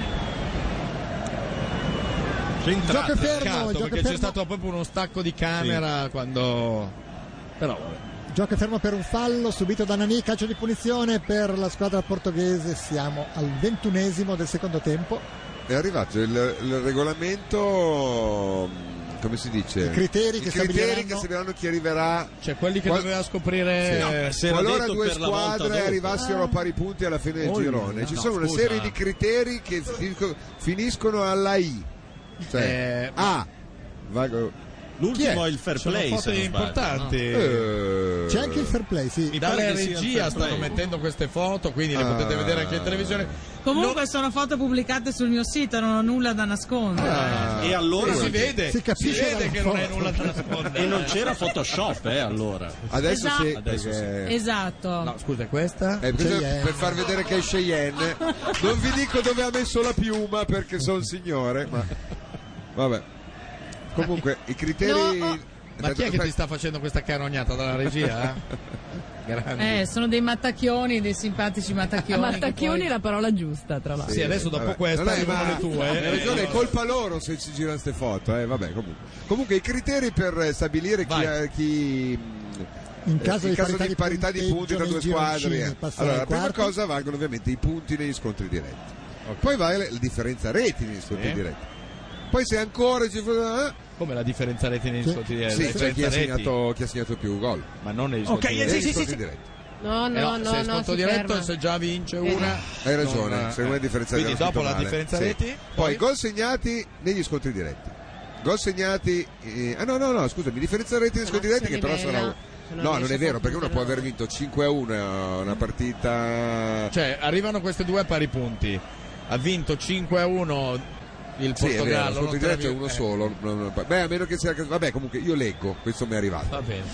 Centrato, Gioco fermo, peccato, gioco perché fermo. c'è stato proprio uno stacco di camera quando. Però vabbè. Gioco fermo per un fallo subito da Nani, calcio di punizione per la squadra portoghese. Siamo al ventunesimo del secondo tempo. È arrivato il, il regolamento, come si dice? I criteri, I che, criteri stabiliranno... che stabiliranno chi arriverà. Cioè quelli che Qual... doveva scoprire. Sì, no, qualora due squadre arrivassero a pari punti alla fine del oh, girone, no, ci no, sono una scusa. serie di criteri che finiscono alla I. Cioè, Eh, A. Vago... L'ultimo è il fair Sono play, foto se non sbaglio, importanti. no? Eh... C'è anche il fair play, sì. Mi Dalle pare che sia il regia fair stanno play. mettendo queste foto, quindi le Ah. potete vedere anche in televisione. Comunque No- sono foto pubblicate sul mio sito, non ho nulla da nascondere. Ah. E allora si vede, si capisce vede dalla che non è foto. nulla da nascondere. E non c'era Photoshop, eh, allora. Adesso Esatto. sì, Adesso perché... Esatto. No, scusa, questa? Eh, questo è Cheyenne. per far vedere che è Cheyenne. Non vi dico dove ha messo la piuma perché sono il signore, ma vabbè. Comunque i criteri. No, oh. Ma chi è che ti sta facendo questa carognata dalla regia? Grandi. Eh, sono dei mattacchioni, dei simpatici mattacchioni. Mattacchioni che è la parola giusta, tra l'altro. Sì, adesso dopo Vabbè, questa non è, arrivano ma- le tue. Hai ragione, è colpa loro se ci girano queste foto, eh, vabbè, comunque. Comunque i criteri per stabilire chi, Vai. chi In caso, eh, di, in caso parità di parità di punteggio punti tra nei due squadre, gironcini, eh. passare Allora, la ai prima quarti. cosa valgono ovviamente i punti negli scontri diretti. Poi vale la differenza reti negli scontri Sì. diretti. Poi se ancora ci eh, Come la differenza reti negli Sì. scontri diretti? sì, La cioè chi ha, differenza reti, segnato, chi ha segnato più gol ma non negli Ok, scontri sì, diretti. negli sì, scontri sì. diretti. No, Eh no, no, no, se è no, sconto si diretto, ferma. se già vince una. Hai ragione, non- secondo me la differenza Quindi reti dopo era la scritto differenza male. reti, Sì. poi- Poi gol segnati negli scontri diretti. Gol segnati eh, ah no no no scusami, differenza reti negli Se no scontri diretti si che però rivela, sarà se non no, non riesce è a vero, perché uno può concludere. aver vinto cinque a uno una partita. Cioè, arrivano queste due a pari punti. Ha vinto cinque a uno il Sì, è vero, Portogallo. lo scontro non diretto è te la uno vi- solo. non- non- Beh, a meno che sia. Vabbè, comunque io leggo, questo mi è arrivato. Va bene.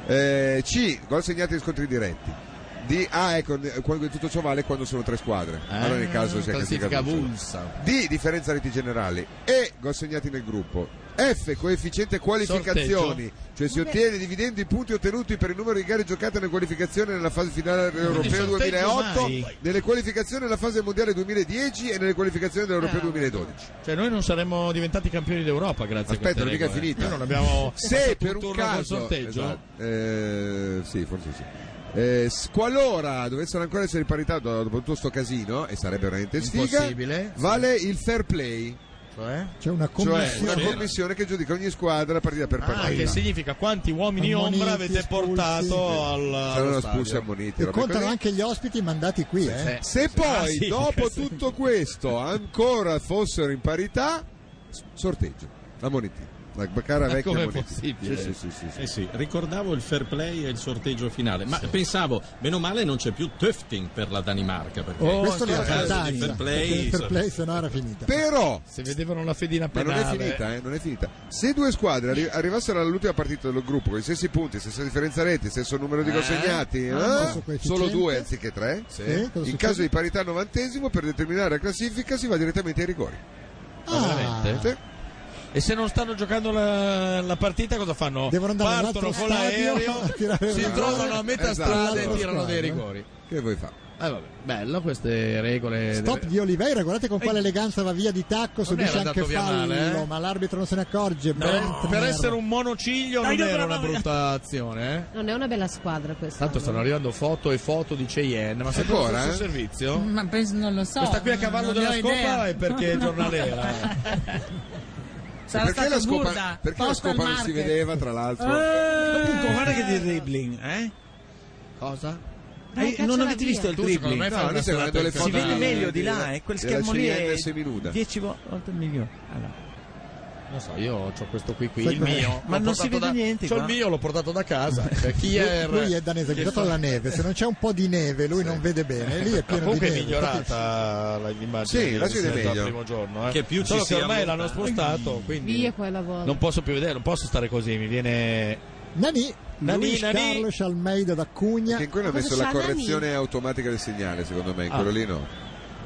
Eh, C, gol segnati negli scontri diretti. D, ah, ecco, quando- tutto ciò vale quando sono tre squadre. Allora nel caso sia classifica classificato uno. avulsa. D, differenza reti generali. E, gol segnati nel gruppo. F, coefficiente qualificazioni, Sorteggio. cioè si ottiene dividendo i punti ottenuti per il numero di gare giocate nelle qualificazioni nella fase finale dell'Europeo sorteggio duemilaotto, mai. nelle qualificazioni nella fase mondiale duemiladieci e nelle qualificazioni dell'Europeo duemiladodici. Cioè, noi non saremmo diventati campioni d'Europa grazie Aspetta, a non queste mica è regole. finita. Noi non abbiamo Se passato per un un turno col caso sorteggio. esatto, eh, sì, forse sì. Eh, s- qualora dovessero ancora essere in parità do- dopo tutto sto casino, e sarebbe veramente sfiga, Impossibile. vale il fair play, Cioè? C'è una cioè una commissione. commissione che giudica ogni squadra partita per Ah, partita. che significa quanti uomini Ammoniti, ombra avete espulsi. portato al Saranno allo espulsi stadio. ammoniti. E robe contano così. anche gli ospiti mandati qui, eh. Sì. Se poi Ah, sì, dopo questo- tutto questo ancora fossero in parità, s- sorteggio ammoniti. La cara Ma vecchia com'è ammoniti. possibile? Sì, sì, sì, sì, sì. Eh sì, ricordavo il fair play e il sorteggio finale, ma pensavo, meno male non c'è più Tufting per la Danimarca, perché Oh, Questo li ha ancora cantati, di fair perché play, il fair so- play se no era finita. Però Se vedevano la fedina ma non penale. è finita, eh, non è finita. Se due squadre arri- arrivassero all'ultima partita dello gruppo con gli stessi punti, stessa differenza reti, stesso numero di gol Eh? segnati, Ah, eh, stesso coefficiente. solo due anziché tre, Sì, cosa in succede? caso di parità al novantesimo, per determinare la classifica si va direttamente ai rigori. Ma veramente? Sì. E se non stanno giocando la, la partita cosa fanno? Devono andare Partono all'altro con stadio l'aereo, a tirare si il trovano rigore. a metà Esatto. strada e All'altra tirano dei squadra. rigori. Che vuoi fare? Eh, vabbè, bello queste regole. Stop di Oliveira, guardate con quale eleganza va via di tacco, subisce era anche andato via fallo, male, eh? ma l'arbitro non se ne accorge. No, Bentner. per essere un monociglio Dai, non io era una provavo- brutta azione, eh? Non è una bella squadra questa. Tanto stanno arrivando foto e foto di Cheyenne, ma sempre lo Ancora, stesso eh? servizio? Ma penso, non lo so. Questa qui a cavallo non ne della ho scopa idea. è perché è giornaliera. Sarà perché stata la scopa, burda. perché la Postal scopa non si market. vedeva, tra l'altro? Comunque, guarda che di dribbling, eh? Cosa? Eh, caccia non la avete via. visto il Tu, secondo dribbling? me, No, fai noi una stiamo serata vedendo le in Si foto vede finale. meglio di là, eh? Quel della schermo lì Cheyenne è seminuda. dieci volte il migliore. Allora. Non so, io ho questo qui, qui Sai il com'è? mio. Ma l'ho non si portato vede da- niente C'ho qua. il mio, l'ho portato da casa. Cioè, chi è Lui, lui è danese, ha che giocato fa- alla neve, se non c'è un po' di neve lui non vede bene, lì è pieno Comunque di è neve. migliorata la- l'immagine Sì, la si vede rispetto al meglio. primo giorno, eh. Che più ci Solo che sia ormai lontano. l'hanno spostato, quindi Via quella volta. non posso più vedere, non posso stare così, mi viene Nani, Nani, Luis Nani. Carlos Almeida da Cugna. Che in quello ha Cosa messo la c'ha correzione automatica del segnale, secondo me, in Ah. quello lì no.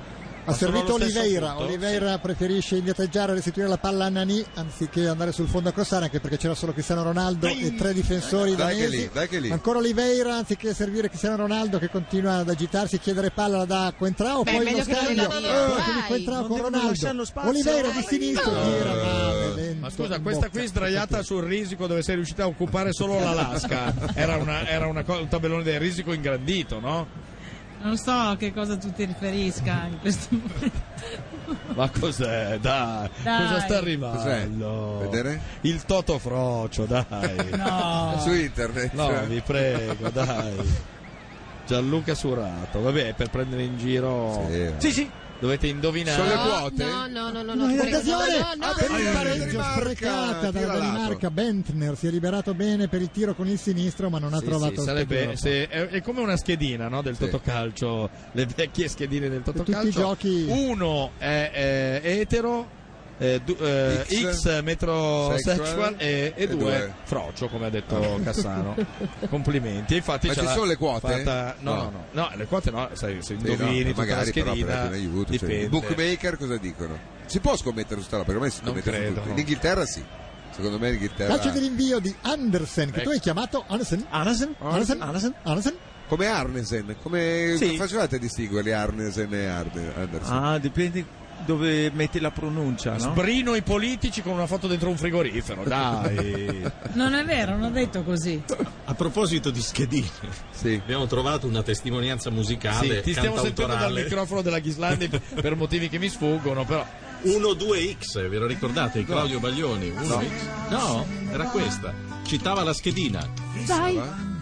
Ha servito allo stesso Oliveira. punto? Oliveira preferisce indietreggiare e restituire la palla a Nani anziché andare sul fondo a crossare, anche perché c'era solo Cristiano Ronaldo e tre difensori Dai che danesi. lì, dai che lì. Ancora Oliveira anziché servire Cristiano Ronaldo, che continua ad agitarsi e chiedere palla, la dà a Coentrao. Beh, Poi meglio lo che non scambio. gliela dia, Eh, dai. quindi Coentrao Non con devono Ronaldo. lasciarlo spazio. Oliveira di sinistra tira male, lento, Ma scusa, in questa bocca. qui sdraiata sul risico dove sei riuscita a occupare solo l'Alaska era, una, era una co- un tabellone del risico ingrandito, no? Non so a che cosa tu ti riferisca in questo momento. Ma cos'è? Dai, Dai. cosa sta arrivando? Cos'è? Vedere? Il Toto Frocio, dai. No. Su internet. No, vi prego, dai. Gianluca Surato, vabbè, per prendere in giro. Sì. Sì, sì. Dovete indovinare. Sono le No, quote? no, no, no, no, No, no, in prego, occasione no, no, no. per il Ah, pareggio Danimarca, sprecata tira dalla Danimarca. Bentner si è liberato bene per il tiro con il sinistro, ma non ha Sì, trovato sì, il sarebbe, tiro. se- è, è come una schedina, no, del Sì. Totocalcio, le vecchie schedine del tutti i Totocalcio. giochi- Uno è, è etero, eh, du- eh, X, X, metrosexual sexual, e, e e due, due. frocio, come ha detto Cassano. Complimenti. E infatti Ma ce ci l'ha sono le quote? fatta- no, No. no, no, no, le quote no, sai, se Sì, indovini no, tutta magari la però per schedina, avere un aiuto, cioè, dipende. i bookmaker cosa dicono? Si può scommettere su sta roba? Perché ormai si Non scommette su credo, tutto. no. In Inghilterra sì. Secondo me in Inghilterra Calcio di rinvio di Andersen, che tu hai chiamato Andersen? Andersen? Andersen? Andersen? Andersen? come Arnesen, come Sì. facevate a distinguerli Arnesen e Arne- Andersen? Ah, dipende dove metti la pronuncia, no? Sbrino i politici con una foto dentro un frigorifero, dai. Non è vero, non ho detto così. A proposito di schedine, Sì. abbiamo trovato una testimonianza musicale. Sì, ti stiamo sentendo dal cantautorale. microfono della Ghislandi per motivi che mi sfuggono, però. uno due X, ve lo ricordate? Il Claudio Baglioni? uno X? No, era questa. Citava la schedina. Dai,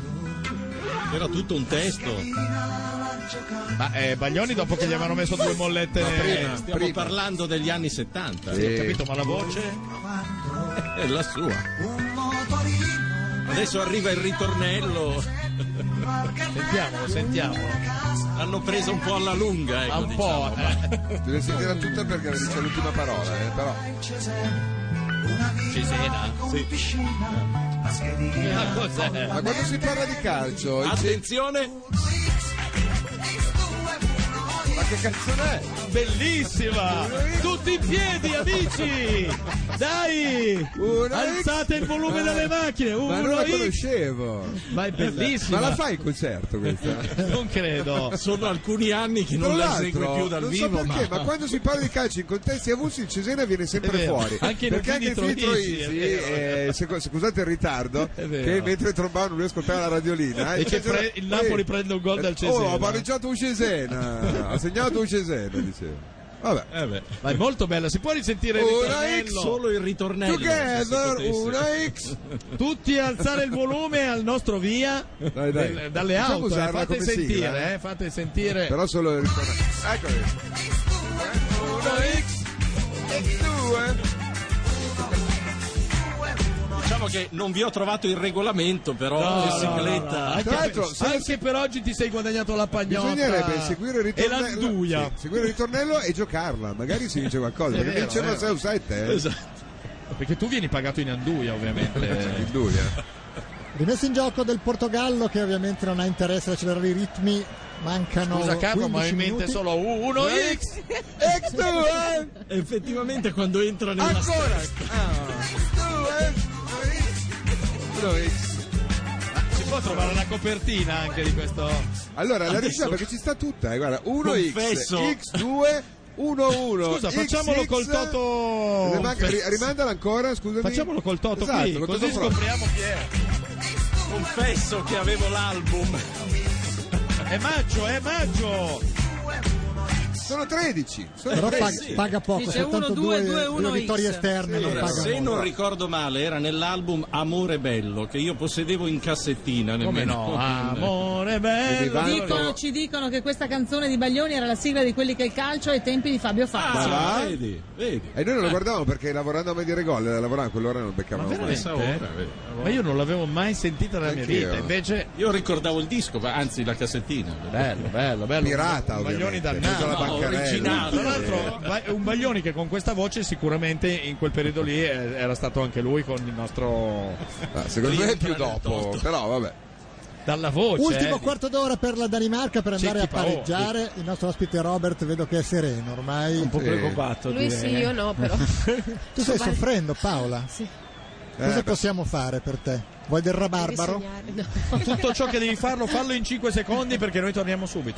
Era tutto un testo. Ma eh, Baglioni dopo che gli avevano messo due mollette Ma nelle- prima, stiamo prima. parlando degli anni settanta. Sì, ho capito, ma la voce? È la sua. Adesso arriva il ritornello. Sentiamolo, sentiamolo. L'hanno presa un po' alla lunga, ecco, Ah, un diciamo. po'. eh. Deve sentirla tutta perché dice l'ultima parola, eh, però. Cesena? Sì. Ma cos'è? Ma quando si parla di calcio, il ce- Attenzione, ma che canzone è? Bellissima! Tutti in piedi, amici! Dai! Uno Alzate il volume delle macchine! Ma non Uno la X! conoscevo. Ma è bellissima! Ma la fai in concerto questa? Non credo. sono alcuni anni che non Tra la l'altro, segui più dal non vivo, so perché, ma... quando si parla di calcio in contesti avulsi il Cesena viene È sempre vero. fuori. Anche in perché anche in Infinito Filtro Easy, Easy, è vero. eh, se- scusate il ritardo, È vero. che mentre trombavano lui ascoltava la radiolina. eh, E che Cesena- pre- il Napoli eh, prende un gol dal Oh, Cesena. ha pareggiato un Cesena, ha segnato un Cesena, diceva. Vabbè. Eh beh. Ma è molto bella, si può risentire il Una ritornello? X, Solo il ritornello. Together, se si potesse. una X. Tutti alzare il volume al nostro via Dai, dai. del- dalle Possiamo auto, eh, usarla fate come sentire, sigla, eh? eh, fate sentire. Però solo il ritornello. Eccoli. Una X, X due. Diciamo che non vi ho trovato il regolamento, però No, la no, sigletta. no, no. Anche, Tra l'altro, per, se- anche per oggi ti sei guadagnato la pagnotta Bisognerebbe seguire il e ritornello, l'anduia. sì, seguire il ritornello e giocarla, magari si vince qualcosa. È Perché vero, vinceva è vero. sei o sette, eh. Esatto. Perché tu vieni pagato in anduia, ovviamente. L'anduia. Rimesso in gioco del Portogallo, che ovviamente non ha interesse ad accelerare i ritmi. Mancano Scusa Carlo, ma ho in quindici mente minuti. solo uno X. X due. Effettivamente quando entra nella Ancora. stanza- X due. Uno X. Si può trovare la copertina anche di questo. Allora, la Adesso- regina perché ci sta tutta, eh, guarda, uno X, Confesso. X due, uno uno. Scusa, X facciamolo X. col Toto. Ne manca- ri- rimandala ancora, scusami. Facciamolo col Toto Esatto, qui, col così Toto Frocio. scopriamo chi è. Confesso che avevo l'album. È maggio, è maggio. Sono tredici. Sono Però tredici. paga, paga poco, Dice soltanto uno, due, due, due, uno due vittorie X. esterne, non Allora, paga se molto. non ricordo male, era nell'album Amore Bello, che io possedevo in cassettina. Come Nemmeno no? Amore bello. vanto- Dicono, ci dicono che questa canzone di Baglioni era la sigla di quelli che il calcio ai tempi di Fabio Fazio. va? Ah, vedi, vedi. E noi non lo guardavamo perché lavorando a Mediare Gol, lavorando a quell'ora non beccavamo Ma mai. veramente? Questa ora, vedi. Ma io non l'avevo mai sentita nella mia Anch'io. vita, invece Io ricordavo il disco, ma anzi la cassettina. bello, bello, bello. Pirata, Un Baglioni ovviamente. dannato. Preso alla No, bancarella. originale. Tra l'altro, Ba- un Baglioni che con questa voce sicuramente in quel periodo lì eh, era stato anche lui con il nostro. Ah, secondo me è più Rientra nel dopo, Toto. però vabbè. dalla voce. Ultimo eh. quarto d'ora per la Danimarca per andare a C'è chi fa- oh, pareggiare. Il nostro ospite Robert vedo che è sereno ormai. Un po' Sì. preoccupato. Lui direi, sì, eh. io no, però. Tu stai soffrendo, Paola? Sì. Cosa Eh, possiamo fare per te? Vuoi del rabarbaro? Devi segnare, no. Tutto ciò che devi farlo, fallo in cinque secondi perché noi torniamo subito.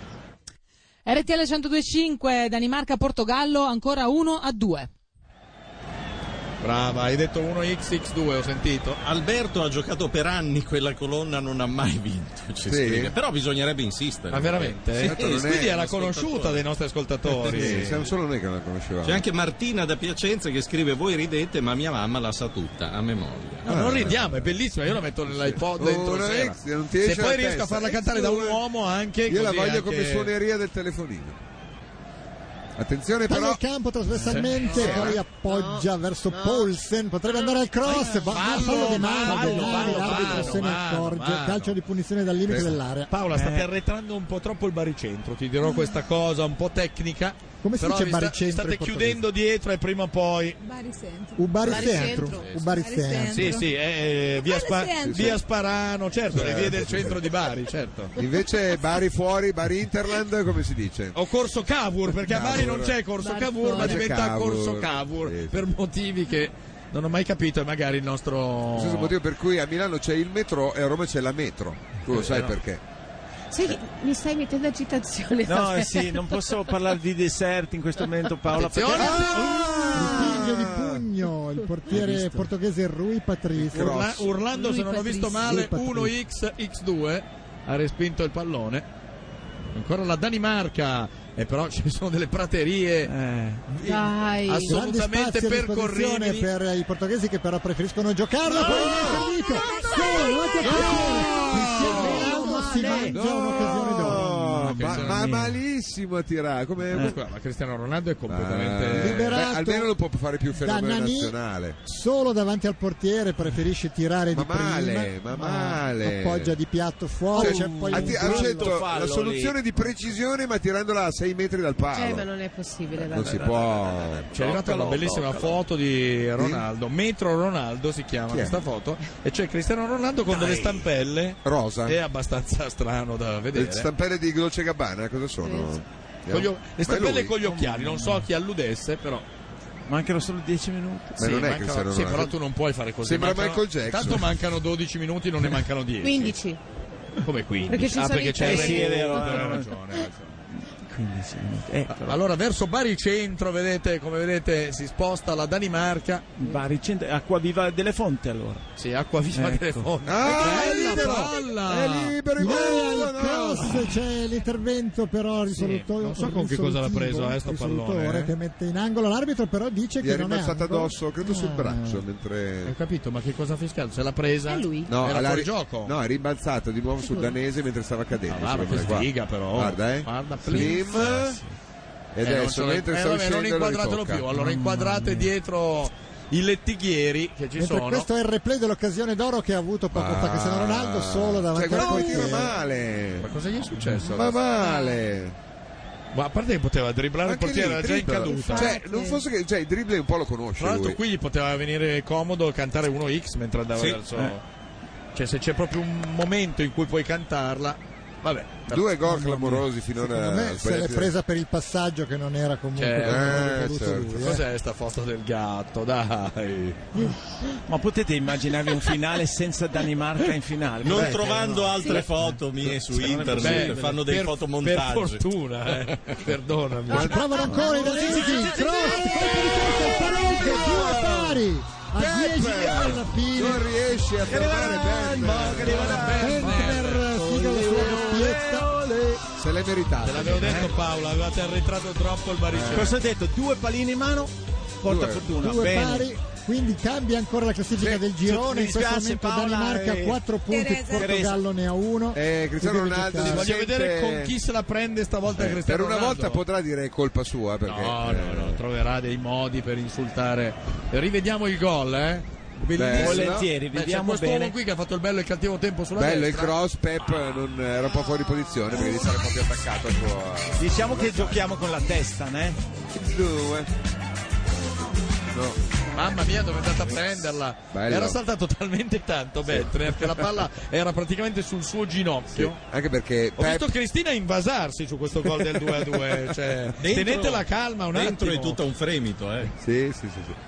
R T L centodue e cinque, Danimarca-Portogallo, ancora uno a due. Brava, hai detto uno X X due, ho sentito. Alberto ha giocato per anni quella colonna, non ha mai vinto. Ci Sì. scrive. Però bisognerebbe insistere. Ma veramente? Sì, Certo, non è Quindi era un conosciuta ascoltatore. dai nostri ascoltatori. Sì, siamo solo noi che non la conoscevamo. C'è anche Martina da Piacenza che scrive: voi ridete, ma mia mamma la sa tutta a memoria. No, non ridiamo, è bellissima, io la metto nell'iPod Oh, dentro una sera. ex, non ti Se esce poi la riesco a testa. farla cantare da un uomo anche Io la così voglio anche... come suoneria del telefonino. Attenzione Taglia però. il campo trasversalmente, Sì. poi appoggia verso Poulsen, potrebbe andare al cross, va, fallo, fallo di mano, fallo, Benani, fallo, l'arbitro fallo, se ne mano, accorge, mano. calcio di punizione dal limite Sì. dell'area. Paola, state Eh. arretrando un po' troppo il baricentro, ti dirò questa cosa un po' tecnica. Come si però dice vi sta- baricentro state in portoghese? chiudendo dietro e prima o poi... Ubari Ubari centro, centro. Ubari Ubari centro. centro. Sì, sì, eh, via, Spa- centro. via Sparano, certo, le Certo, vie del sì. centro di Bari, certo. Invece Bari fuori, Bari Interland, come si dice? O Corso Cavour, perché a Bari non c'è Corso Bari Cavour, ma fuori. diventa Cavour. Corso Cavour, Sì, sì. per motivi che non ho mai capito e magari il nostro... Lo stesso motivo per cui a Milano c'è il metro e a Roma c'è la metro. Tu lo sai no. perché? Sai che mi stai mettendo agitazione. No, vabbè. eh sì, non posso parlare di dessert in questo momento, Paola. Attenzione! Ripiglio di pugno, il portiere portoghese Rui Patricio. Urla- urlando, Lui se non ho visto Patricio. male, Lui uno X X due ha respinto il pallone. Ancora la Danimarca, e però ci sono delle praterie Eh. Dai. Grandi assolutamente spazi a disposizione percorribili. per i portoghesi che però preferiscono giocarla. Poi il servito. Solo davanti al portiere. Cristiano Ronaldo si mangia un'occasione d'oro. No, che ma, sono ma mie. malissimo a tirare. Come... Eh, scusa, ma Cristiano Ronaldo è completamente Eh, Liberato beh, almeno lo può fare più da fenomeno Nani, nazionale. solo davanti al portiere preferisce tirare Ma di male, prima, ma male. appoggia di piatto fuori, Cioè, c'è poi ha, un ti- ha fallo. scelto fallo la soluzione lì. di precisione ma tirandola a sei metri dal palo. Eh, ma non è possibile. non dai. si può. Ci è arrivata una bellissima foto di Ronaldo, Metro Ronaldo si chiama Chi è? questa foto, e c'è Cristiano Ronaldo con delle stampelle, Rosa. è abbastanza strano da Le vedere. stampelle di Dolce Gabbana cosa sono? Con gli o- Ma le è stampelle lui? con gli occhiali, non so a chi alludesse, però. Mancano solo dieci minuti. Ma Sì, non è mancano- Cristiano sì, Ronaldo. però tu non puoi fare così. Sembra mancano- Michael Jackson. Tanto mancano dodici minuti, non ne mancano dieci. quindici. Come quindici? Perché ci ah, sono perché i c'è tre. il Sì, è vero, recupero, hai hai ragione. ragione, hai ragione. quindici minuti. Eh, però. Allora verso Baricentro, vedete, come vedete si sposta la Danimarca. Bari Centro, Acquaviva delle Fonte allora. Sì, acqua viva Ecco. delle fonti. Ah, è Bella libero! palla! È libero in In area gol, al no! cross c'è l'intervento però risoluto, non so con che cosa l'ha preso, eh, sto risolutore pallone, eh. che mette in angolo, l'arbitro però dice Gli che è non è rimbalzata angolo. addosso, credo sul Ah. braccio Ho mentre. capito, ma che cosa ha fischiato? Se l'ha presa? È lui. No, Era alla fuori ri- gioco? no, è rimbalzato di nuovo sul danese mentre stava cadendo. Ah, guarda secondo che me, qua. sfiga però. Guarda, eh. Guarda, Slim. Plim. E Eh, non adesso ce l'ho- mentre eh, sta vabbè, non uscendo lo inquadratelo ritocca. più, allora inquadrate dietro i lettighieri che ci Mentre sono. questo è il replay dell'occasione d'oro che ha avuto poco fa Cristiano Ronaldo solo davanti cioè, al guarda che tira portiere. male. Ma cosa gli è successo? Ma adesso? male. Ma a parte che poteva dribblare il Anche portiere, lì, era già in dribbla. caduta. Cioè, non fosse che cioè, il dribbling un po' lo conosce Tra l'altro lui. qui gli poteva venire comodo cantare uno X mentre andava Sì. verso... Eh. Cioè se c'è proprio un momento in cui puoi cantarla, vabbè. Due gol clamorosi finora. Secondo me se l'è sbagliati. presa per il passaggio che non era comunque Cioè, come aveva eh, caduto certo. lui, eh. Cos'è sta foto del gatto? Dai. Ma potete immaginarvi un finale senza Danimarca in finale? Non Beh, trovando altre foto mie su internet, Beh, fanno dei per, fotomontaggi. Per fortuna, eh. Perdonami. Ah, provano ancora i danesi, cross, colpo di testa, pareggio, due pari a dieci alla fine. Non riesce a fermare bene. Bentner sigla la sua doppietta. Se l'è meritata. Te l'avevo detto Paola, avevate arretrato troppo il baricentro. Cosa ho detto? Due palline in mano, porta Due. fortuna. Due Bene. pari, quindi cambia ancora la classifica Sì, del girone. mi In questo dispiace, momento Paola, Danimarca e- quattro punti, Teresa. Portogallo ne ha uno. Eh, Cristiano E deve Ronaldo giocare. si Voglio sente- vedere con chi se la prende stavolta Eh, Cristiano per una Ronaldo. volta potrà dire è colpa sua perché No, eh, no, no, troverà dei modi per insultare. Rivediamo il gol, eh? Bellissimo. Volentieri, Beh, c'è vediamo quest'uomo bene. qui che ha fatto il bello e il cattivo tempo sulla bello il destra. cross. Pep non era un po' fuori posizione perché devi stare un po' più attaccato al suo Diciamo che giochiamo con la testa, né? due. No. Mamma mia, dove è andata a prenderla? Bello. Era saltato talmente tanto Bettner che la palla era praticamente sul suo ginocchio. Sì, anche perché Ho Pep... visto Cristina invasarsi su questo gol del due a due. Cioè, Dentro- tenete la calma un Dentro attimo. è tutto un fremito, eh. Sì, sì, sì, sì.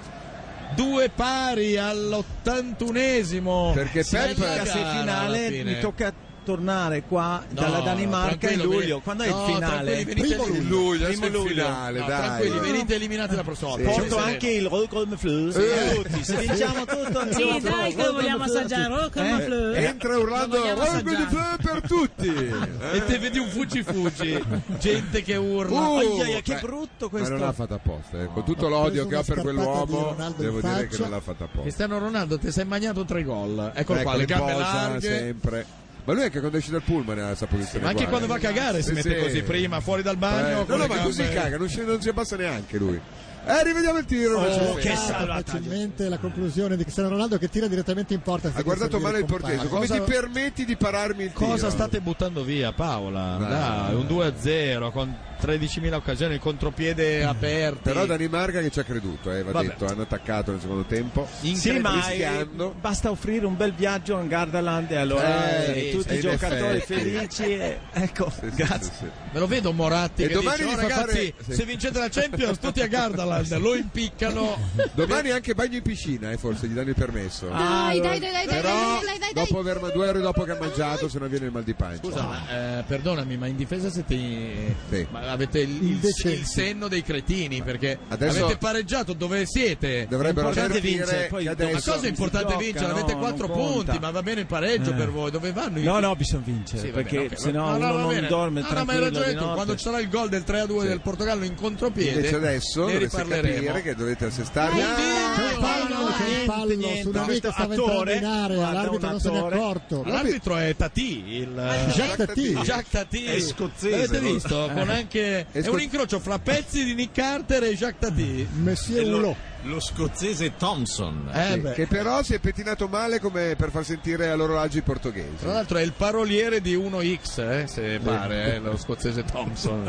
Due pari all'ottantunesimo. Perché Bella Pep Perché se gara alla finale fine. mi tocca tornare qua No, dalla Danimarca in tranquillo, luglio. vieni- Quando è no, il finale? tranquilli, venite Primo lì. luglio, Primo adesso è il luglio. finale, No, dai. tranquilli, venite eliminati la prossima volta. Sì. Porto Sereno. anche il Rocco Fleur. Tutti, se vinciamo tutto Sì, andiamo a dai, che lo vogliamo assaggiare. Oh, come fleur. Entra urlando Lo vogliamo "Rugby di assaggiare." Fleur per tutti. E te vedi un fuggi fuggi, gente che urla. Uh, Ai, ai, ai, che beh, brutto Ma questo. non l'ha fatta apposta, eh. Con tutto l'odio preso che ho una per scarpata di quell'uomo, Ronaldo devo in dire che faccia. non l'ha fatta apposta. Cristiano Ronaldo, ti sei mangiato tre gol. Eccolo Ecco, qua, le in gambe posa, larghe. sempre. Ma lui anche quando esce dal pullman ha questa posizione Ma anche qua, quando eh. va a cagare si Sì, mette sì. così, prima fuori dal Eh, bagno. no, con no, le ma così gambe- caga, non, si- non si abbassa neanche lui. Eh, rivediamo il tiro. Oh, invece. che Salta salvataggio. facilmente la conclusione di Cristiano Ronaldo che tira direttamente in porta. Ha guardato male il portiere. Come Cosa- ti permetti di pararmi il tiro? Cosa state buttando via, Paola? Dai. Dai, un due a zero con tredicimila occasioni, il contropiede aperti. Però Danimarca che ci ha creduto, eh, va Vabbè. detto, hanno attaccato nel secondo tempo. Sì, ma eh, rischiando. basta offrire un bel viaggio in Gardaland e allora Eh, eh, tutti sì, i in giocatori effetti. felici. E, ecco, Sì, sì, grazie. sì, sì. Me lo vedo Moratti E che domani dice: "Oh, gli fa ragazzi, fare- sì. se vincete la Champions tutti a Gardaland", lo impiccano. Domani anche bagno in piscina, eh, forse gli danno il permesso. Dai, dai, dai, dai, dai, Però dai, dai, dai, dai. dopo aver due ore dopo che ha mangiato, se no viene il mal di pancia. Scusa, ma, eh, perdonami, ma in difesa siete Sì. ma avete il, il, Indecenti. il senno dei cretini perché Adesso- avete pareggiato dove siete. Dovrebbero L'importante è avvertire vincere, poi che dopo- Ma adesso cosa è importante si vincere? gioca, Avete no, quattro non conta. punti, ma va bene il pareggio Eh. per voi. Dove vanno i No, no, bisogna vincere Sì, va perché bene, ok. sennò No, no, uno va non bene. dorme No, no, ma hai tranquillo ragione di tu. notte. Quando ci sarà il gol del tre a due Sì. del Portogallo in contropiede, invece adesso ne dovreste riparleremo. capire che dovete assestarvi. Dai, Ah, C'è un fallo, c'è un fallo niente, su un amico questo che stava entrando attore, in area, guarda, l'arbitro un non se ne è attore. accorto. L'arbitro è Tati, il Jacques Tati. Jacques Tati. È scozzese, L'avete no? visto? Con anche È è sco- un incrocio fra pezzi di Nick Carter e Jacques Tati. Monsieur E lo, Hulot. lo scozzese Thompson. Eh sì, beh. che però si è pettinato male come per far sentire all'orologio i portoghesi. Tra l'altro è il paroliere di uno X, eh, se pare, eh, lo scozzese Thompson.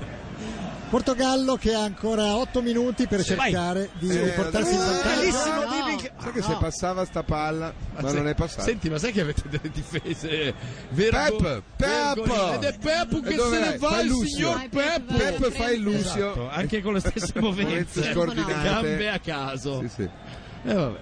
Portogallo che ha ancora otto minuti per cercare di Eh, riportarsi in adesso- vantaggio. Bellissimo, No, Bibi, che- Sai che se passava sta palla, ma se- non è passata. Senti, ma sai che avete delle difese vergo- Pep, Pep! vergognose? Ed è Pep che E dov'è? se ne va Fa il Lucio. signor Vai, Pep. Pep, vai. Pep fa il Lucio. Esatto, anche con le stesse movenze, Movenze scordinate. gambe a caso. Sì, sì. Eh, vabbè.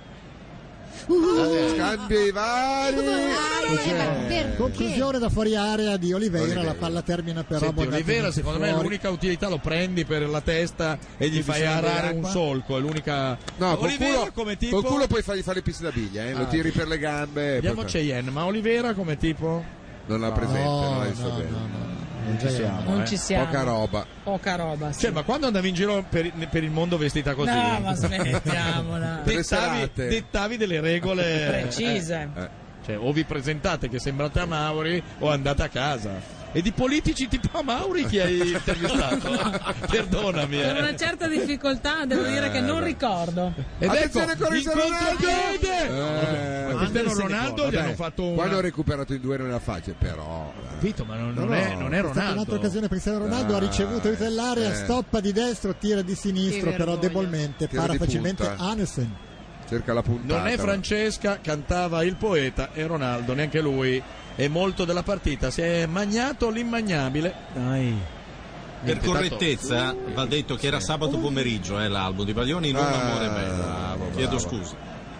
Scambi vari. Perché? Conclusione da fuori area di Oliveira, Oliveira. la palla termina però Senti, Bonatti Oliveira non si secondo me fuori. l'unica utilità lo prendi per la testa e gli Che fai bisogna arare bere un acqua? solco, è l'unica. No, col Oliveira culo, come tipo col culo puoi fargli fare le piste da biglia, eh? Lo Ah. tiri per le gambe. e Andiamo poi- Cheyenne, ma Oliveira come tipo? Non l'ha presente, No, non l'ha no, visto no, bene. no, no. Non ci siamo. Non eh. ci siamo. Poca roba. Poca roba, sì. Cioè, ma quando andavi in giro per, per il mondo vestita così? No, ma smettiamola. Per le dettavi, serate. dettavi delle regole Precise. eh, cioè, o vi presentate che sembrate a Mauri o andate a casa. E di politici tipo a Mauri chi hai intervistato? Perdonami. Con una Eh. certa difficoltà devo dire che non ricordo. Ed Attenzione ecco, con in Cristiano contropiede! Eh, Ma Cristiano Ronaldo gli hanno fatto una... Quando ho recuperato in due non è facile, però. eh. Capito, ma non, No, non no, è, non è È stata un'altra Ronaldo. occasione per Cristiano Ronaldo, ha Dai, ricevuto aiuto dell'area, eh. stoppa di destro, tira di sinistro, Che però vergogna. debolmente, Tiro para di facilmente punta. Hanesen. Cerca la puntata. Non è Francesca, cantava il poeta e Ronaldo, neanche lui. E molto della partita si è magnato l'immagnabile. Dai. Per Niente, correttezza tanto- va detto che era sabato pomeriggio eh, l'albo di Baglioni, non Ah, Amore Bello. bravo, Chiedo bravo. scusa.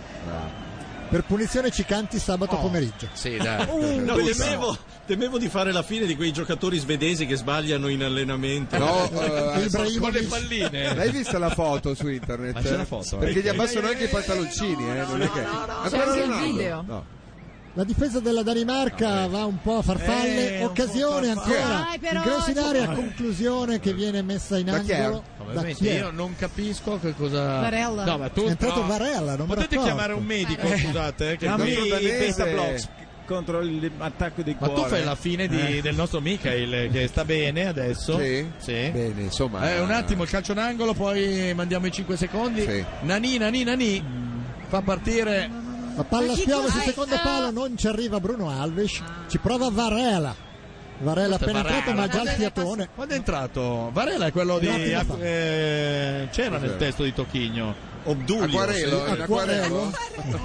Per punizione ci canti sabato Oh. pomeriggio. Sì, dai. No, temevo, temevo di fare la fine di quei giocatori svedesi che sbagliano in allenamento. No, eh, Ibrahimovic. Con le palline. L'hai vista la foto su internet? Ma c'è la foto, Perché eh? gli abbassano anche i pantaloncini, eh? Non è che... Ancora C'è anche il Ronaldo? video. No. La difesa della Danimarca va un po' a farfalle, Eh, un occasione po' a farfalle. ancora, Dai, però, ingresso in c'è- area, conclusione che viene messa in Da chi è? angolo da Ovviamente chi è? io non capisco che cosa. Varela. No, ma tu È entrato no. Varela, non me Potete l'accorgo. chiamare un medico, scusate. eh, che- Chiami- Chiami nostro i danese. beta blocks contro l'attacco di Ma cuore. tu fai la fine di- del nostro Michael che sta bene adesso. Sì? Sì. Bene, insomma. Eh, un attimo il calcio d'angolo, poi mandiamo i cinque secondi. Sì. Nani, Nani, Nani. Fa partire. La palla spiove sul Dai, secondo ah. palo, non ci arriva Bruno Alves, ci prova Varela. Varela Questo è appena entrato Varela. ma già il fiatone. Quando è entrato? Varela è quello di. Un attimo fa. eh, c'era nel Cos'era? testo di Tocchigno. Obdulio. Acquarello, sì. in acquarello.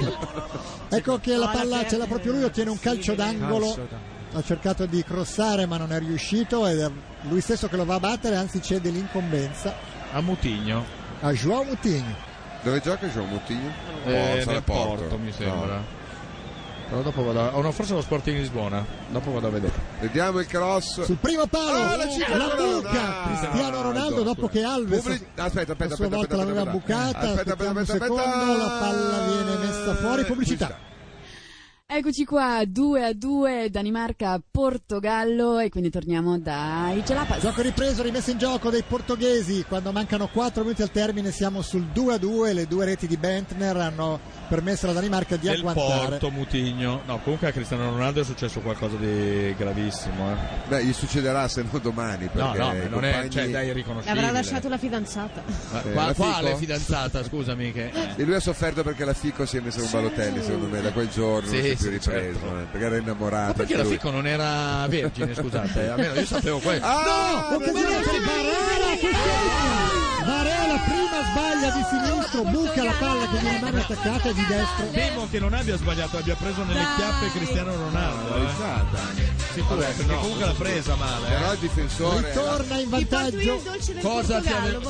Ecco che la palla ce l'ha proprio lui, ottiene un calcio d'angolo, ha cercato di crossare ma non è riuscito ed è lui stesso che lo va a battere, anzi cede l'incombenza a Mutigno, a João Mutigno. Dove gioca João Mutigno? Eh, oh, nel Porto, Porto mi sembra. No. Però dopo vado a... oh no, forse lo Sporting di Lisbona. Dopo vado a vedere. Vediamo il cross sul primo palo. Ah, la, la buca Cristiano Ronaldo dopo che Alves Publi... aspetta, aspetta, a sua aspetta, volta aspetta, l'aveva aspetta. bucata. Aspetta, aspetta, un aspetta, secondo, aspetta. la palla viene messa fuori. Pubblicità. Eccoci qua, due a due, Danimarca-Portogallo, e quindi torniamo dai Jalapas. Gioco ripreso, rimesso in gioco dei portoghesi, quando mancano quattro minuti al termine siamo sul due a due, le due reti di Bentner hanno permesso alla Danimarca di Del agguantare. Porto, Mutigno. No, comunque a Cristiano Ronaldo è successo qualcosa di gravissimo. Eh. Beh, gli succederà se non domani. No, perché no, non compagni... è, cioè, dai, riconoscibile. Avrà lasciato la fidanzata. Ma Eh, qua, la quale Fico? fidanzata, scusami? Che... E lui ha sofferto perché la Fico si è messa un Balotelli, secondo me, da quel giorno Sì, non si è più sì, ripreso, certo. eh, perché era innamorato. Ma perché anche la lui. Fico non era vergine, scusate? Almeno io sapevo questo. Ah, No, occasione per Barella che segna. Barella prima sbaglia di sinistro, buca la palla che gli rimane attaccata di destro. Temo che non abbia sbagliato, abbia preso nelle chiappe Cristiano Ronaldo. La risata. Sicuro, Vabbè, perché no. comunque l'ha presa male. Però Eh. il difensore Ritorna in vantaggio. Cosa ti avevo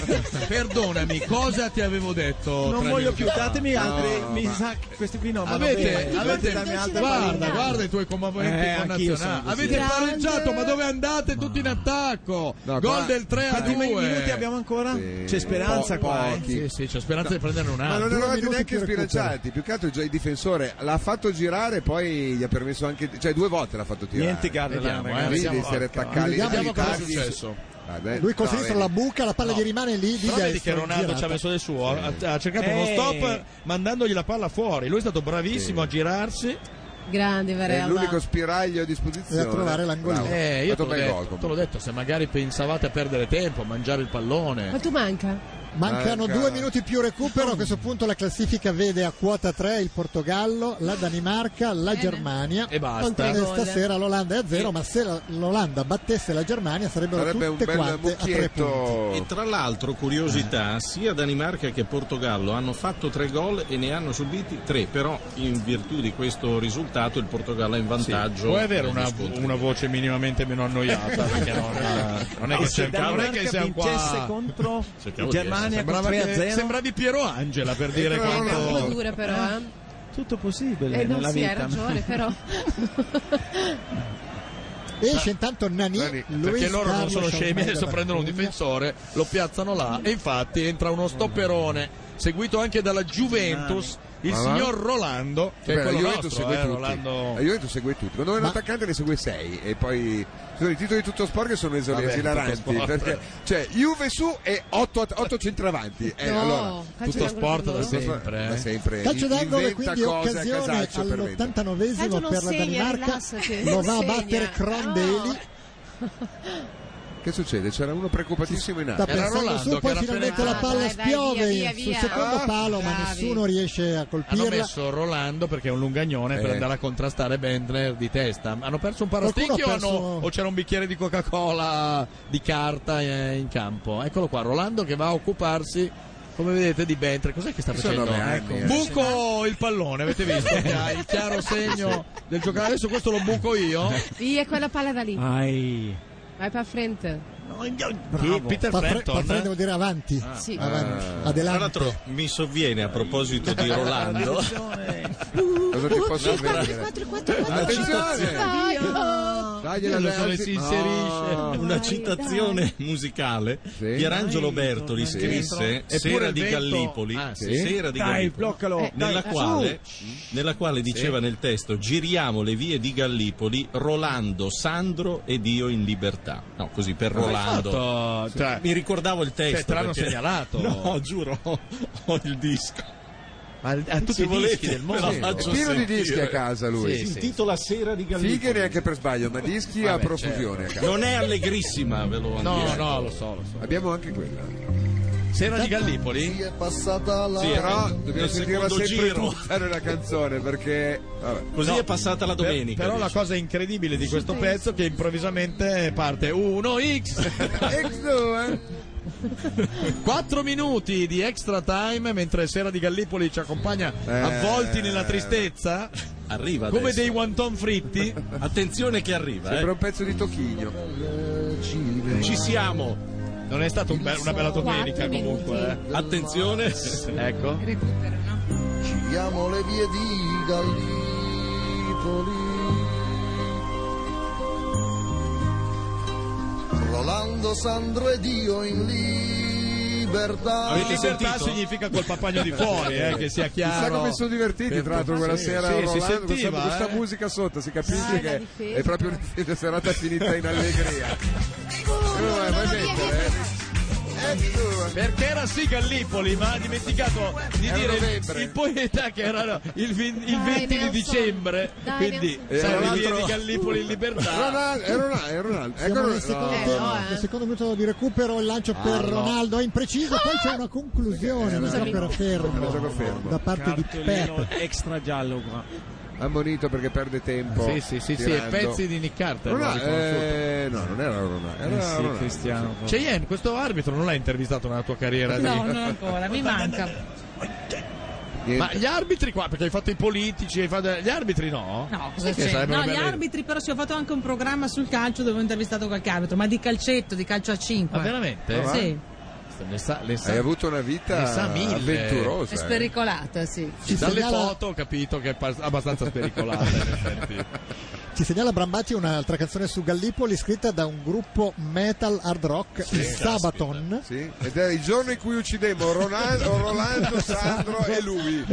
Perdonami, cosa ti avevo detto? Non tre voglio minuti più, fa? datemi altri. No, mi ma- sa che questi qui no. ma Avete, non avete, dammi altre guarda, palline. guarda i tuoi componenti Eh, anch'io sono connazionali. così. Avete Grande. pareggiato, ma dove andate tutti in attacco? No, Gol qua- del tre a Quanti due. minuti abbiamo ancora? Sì. C'è speranza Po- qua. eh. pochi. Sì, sì, c'è speranza di prendere un Ma altro. non Due eravate minuti neanche più recupero. sbilanciati, più che altro già il difensore l'ha fatto girare e poi gli ha permesso anche, cioè due volte l'ha fatto tirare. Niente guarda là, Vediamo, eh, ragazzi. Quindi vediamo, essere porca. attaccati Vediamo Vediamo cosa è tardi- successo. Ah, beh, Lui col no, sinistro vedi. la buca, la palla No. gli rimane lì di Però vedi destro. che Ronaldo girata. ci ha messo del suo, ha, ha cercato Eh. uno stop mandandogli la palla fuori. Lui è stato bravissimo Sì. a girarsi. Grande È Varela. l'unico spiraglio a disposizione. E a trovare l'angolino. Bravo. Eh, io te Fatto l'ho, bel detto, gol, te l'ho comunque. detto, se magari pensavate a perdere tempo, a mangiare il pallone. Ma tu manca? Mancano Manca- due minuti più recupero. A questo punto la classifica vede a quota tre il Portogallo, la Danimarca, la Germania. E basta. E Gol. stasera l'Olanda è a zero, ma se la- l'Olanda battesse la Germania sarebbero Sarebbe un tutte bel quante a tre punti. mucchietto. E tra l'altro, curiosità, sia Danimarca che Portogallo hanno fatto tre gol e ne hanno subiti tre, però in virtù di questo risultato il Portogallo è in vantaggio. Puoi avere negli una, scontri. una voce minimamente meno annoiata, perché non, non è che, Se siamo, non è che Danimarca siamo vincesse qua. contro Cercavo di Germania con Sembrava tre a che- zero. sembravi Piero Angela per dire no, no, È quanto. un po' dura però, eh. Tutto possibile Eh, non nella si vita. hai ragione però. Esce intanto Nani, Nani, Luis Perché loro non Carlos sono scemi, Almeida adesso prendono un Barcugna. difensore, lo piazzano là e infatti entra uno stopperone seguito anche dalla Juventus, il Ma va? signor Rolando, che Beh, è quello la Juventus nostro, segue eh, tutti. Rolando. La Juventus segue tutti. Quando è un Ma- attaccante ne segue sei e poi sono i titoli di tutto sport che sono esoli- Vabbè, esilaranti tutto sport. perché cioè Juve su e otto, otto centravanti. Eh, No, allora, calcio tutto d'angolo sport per da loro. sempre, da eh. sempre. Calcio In- d'angolo e inventa quindi cose a occasione casaccio per vendere. all'ottantanovesimo Tanto non per la segna, Danimarca. rilassati. Lo va a Segna. battere Crondelli. Che succede? C'era uno preoccupatissimo in Sta alto. Era pensando Rolando su, che poi era finalmente appena la palla entrato. Dai, dai, spiove via, via, sul via. secondo Ah, palo, ma bravi. nessuno riesce a Hanno colpirla. messo Rolando perché è un lungagnone per Eh. andare a contrastare Bendler di testa. Hanno perso un parasticchio Qualcuno o, ha perso- hanno- o c'era un bicchiere di Coca-Cola di carta eh, in campo? Eccolo qua, Rolando che va a occuparsi, come vedete, di Bendler. Cos'è che sta Ci sono facendo? nove Ecco, anni, eh. buco il pallone, avete visto? Che ha il chiaro segno del giocatore. Adesso questo lo buco io. Via quella palla da lì. Ai. Vai per frente. Chi? Peter Pa fre- pa Frampton. fre- devo dire avanti. Sì. Avanti. Ah. Tra Adelante. l'altro mi sovviene a proposito di Rolando Cosa ti posso dire? quattro, quattro, quattro. Attenzione! Vai, oh. Dai, Quello gliela dove dai. si inserisce. No. una citazione musicale. Sì. Pierangelo Bertoli Sì. scrisse Eppure Sera il di vento- Gallipoli, Ah, sì. Sera di Dai, Gallipoli, bloccalo. Eh, nella dai, quale, nella quale diceva nel testo: giriamo le vie di Gallipoli, Rolando, Sandro ed io in libertà. No, così per Rolando. Fatto, cioè, Mi ricordavo il testo. Cioè, te l'hanno perché- segnalato. No, giuro, ho il disco. ma a tutti Se i volete, dischi del me la mondo. Sì, faccio è pieno di sentire. dischi a casa lui. Sì, Si sì. intitola Sera di Gallipoli. Fighe neanche per sbaglio, ma dischi a Vabbè, profusione a casa. Non è allegrissima, ve lo No, anticipo. no, lo so, lo so. Abbiamo anche quella. Sera di Gallipoli? È passata la... Sì, Però nel dobbiamo sentirla secondo sempre giro. tutta nella canzone perché vabbè. Così No, è passata la Per- domenica. però la dice. cosa incredibile di questo pezzo è che improvvisamente parte uno X X due Quattro minuti di extra time mentre Sera di Gallipoli ci accompagna Eh, avvolti nella tristezza. Arriva come adesso. dei wonton fritti. Attenzione che arriva, Sembra eh. un pezzo di tocchino. Ci siamo. Non è stata un be- una bella domenica comunque. Eh. Attenzione. Ecco. Giriamo le vie di Gallipoli, Rolando, Sandro ed io in libertà. In libertà significa col papagno di fuori, eh, che sia chiaro. Chissà come sono divertiti tra l'altro quella Sì, sera sì, Rolando, si questa, sentiva, questa eh. musica sotto, si capisce Dai, la che difesa. è proprio una serata finita in allegria. Come vai, vai mettere, eh? Perché era sì Gallipoli, ma ha dimenticato di Era dire novembre. il, il poeta che era no, il, vin- il Dai, venti di Nelson. dicembre. Dai, Quindi Nelson. sai, Era le un vie altro- di Gallipoli in libertà. Ronaldo, è Ronaldo, è Ronaldo. Siamo Eccolo, nel secondo, no. Eh, no, eh. nel secondo minuto di recupero, il lancio per Ah, no. Ronaldo è impreciso, poi c'è una conclusione, una Scusami. gioco fermo, Una gioco fermo. da parte di Pep. extra giallo qua. Ammonito perché perde tempo. Sì, sì, sì, sì, e tirando. pezzi di Nick Carter. l'ho Ronaldo, riconosciuto. eh, no, non era Ronaldo, era Eh sì, Ronaldo. Cristiano. Cheyenne, questo arbitro non l'hai intervistato nella tua carriera? di- No, non ancora, mi manca. Niente. Ma gli arbitri qua, perché hai fatto i politici, hai fatto... gli arbitri no? No, cosa Sai che c'è? sarebbe No, una gli bella- arbitri, però sì, ho fatto anche un programma sul calcio dove ho intervistato qualche arbitro, ma di calcetto, di calcio a cinque. Ma veramente? Sì, Le sa, le sa- Hai avuto una ne vita sa mille. avventurosa. è eh. spericolata, sì. Ci Dalle segnala- foto ho capito che è pas- abbastanza spericolata in effetti. Ci segnala Brambati un'altra canzone su Gallipoli scritta da un gruppo metal hard rock, il Sabaton. Sì, ed è il giorno in cui uccidemmo Ronaldo, Rolando, Sandro e lui.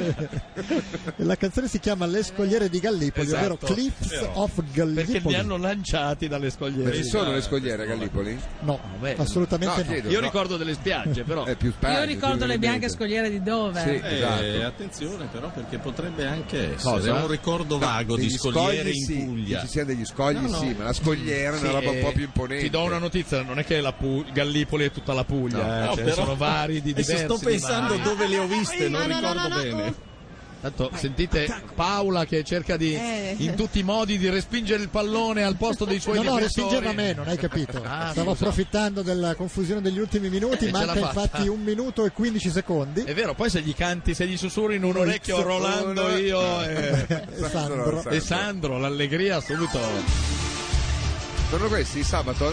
E la canzone si chiama Le scogliere di Gallipoli, Esatto. ovvero Cliffs of Gallipoli. Perché li hanno lanciati dalle scogliere. Ci sono le scogliere a Gallipoli? No, beh, assolutamente no, no. chiedo. Io no. ricordo delle spiagge, però. È più peggio, Io ricordo le sicuramente. bianche scogliere di dove? Sì, Eh, esatto. attenzione però perché potrebbe anche essere Cosa? un ricordo vago di Degli scogliere scogli, in sì, Puglia. che ci siano degli scogli, No, no. sì, ma la scogliera è Sì, una roba un po' più eh, imponente. Ti do una notizia, non è che la Pu- Gallipoli è tutta la Puglia, No, eh, no, ce ne però- sono vari di Adesso diversi. sto pensando di vari. dove le ho viste, non No, no, no, ricordo no, no. bene. Tanto sentite Paola che cerca di Eh. in tutti i modi di respingere il pallone al posto dei suoi No, no, difensori. respingeva me, non hai capito. Ah, Stavo scusa. approfittando della confusione degli ultimi minuti, Eh, ce manca l'ha fatta. infatti un minuto e quindici secondi. È vero, poi se gli canti, se gli sussurri in un Uno orecchio X, Rolando uno- io e, Sandro. e Sandro, l'allegria subito. Sono questi i Sabaton?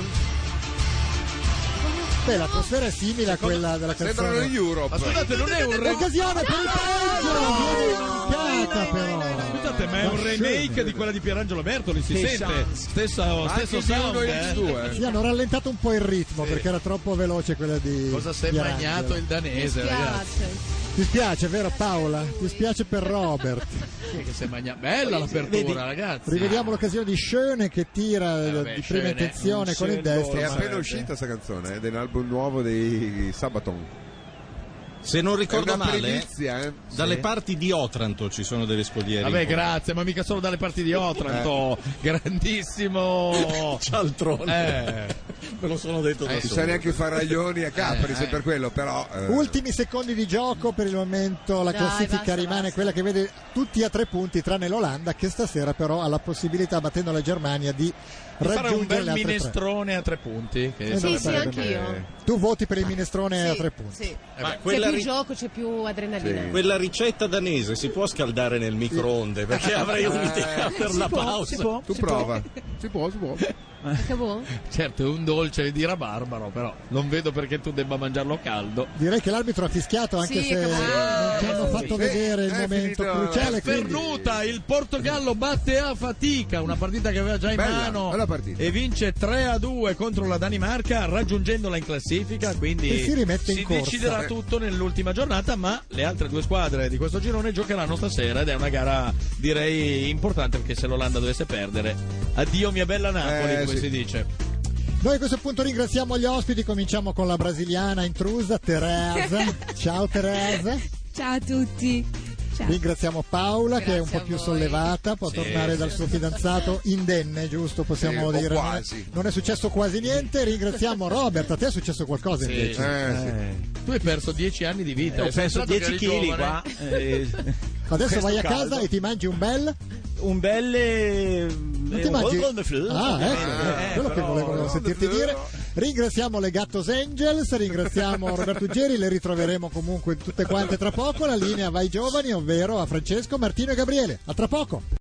Beh, l'atmosfera è simile a quella della Sembrano canzone. in Europe. Ma scusate, non è un re- Occasione per il pareggio! Viene mancata però. Scusate, ma è un remake di quella di Pierangelo Bertoli, si Che sente sound. stesso, Ma stesso anche di sound, uno eh. X due. Sì, hanno rallentato un po' il ritmo Sì. perché era troppo veloce quella di Cosa si è Pierangelo. magnato il danese, ragazzi? Piace. Ti spiace, vero Paola? Ti spiace per Robert. Chi è che si è magnato? Bella l'apertura, Vedi, ragazzi. Rivediamo l'occasione di Schöne che tira Eh, vabbè, di prima Schöne, intenzione un con il Schöne destro. È ma- appena uscita questa canzone, eh, dell'album nuovo dei Sabaton. Se non ricordo È una male, primizia, eh? dalle Sì. parti di Otranto ci sono delle scogliere. Vabbè, in Puglia. grazie, ma mica solo dalle parti di Otranto. Grandissimo Cialtrone. Eh. Me lo sono detto da Ci solo. sono neanche i faraglioni a Capri, Eh, se eh. per quello, però. eh, Ultimi secondi di gioco per il momento, la Dai, classifica basta, rimane basta. quella che vede tutti a tre punti tranne l'Olanda che stasera però ha la possibilità, battendo la Germania, di Di fare un raggiungere bel le altre tre. minestrone a tre punti. Che Eh, Sì, no, sì, sarebbe anch'io. bene. Tu voti per il minestrone a Sì, tre punti. sì. Ma C'è quella, più ri- gioco, c'è più adrenalina. Sì. quella ricetta danese si può scaldare nel microonde? Perché avrei un'idea per Si la può, pausa. si può, Tu si prova. Si può, si può. Che buono. Certo, è un dolce di rabarbaro, però non vedo perché tu debba mangiarlo caldo. Direi che l'arbitro ha fischiato anche Sì, se che non ci hanno bello. fatto Sì, vedere il è momento finito. cruciale. È Quindi perduta, il Portogallo batte a fatica, una partita che aveva già in Bella, mano bella partita. e vince tre a due contro la Danimarca, raggiungendola in classifica, quindi E si rimette in corsa. deciderà Eh. tutto nell'ultima giornata, ma le altre due squadre di questo girone giocheranno stasera ed è una gara direi importante, perché se l'Olanda dovesse perdere, addio mia bella Napoli, Eh, come sì. si dice. noi a questo punto ringraziamo gli ospiti, cominciamo con la brasiliana intrusa Teresa. Ciao Teresa. Ciao a tutti. Ciao. Ringraziamo Paola che è un Grazie po' a più voi. sollevata, può Sì, tornare sì, dal sì. suo fidanzato indenne, giusto? Possiamo Sì, o dire. Non è- quasi. Non è successo quasi niente. Ringraziamo Robert, a te è successo qualcosa Sì. invece. Eh, sì. Tu hai perso dieci anni di vita, ho hai perso pensato che dieci eri chili giovane? qua. eh, Adesso vai a questo casa caldo. e ti mangi un bel. Un bel. eh, Non ti un mangi? bel con de fleur, Ah, ecco, ovviamente. eh, quello che però- volevo sentirti dire. Ringraziamo le Gattos Angels, ringraziamo Roberto Uggeri, le ritroveremo comunque tutte quante tra poco. La linea va ai giovani, ovvero a Francesco, Martino e Gabriele. A tra poco.